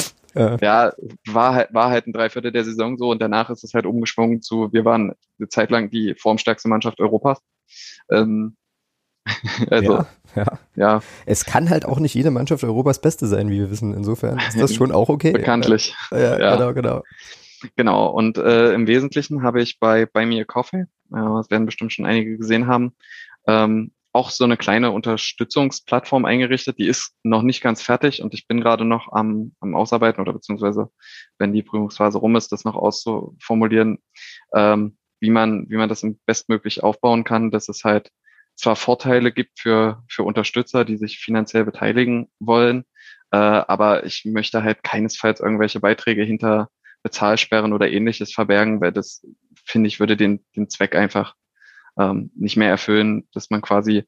Ja, war halt, war halt ein Dreiviertel der Saison so und danach ist es halt umgeschwungen zu, wir waren eine Zeit lang die formstärkste Mannschaft Europas. Ähm, also, ja, ja. ja. Es kann halt auch nicht jede Mannschaft Europas Beste sein, wie wir wissen. Insofern ist das schon auch okay. Bekanntlich. Ja, ja, ja. Genau, genau. Genau. Und äh, im Wesentlichen habe ich bei Buy Me a Coffee, äh, das werden bestimmt schon einige gesehen haben, ähm, auch so eine kleine Unterstützungsplattform eingerichtet. Die ist noch nicht ganz fertig und ich bin gerade noch am, am Ausarbeiten oder beziehungsweise, wenn die Prüfungsphase rum ist, das noch auszuformulieren, ähm, wie man, wie man das bestmöglich aufbauen kann, dass es halt zwar Vorteile gibt für, für Unterstützer, die sich finanziell beteiligen wollen, äh, aber ich möchte halt keinesfalls irgendwelche Beiträge hinter Bezahlsperren oder ähnliches verbergen, weil das, finde ich, würde den, den Zweck einfach ähm, nicht mehr erfüllen, dass man quasi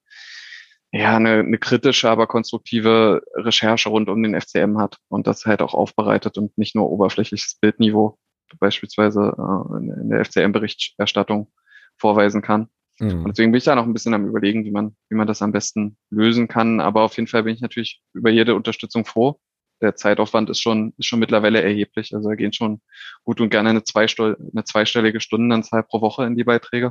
ja eine, eine kritische, aber konstruktive Recherche rund um den F C M hat und das halt auch aufbereitet und nicht nur oberflächliches Bildniveau beispielsweise äh, in, in der F C M-Berichterstattung vorweisen kann. Mhm. Und deswegen bin ich da noch ein bisschen am Überlegen, wie man, wie man das am besten lösen kann. Aber auf jeden Fall bin ich natürlich über jede Unterstützung froh. Der Zeitaufwand ist schon, ist schon mittlerweile erheblich. Also da gehen schon gut und gerne eine, Zweistell eine zweistellige Stundenanzahl pro Woche in die Beiträge.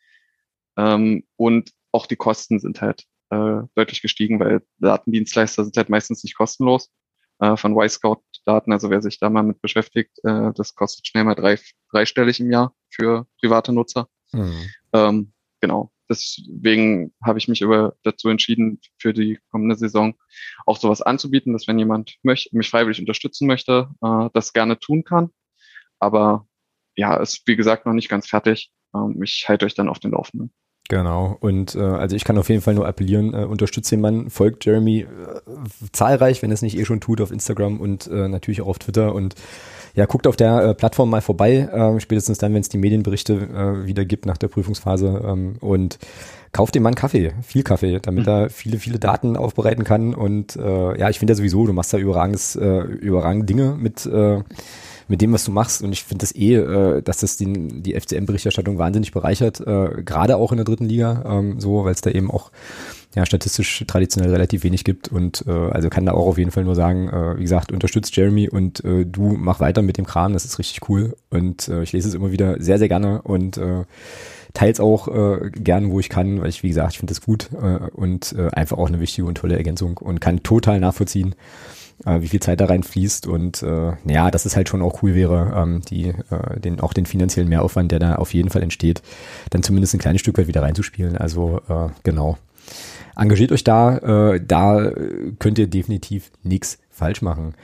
Ähm, und auch die Kosten sind halt äh, deutlich gestiegen, weil Datendienstleister sind halt meistens nicht kostenlos. Äh, von Y-Scout-Daten, also wer sich da mal mit beschäftigt, äh, das kostet schnell mal drei, dreistellig im Jahr für private Nutzer. Mhm. Ähm, Genau. Deswegen habe ich mich über dazu entschieden, für die kommende Saison auch sowas anzubieten, dass wenn jemand möchte, mich freiwillig unterstützen möchte, äh, das gerne tun kann. Aber ja, ist wie gesagt noch nicht ganz fertig. Ähm, ich halte euch dann auf den Laufenden. Genau. Und äh, also ich kann auf jeden Fall nur appellieren, äh, unterstützt den Mann, folgt Jeremy äh, zahlreich, wenn er es nicht eh schon tut, auf Instagram und äh, natürlich auch auf Twitter und ja, guckt auf der äh, Plattform mal vorbei, äh, spätestens dann, wenn es die Medienberichte äh, wieder gibt nach der Prüfungsphase ähm, und kauft dem Mann Kaffee, viel Kaffee, damit er viele, viele Daten aufbereiten kann und äh, ja, ich finde ja sowieso, du machst da überragendes, äh, überragende Dinge mit äh, mit dem, was du machst und ich finde das eh, äh, dass das die, die F C M-Berichterstattung wahnsinnig bereichert, äh, gerade auch in der dritten Liga, ähm, so, weil es da eben auch ja statistisch traditionell relativ wenig gibt und äh, also kann da auch auf jeden Fall nur sagen, äh, wie gesagt, unterstützt Jeremy und äh, du mach weiter mit dem Kram, das ist richtig cool und äh, ich lese es immer wieder sehr, sehr gerne und äh, teils auch äh, gern, wo ich kann, weil ich, wie gesagt, ich finde das gut äh, und äh, einfach auch eine wichtige und tolle Ergänzung und kann total nachvollziehen, äh, wie viel Zeit da reinfließt und äh, ja, dass es halt schon auch cool wäre, ähm, die äh, den auch den finanziellen Mehraufwand, der da auf jeden Fall entsteht, dann zumindest ein kleines Stück weit wieder reinzuspielen. Also äh, genau. Engagiert euch da, äh, da könnt ihr definitiv nichts falsch machen.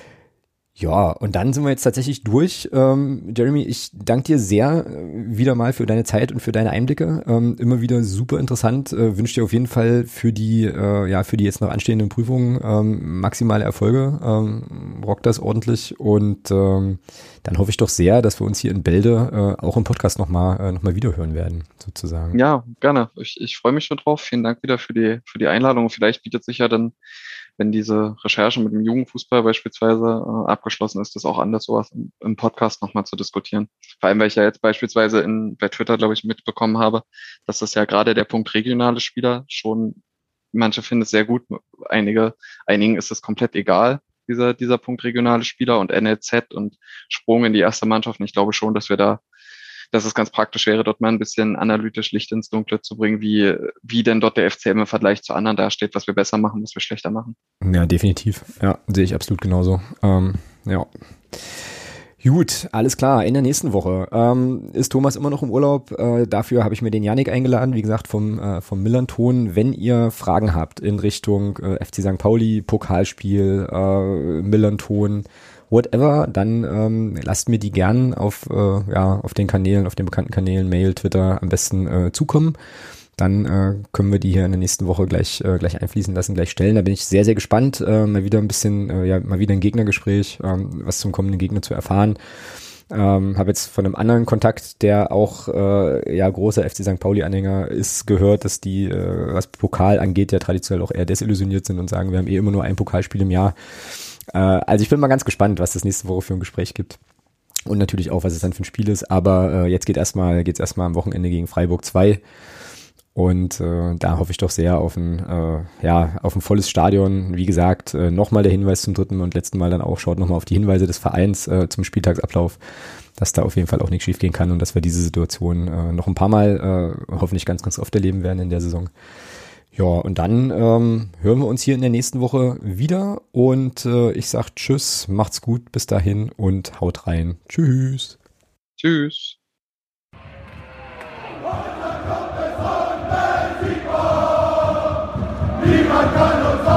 Ja, und dann sind wir jetzt tatsächlich durch. Ähm, Jeremy, ich danke dir sehr äh, wieder mal für deine Zeit und für deine Einblicke. Ähm, immer wieder super interessant. Äh, wünsche dir auf jeden Fall für die, äh, ja, für die jetzt noch anstehenden Prüfungen ähm, maximale Erfolge. Ähm, rock das ordentlich und ähm, dann hoffe ich doch sehr, dass wir uns hier in Bälde äh, auch im Podcast nochmal äh, noch mal wiederhören werden, sozusagen. Ja, gerne. Ich, ich freue mich schon drauf. Vielen Dank wieder für die, für die Einladung. Vielleicht bietet sich ja dann, wenn diese Recherche mit dem Jugendfußball beispielsweise äh, abgeschlossen ist, das auch anders sowas im, im Podcast nochmal zu diskutieren. Vor allem, weil ich ja jetzt beispielsweise in, bei Twitter, glaube ich, mitbekommen habe, dass das ja gerade der Punkt regionale Spieler schon, manche finden es sehr gut, einige, einigen ist es komplett egal, dieser, dieser Punkt regionale Spieler und N L Z und Sprung in die erste Mannschaft. Und ich glaube schon, dass wir da dass es ganz praktisch wäre, dort mal ein bisschen analytisch Licht ins Dunkle zu bringen, wie, wie denn dort der F C M im Vergleich zu anderen dasteht, was wir besser machen, was wir schlechter machen. Ja, definitiv. Ja, sehe ich absolut genauso. Ähm, ja. Gut, alles klar. In der nächsten Woche ähm, ist Thomas immer noch im Urlaub. Äh, dafür habe ich mir den Yannick eingeladen, wie gesagt, vom, äh, vom Millanton. Wenn ihr Fragen habt in Richtung äh, F C Sankt Pauli, Pokalspiel, äh, Millanton, whatever, dann ähm, lasst mir die gern auf, äh, ja, auf den Kanälen, auf den bekannten Kanälen, Mail, Twitter am besten äh, zukommen. Dann äh, können wir die hier in der nächsten Woche gleich äh, gleich einfließen lassen, gleich stellen. Da bin ich sehr, sehr gespannt, äh, mal wieder ein bisschen, äh, ja, mal wieder ein Gegnergespräch, ähm, was zum kommenden Gegner zu erfahren. Ähm, habe jetzt von einem anderen Kontakt, der auch äh, ja großer F C Sankt Pauli-Anhänger ist, gehört, dass die, äh, was Pokal angeht, ja traditionell auch eher desillusioniert sind und sagen, wir haben eh immer nur ein Pokalspiel im Jahr. Äh, also ich bin mal ganz gespannt, was das nächste Woche für ein Gespräch gibt. Und natürlich auch, was es dann für ein Spiel ist. Aber äh, jetzt geht erstmal, geht's erstmal am Wochenende gegen Freiburg zwei. Und äh, da hoffe ich doch sehr auf ein, äh, ja, auf ein volles Stadion. Wie gesagt, äh, nochmal der Hinweis zum dritten und letzten Mal dann auch, schaut nochmal auf die Hinweise des Vereins äh, zum Spieltagsablauf, dass da auf jeden Fall auch nichts schief gehen kann und dass wir diese Situation äh, noch ein paar Mal äh, hoffentlich ganz, ganz oft erleben werden in der Saison. Ja, und dann ähm, hören wir uns hier in der nächsten Woche wieder und äh, ich sag tschüss, macht's gut, bis dahin und haut rein. Tschüss. Tschüss. Niemand kann uns